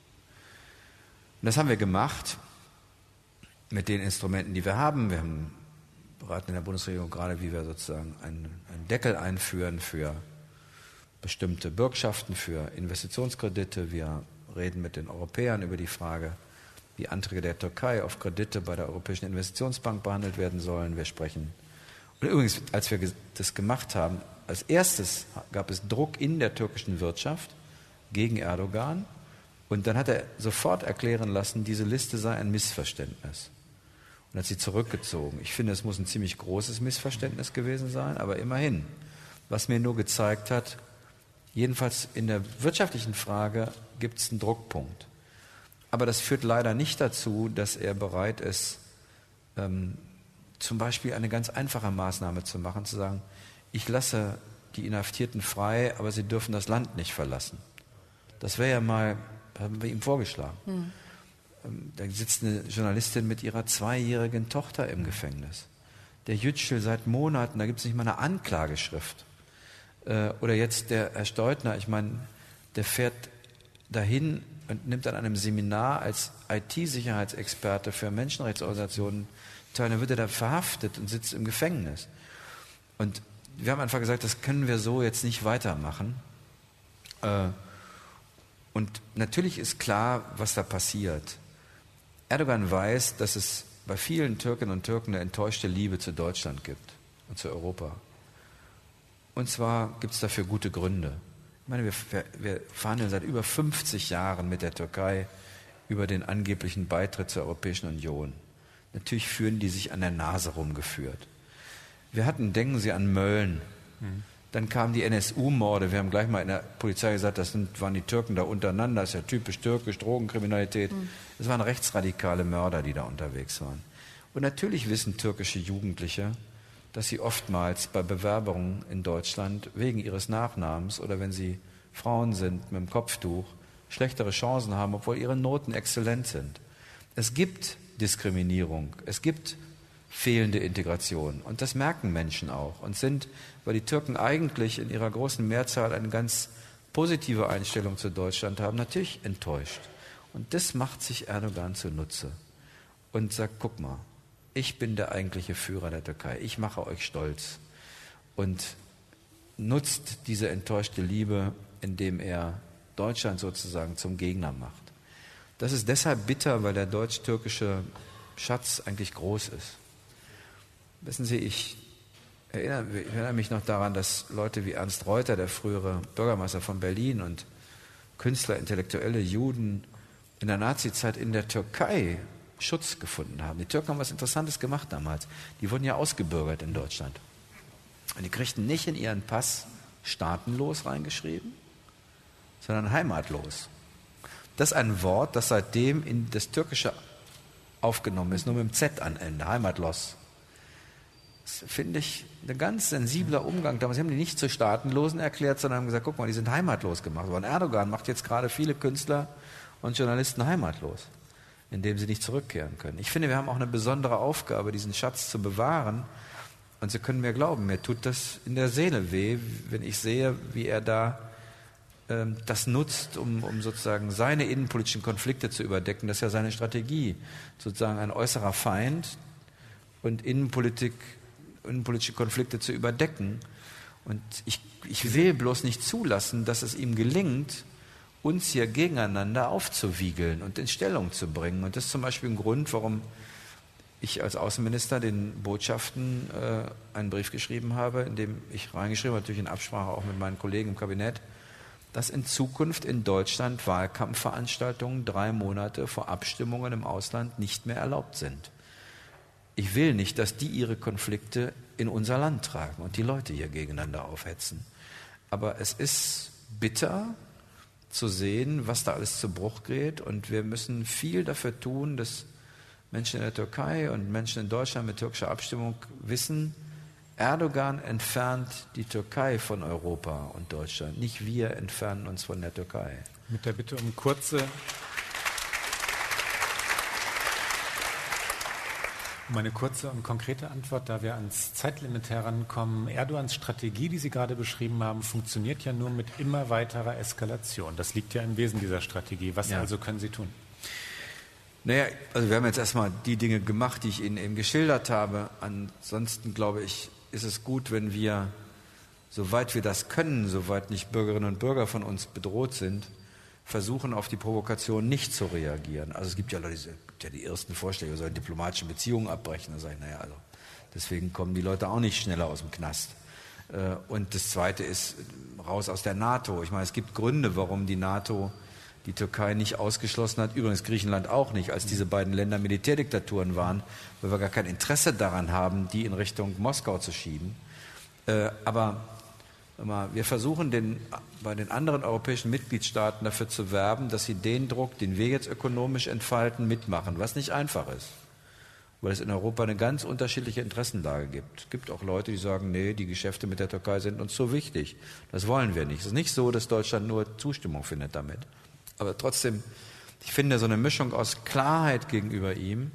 Und das haben wir gemacht mit den Instrumenten, die wir haben. Wir haben beraten in der Bundesregierung gerade, wie wir sozusagen einen, einen Deckel einführen für bestimmte Bürgschaften, für Investitionskredite. Wir reden mit den Europäern über die Frage, wie Anträge der Türkei auf Kredite bei der Europäischen Investitionsbank behandelt werden sollen. Wir sprechen. Und übrigens, als wir das gemacht haben, als erstes gab es Druck in der türkischen Wirtschaft gegen Erdogan. Und dann hat er sofort erklären lassen, diese Liste sei ein Missverständnis. Und hat sie zurückgezogen. Ich finde, es muss ein ziemlich großes Missverständnis gewesen sein, aber immerhin. Was mir nur gezeigt hat, jedenfalls in der wirtschaftlichen Frage gibt es einen Druckpunkt. Aber das führt leider nicht dazu, dass er bereit ist, ähm, zum Beispiel eine ganz einfache Maßnahme zu machen, zu sagen, ich lasse die Inhaftierten frei, aber sie dürfen das Land nicht verlassen. Das wäre ja mal, haben wir ihm vorgeschlagen. Hm. Ähm, da sitzt eine Journalistin mit ihrer zweijährigen Tochter im Gefängnis. Der Yücel seit Monaten, da gibt es nicht mal eine Anklageschrift. Äh, oder jetzt der Herr Steutner, ich meine, der fährt dahin und nimmt an einem Seminar als I T-Sicherheitsexperte für Menschenrechtsorganisationen teil, dann wird er da verhaftet und sitzt im Gefängnis. Und wir haben einfach gesagt, das können wir so jetzt nicht weitermachen. Und natürlich ist klar, was da passiert. Erdogan weiß, dass es bei vielen Türkinnen und Türken eine enttäuschte Liebe zu Deutschland gibt und zu Europa. Und zwar gibt es dafür gute Gründe. Ich meine, wir, wir verhandeln seit über fünfzig Jahren mit der Türkei über den angeblichen Beitritt zur Europäischen Union. Natürlich führen die sich an der Nase rumgeführt. Wir hatten, denken Sie an Mölln, mhm. Dann kamen die N S U-Morde. Wir haben gleich mal in der Polizei gesagt, das sind, waren die Türken da untereinander, das ist ja typisch türkisch, Drogenkriminalität. Mhm. Es waren rechtsradikale Mörder, die da unterwegs waren. Und natürlich wissen türkische Jugendliche, dass sie oftmals bei Bewerbungen in Deutschland wegen ihres Nachnamens oder wenn sie Frauen sind mit dem Kopftuch schlechtere Chancen haben, obwohl ihre Noten exzellent sind. Es gibt Diskriminierung, es gibt fehlende Integration und das merken Menschen auch und sind, weil die Türken eigentlich in ihrer großen Mehrzahl eine ganz positive Einstellung zu Deutschland haben, natürlich enttäuscht. Und das macht sich Erdogan zunutze und sagt, guck mal, ich bin der eigentliche Führer der Türkei. Ich mache euch stolz. Und nutzt diese enttäuschte Liebe, indem er Deutschland sozusagen zum Gegner macht. Das ist deshalb bitter, weil der deutsch-türkische Schatz eigentlich groß ist. Wissen Sie, ich erinnere, ich erinnere mich noch daran, dass Leute wie Ernst Reuter, der frühere Bürgermeister von Berlin und Künstler, Intellektuelle, Juden in der Nazizeit in der Türkei Schutz gefunden haben. Die Türken haben was Interessantes gemacht damals. Die wurden ja ausgebürgert in Deutschland. Und die kriegten nicht in ihren Pass staatenlos reingeschrieben, sondern heimatlos. Das ist ein Wort, das seitdem in das Türkische aufgenommen ist, nur mit dem Z am Ende, Heimatlos. Das finde ich ein ganz sensibler Umgang. Damals haben die nicht zu Staatenlosen erklärt, sondern haben gesagt, guck mal, die sind heimatlos gemacht worden. Erdogan macht jetzt gerade viele Künstler und Journalisten heimatlos, indem sie nicht zurückkehren können. Ich finde, wir haben auch eine besondere Aufgabe, diesen Schatz zu bewahren. Und Sie können mir glauben, mir tut das in der Seele weh, wenn ich sehe, wie er da ähm, das nutzt, um, um sozusagen seine innenpolitischen Konflikte zu überdecken. Das ist ja seine Strategie, sozusagen ein äußerer Feind und Innenpolitik, innenpolitische Konflikte zu überdecken. Und ich, ich will bloß nicht zulassen, dass es ihm gelingt, uns hier gegeneinander aufzuwiegeln und in Stellung zu bringen. Und das ist zum Beispiel ein Grund, warum ich als Außenminister den Botschaften äh, einen Brief geschrieben habe, in dem ich reingeschrieben habe, natürlich in Absprache auch mit meinen Kollegen im Kabinett, dass in Zukunft in Deutschland Wahlkampfveranstaltungen drei Monate vor Abstimmungen im Ausland nicht mehr erlaubt sind. Ich will nicht, dass die ihre Konflikte in unser Land tragen und die Leute hier gegeneinander aufhetzen. Aber es ist bitter zu sehen, was da alles zu Bruch geht, und wir müssen viel dafür tun, dass Menschen in der Türkei und Menschen in Deutschland mit türkischer Abstimmung wissen, Erdogan entfernt die Türkei von Europa und Deutschland, nicht wir entfernen uns von der Türkei. Mit der Bitte um kurze, um eine kurze und konkrete Antwort, da wir ans Zeitlimit herankommen. Erdogans Strategie, die Sie gerade beschrieben haben, funktioniert ja nur mit immer weiterer Eskalation. Das liegt ja im Wesen dieser Strategie. Was ja. also können Sie tun? Naja, also wir haben jetzt erstmal die Dinge gemacht, die ich Ihnen eben geschildert habe. Ansonsten, glaube ich, ist es gut, wenn wir, soweit wir das können, soweit nicht Bürgerinnen und Bürger von uns bedroht sind, versuchen, auf die Provokation nicht zu reagieren. Also es gibt ja, Leute, es gibt ja die ersten Vorschläge, wir sollen diplomatische Beziehungen abbrechen. Da sage ich, naja, also deswegen kommen die Leute auch nicht schneller aus dem Knast. Und das Zweite ist, raus aus der NATO. Ich meine, es gibt Gründe, warum die NATO die Türkei nicht ausgeschlossen hat, übrigens Griechenland auch nicht, als diese beiden Länder Militärdiktaturen waren, weil wir gar kein Interesse daran haben, die in Richtung Moskau zu schieben. Äh, aber wir versuchen den, bei den anderen europäischen Mitgliedstaaten dafür zu werben, dass sie den Druck, den wir jetzt ökonomisch entfalten, mitmachen, was nicht einfach ist, weil es in Europa eine ganz unterschiedliche Interessenlage gibt. Es gibt auch Leute, die sagen, nee, die Geschäfte mit der Türkei sind uns so wichtig, das wollen wir nicht. Es ist nicht so, dass Deutschland nur Zustimmung findet damit. Aber trotzdem, ich finde so eine Mischung aus Klarheit gegenüber ihm,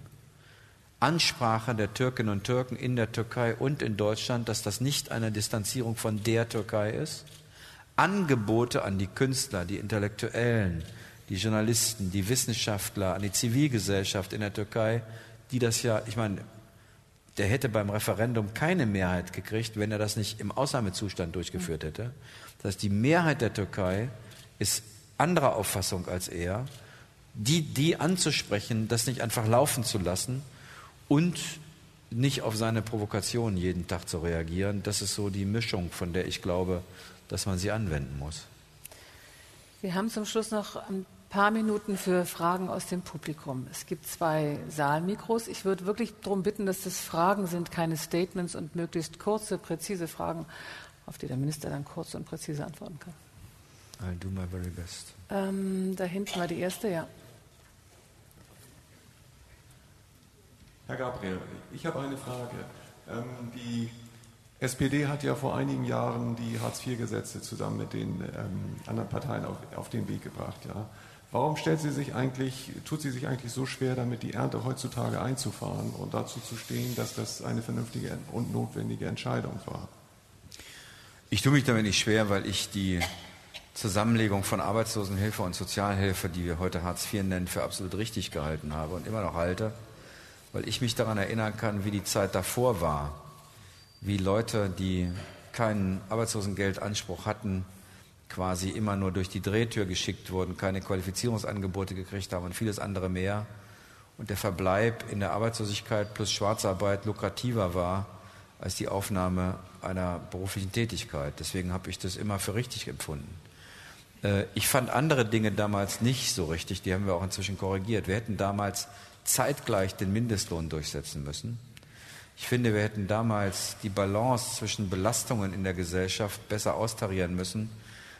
Ansprache der Türkinnen und Türken in der Türkei und in Deutschland, dass das nicht eine Distanzierung von der Türkei ist, Angebote an die Künstler, die Intellektuellen, die Journalisten, die Wissenschaftler, an die Zivilgesellschaft in der Türkei, die das ja, ich meine, der hätte beim Referendum keine Mehrheit gekriegt, wenn er das nicht im Ausnahmezustand durchgeführt hätte. Das heißt, die Mehrheit der Türkei ist anderer Auffassung als er, die, die anzusprechen, das nicht einfach laufen zu lassen und nicht auf seine Provokationen jeden Tag zu reagieren. Das ist so die Mischung, von der ich glaube, dass man sie anwenden muss. Wir haben zum Schluss noch ein paar Minuten für Fragen aus dem Publikum. Es gibt zwei Saalmikros. Ich würde wirklich darum bitten, dass das Fragen sind, keine Statements, und möglichst kurze, präzise Fragen, auf die der Minister dann kurz und präzise antworten kann. I'll do my very best. Ähm, da hinten war die erste, ja. Herr Gabriel, ich habe eine Frage. Ähm, die S P D hat ja vor einigen Jahren die Hartz vier Gesetze zusammen mit den ähm, anderen Parteien auf, auf den Weg gebracht. Ja. Warum stellt sie sich eigentlich, tut sie sich eigentlich so schwer damit, die Ernte heutzutage einzufahren und dazu zu stehen, dass das eine vernünftige und notwendige Entscheidung war? Ich tue mich damit nicht schwer, weil ich die Zusammenlegung von Arbeitslosenhilfe und Sozialhilfe, die wir heute Hartz vier nennen, für absolut richtig gehalten habe und immer noch halte, weil ich mich daran erinnern kann, wie die Zeit davor war, wie Leute, die keinen Arbeitslosengeldanspruch hatten, quasi immer nur durch die Drehtür geschickt wurden, keine Qualifizierungsangebote gekriegt haben und vieles andere mehr, und der Verbleib in der Arbeitslosigkeit plus Schwarzarbeit lukrativer war als die Aufnahme einer beruflichen Tätigkeit. Deswegen habe ich das immer für richtig empfunden. Ich fand andere Dinge damals nicht so richtig, die haben wir auch inzwischen korrigiert. Wir hätten damals zeitgleich den Mindestlohn durchsetzen müssen. Ich finde, wir hätten damals die Balance zwischen Belastungen in der Gesellschaft besser austarieren müssen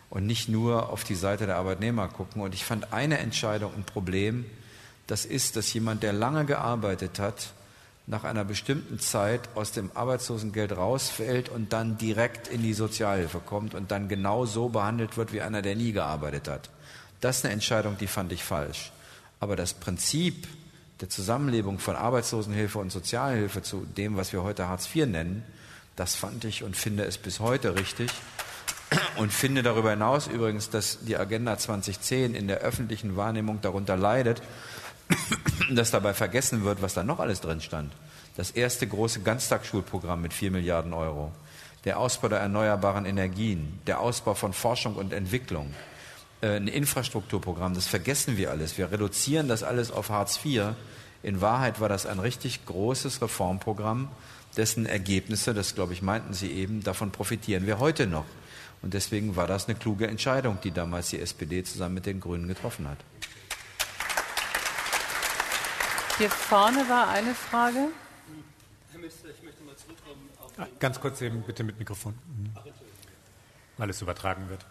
und nicht nur auf die Seite der Arbeitnehmer gucken. Und ich fand eine Entscheidung ein Problem. Das ist, dass jemand, der lange gearbeitet hat, nach einer bestimmten Zeit aus dem Arbeitslosengeld rausfällt und dann direkt in die Sozialhilfe kommt und dann genau so behandelt wird wie einer, der nie gearbeitet hat. Das ist eine Entscheidung, die fand ich falsch. Aber das Prinzip der Zusammenlebung von Arbeitslosenhilfe und Sozialhilfe zu dem, was wir heute Hartz vier nennen, das fand ich und finde es bis heute richtig. Und finde darüber hinaus übrigens, dass die Agenda zwanzig zehn in der öffentlichen Wahrnehmung darunter leidet, dass dabei vergessen wird, was da noch alles drin stand. Das erste große Ganztagsschulprogramm mit vier Milliarden Euro, der Ausbau der erneuerbaren Energien, der Ausbau von Forschung und Entwicklung, äh, ein Infrastrukturprogramm, das vergessen wir alles. Wir reduzieren das alles auf Hartz vier. In Wahrheit war das ein richtig großes Reformprogramm, dessen Ergebnisse, das glaube ich meinten Sie eben, davon profitieren wir heute noch. Und deswegen war das eine kluge Entscheidung, die damals die S P D zusammen mit den Grünen getroffen hat. Hier vorne war eine Frage. Herr Minister, ich möchte mal zurückkommen auf ah, ganz kurz eben bitte mit Mikrofon, mhm. weil es übertragen wird.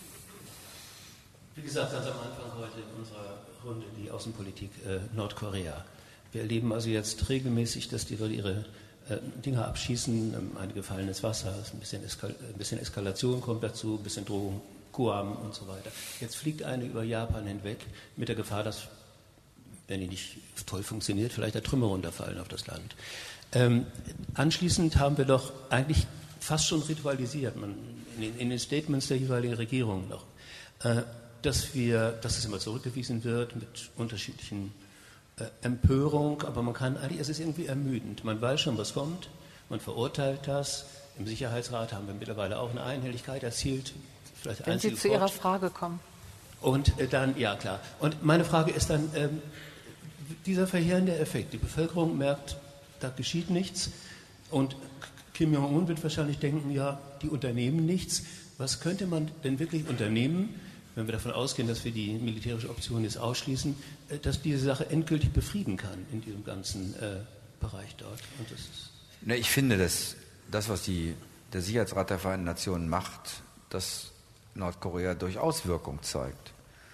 Wie gesagt, ganz am Anfang heute in unserer Runde die Außenpolitik äh, Nordkorea. Wir erleben also jetzt regelmäßig, dass die Leute ihre äh, Dinger abschießen, ähm, einige fallen ins Wasser, ein bisschen, Eskal ein bisschen Eskalation kommt dazu, ein bisschen Drohung, Guam und so weiter. Jetzt fliegt eine über Japan hinweg mit der Gefahr, dass, wenn die nicht toll funktioniert, vielleicht da Trümmer runterfallen auf das Land. Ähm, anschließend haben wir doch eigentlich fast schon ritualisiert, man, in, in den Statements der jeweiligen Regierung noch, äh, dass wir, dass es immer zurückgewiesen wird mit unterschiedlichen äh, Empörung, aber man kann eigentlich, es ist irgendwie ermüdend. Man weiß schon, was kommt, man verurteilt das. Im Sicherheitsrat haben wir mittlerweile auch eine Einhelligkeit erzielt. Vielleicht Wenn Sie zu Ihrer Frage kommen. Und äh, dann, ja klar. Und meine Frage ist dann, ähm, dieser verheerende Effekt, die Bevölkerung merkt, da geschieht nichts und Kim Jong-un wird wahrscheinlich denken, ja, die unternehmen nichts. Was könnte man denn wirklich unternehmen, wenn wir davon ausgehen, dass wir die militärische Option jetzt ausschließen, äh, dass diese Sache endgültig befrieden kann in diesem ganzen äh, Bereich dort? Und das ist ne, ich finde, dass das, was die, der Sicherheitsrat der Vereinten Nationen macht, dass Nordkorea durchaus Wirkung zeigt.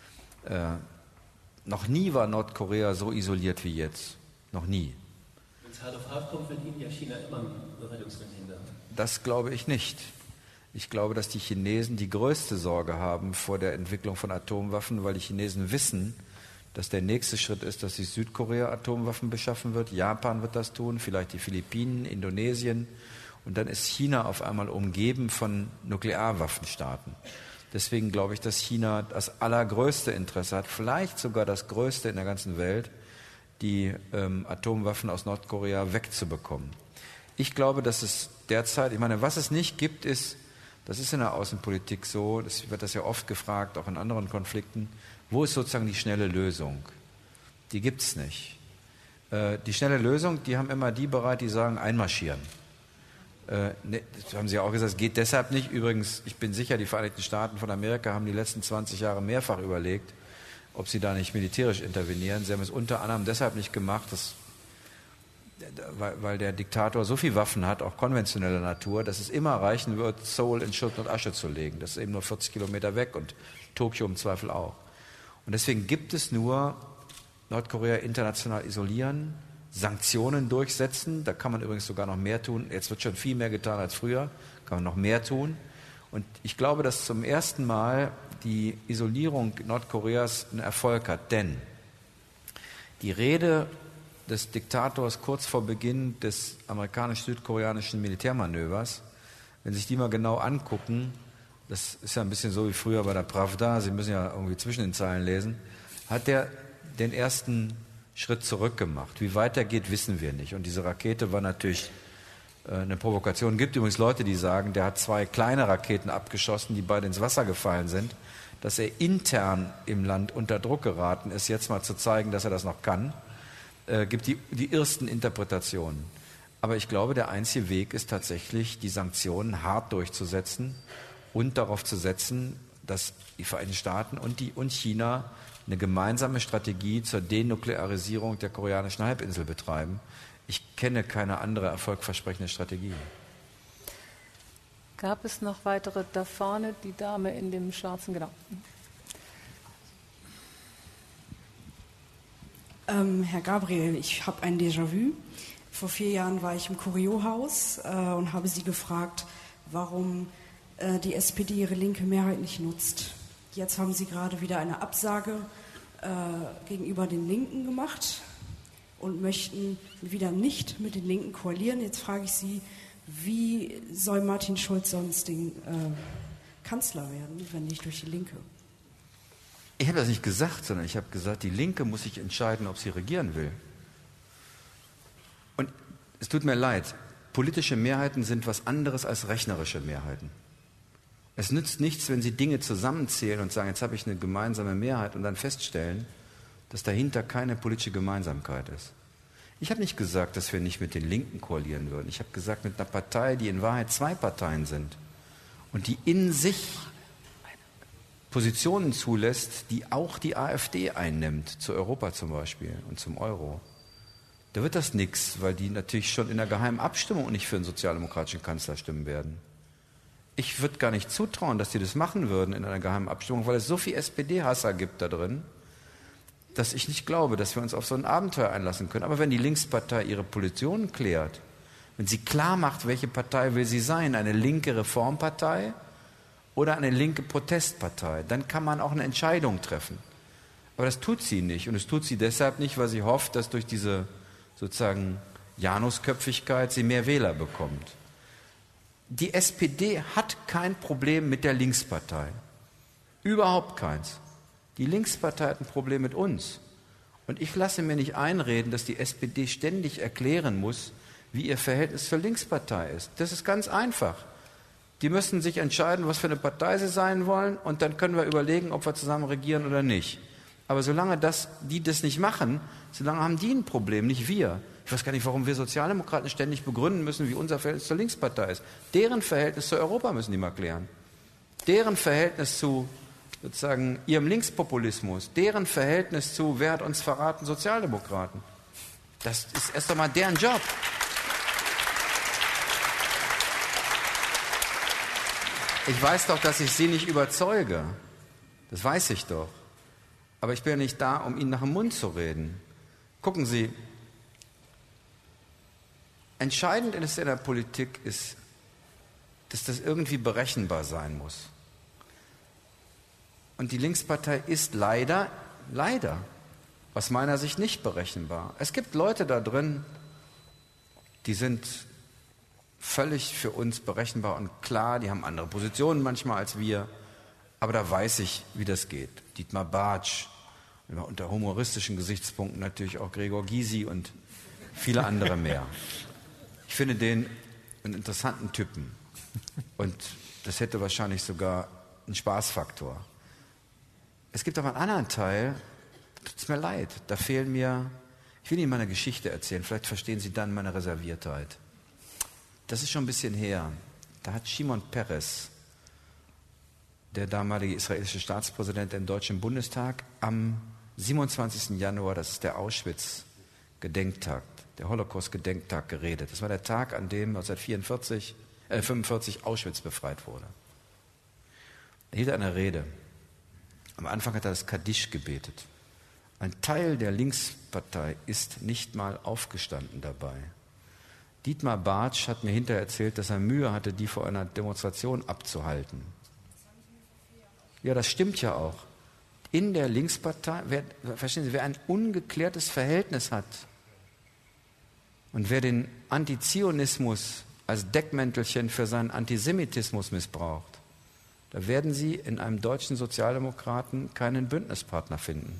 Äh, noch nie war Nordkorea so isoliert wie jetzt. Noch nie. Wenn es hart auf hart kommt, wird Ihnen ja China immer einen Rettungsring hindern. Das glaube ich nicht. Ich glaube, dass die Chinesen die größte Sorge haben vor der Entwicklung von Atomwaffen, weil die Chinesen wissen, dass der nächste Schritt ist, dass sich Südkorea Atomwaffen beschaffen wird. Japan wird das tun, vielleicht die Philippinen, Indonesien. Und dann ist China auf einmal umgeben von Nuklearwaffenstaaten. Deswegen glaube ich, dass China das allergrößte Interesse hat, vielleicht sogar das größte in der ganzen Welt, die ähm, Atomwaffen aus Nordkorea wegzubekommen. Ich glaube, dass es derzeit, ich meine, was es nicht gibt, ist, das ist in der Außenpolitik so, das wird das ja oft gefragt, auch in anderen Konflikten, wo ist sozusagen die schnelle Lösung? Die gibt es nicht. Äh, die schnelle Lösung, die haben immer die bereit, die sagen, einmarschieren. Äh, ne, das haben Sie ja auch gesagt, es geht deshalb nicht. Übrigens, ich bin sicher, die Vereinigten Staaten von Amerika haben die letzten zwanzig Jahre mehrfach überlegt, ob sie da nicht militärisch intervenieren. Sie haben es unter anderem deshalb nicht gemacht, dass Weil, weil der Diktator so viel Waffen hat, auch konventioneller Natur, dass es immer reichen wird, Seoul in Schutt und Asche zu legen. Das ist eben nur vierzig Kilometer weg und Tokio im Zweifel auch. Und deswegen gibt es nur Nordkorea international isolieren, Sanktionen durchsetzen. Da kann man übrigens sogar noch mehr tun. Jetzt wird schon viel mehr getan als früher. Kann man noch mehr tun. Und ich glaube, dass zum ersten Mal die Isolierung Nordkoreas einen Erfolg hat. Denn die Rede des Diktators kurz vor Beginn des amerikanisch-südkoreanischen Militärmanövers, wenn Sie sich die mal genau angucken, das ist ja ein bisschen so wie früher bei der Pravda, Sie müssen ja irgendwie zwischen den Zeilen lesen, hat der den ersten Schritt zurückgemacht. Wie weit er geht, wissen wir nicht. Und diese Rakete war natürlich äh, eine Provokation. Es gibt übrigens Leute, die sagen, der hat zwei kleine Raketen abgeschossen, die beide ins Wasser gefallen sind, dass er intern im Land unter Druck geraten ist, jetzt mal zu zeigen, dass er das noch kann. Äh, gibt die, die ersten Interpretationen. Aber ich glaube, der einzige Weg ist tatsächlich, die Sanktionen hart durchzusetzen und darauf zu setzen, dass die Vereinigten Staaten und, die, und China eine gemeinsame Strategie zur Denuklearisierung der koreanischen Halbinsel betreiben. Ich kenne keine andere erfolgversprechende Strategie. Gab es noch weitere? Da vorne, die Dame in dem schwarzen, genau. Ähm, Herr Gabriel, ich habe ein Déjà-vu. Vor vier Jahren war ich im Curio-Haus äh, und habe Sie gefragt, warum äh, die S P D ihre linke Mehrheit nicht nutzt. Jetzt haben Sie gerade wieder eine Absage äh, gegenüber den Linken gemacht und möchten wieder nicht mit den Linken koalieren. Jetzt frage ich Sie, wie soll Martin Schulz sonst den äh, Kanzler werden, wenn nicht durch die Linke? Ich habe das nicht gesagt, sondern ich habe gesagt, die Linke muss sich entscheiden, ob sie regieren will. Und es tut mir leid, politische Mehrheiten sind was anderes als rechnerische Mehrheiten. Es nützt nichts, wenn Sie Dinge zusammenzählen und sagen, jetzt habe ich eine gemeinsame Mehrheit und dann feststellen, dass dahinter keine politische Gemeinsamkeit ist. Ich habe nicht gesagt, dass wir nicht mit den Linken koalieren würden. Ich habe gesagt, mit einer Partei, die in Wahrheit zwei Parteien sind und die in sich Positionen zulässt, die auch die AfD einnimmt, zu Europa zum Beispiel und zum Euro. Da wird das nichts, weil die natürlich schon in der geheimen Abstimmung nicht für einen sozialdemokratischen Kanzler stimmen werden. Ich würde gar nicht zutrauen, dass die das machen würden in einer geheimen Abstimmung, weil es so viel S P D-Hasser gibt da drin, dass ich nicht glaube, dass wir uns auf so ein Abenteuer einlassen können. Aber wenn die Linkspartei ihre Positionen klärt, wenn sie klar macht, welche Partei will sie sein, eine linke Reformpartei oder eine linke Protestpartei, dann kann man auch eine Entscheidung treffen. Aber das tut sie nicht. Und es tut sie deshalb nicht, weil sie hofft, dass durch diese sozusagen Janusköpfigkeit sie mehr Wähler bekommt. Die S P D hat kein Problem mit der Linkspartei. Überhaupt keins. Die Linkspartei hat ein Problem mit uns. Und ich lasse mir nicht einreden, dass die S P D ständig erklären muss, wie ihr Verhältnis zur Linkspartei ist. Das ist ganz einfach. Die müssen sich entscheiden, was für eine Partei sie sein wollen, und dann können wir überlegen, ob wir zusammen regieren oder nicht. Aber solange das, die das nicht machen, solange haben die ein Problem, nicht wir. Ich weiß gar nicht, warum wir Sozialdemokraten ständig begründen müssen, wie unser Verhältnis zur Linkspartei ist. Deren Verhältnis zu Europa müssen die mal klären. Deren Verhältnis zu sozusagen ihrem Linkspopulismus, deren Verhältnis zu, wer hat uns verraten, Sozialdemokraten. Das ist erst einmal deren Job. Ich weiß doch, dass ich Sie nicht überzeuge. Das weiß ich doch. Aber ich bin ja nicht da, um Ihnen nach dem Mund zu reden. Gucken Sie, entscheidend in der Politik ist, dass das irgendwie berechenbar sein muss. Und die Linkspartei ist leider, leider, aus meiner Sicht nicht berechenbar. Es gibt Leute da drin, die sind völlig für uns berechenbar und klar, die haben andere Positionen manchmal als wir, aber da weiß ich, wie das geht. Dietmar Bartsch, unter humoristischen Gesichtspunkten natürlich auch Gregor Gysi und viele andere mehr. Ich finde den einen interessanten Typen und das hätte wahrscheinlich sogar einen Spaßfaktor. Es gibt aber einen anderen Teil, tut es mir leid, da fehlen mir, ich will Ihnen mal eine Geschichte erzählen, vielleicht verstehen Sie dann meine Reserviertheit. Das ist schon ein bisschen her. Da hat Shimon Peres, der damalige israelische Staatspräsident im Deutschen Bundestag, am siebenundzwanzigsten Januar, das ist der Auschwitz-Gedenktag, der Holocaust-Gedenktag, geredet. Das war der Tag, an dem neunzehnhundertfünfundvierzig äh, Auschwitz befreit wurde. Er hielt eine Rede. Am Anfang hat er das Kaddisch gebetet. Ein Teil der Linkspartei ist nicht mal aufgestanden dabei. Dietmar Bartsch hat mir hinterher erzählt, dass er Mühe hatte, die vor einer Demonstration abzuhalten. Ja, das stimmt ja auch. In der Linkspartei, wer, verstehen Sie, wer ein ungeklärtes Verhältnis hat und wer den Antizionismus als Deckmäntelchen für seinen Antisemitismus missbraucht, da werden Sie in einem deutschen Sozialdemokraten keinen Bündnispartner finden.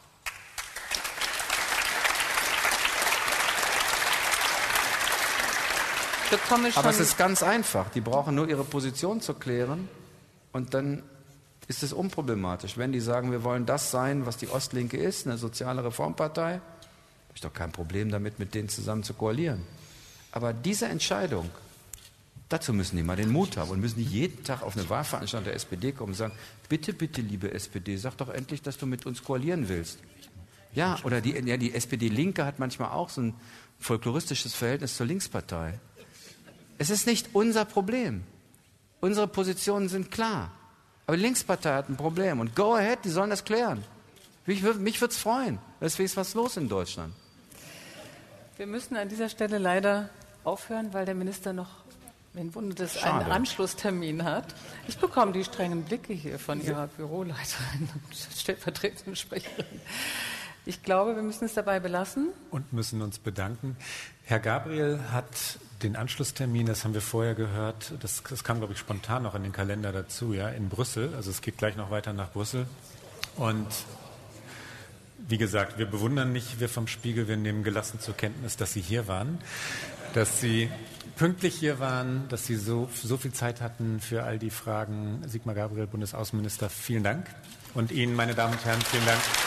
Aber es ist ganz einfach. Die brauchen nur ihre Position zu klären und dann ist es unproblematisch. Wenn die sagen, wir wollen das sein, was die Ostlinke ist, eine soziale Reformpartei, habe ich doch kein Problem damit, mit denen zusammen zu koalieren. Aber diese Entscheidung, dazu müssen die mal den Mut haben und müssen die jeden Tag auf eine Wahlveranstaltung der S P D kommen und sagen, bitte, bitte, liebe S P D, sag doch endlich, dass du mit uns koalieren willst. Ja, oder die, ja, die S P D-Linke hat manchmal auch so ein folkloristisches Verhältnis zur Linkspartei. Es ist nicht unser Problem. Unsere Positionen sind klar. Aber die Linkspartei hat ein Problem. Und go ahead, die sollen das klären. Mich, mich würde es freuen. Deswegen ist was los in Deutschland. Wir müssen an dieser Stelle leider aufhören, weil der Minister noch, wenn Wundes, einen Anschlusstermin hat. Ich bekomme die strengen Blicke hier von Ihrer Büroleiterin und stellvertretenden Sprecherin. Ich glaube, wir müssen es dabei belassen. Und müssen uns bedanken. Herr Gabriel hat den Anschlusstermin, das haben wir vorher gehört, das, das kam, glaube ich, spontan noch in den Kalender dazu, ja, in Brüssel. Also es geht gleich noch weiter nach Brüssel. Und wie gesagt, wir bewundern nicht, wir vom Spiegel, wir nehmen gelassen zur Kenntnis, dass Sie hier waren, dass Sie pünktlich hier waren, dass Sie so, so viel Zeit hatten für all die Fragen. Sigmar Gabriel, Bundesaußenminister, vielen Dank. Und Ihnen, meine Damen und Herren, vielen Dank.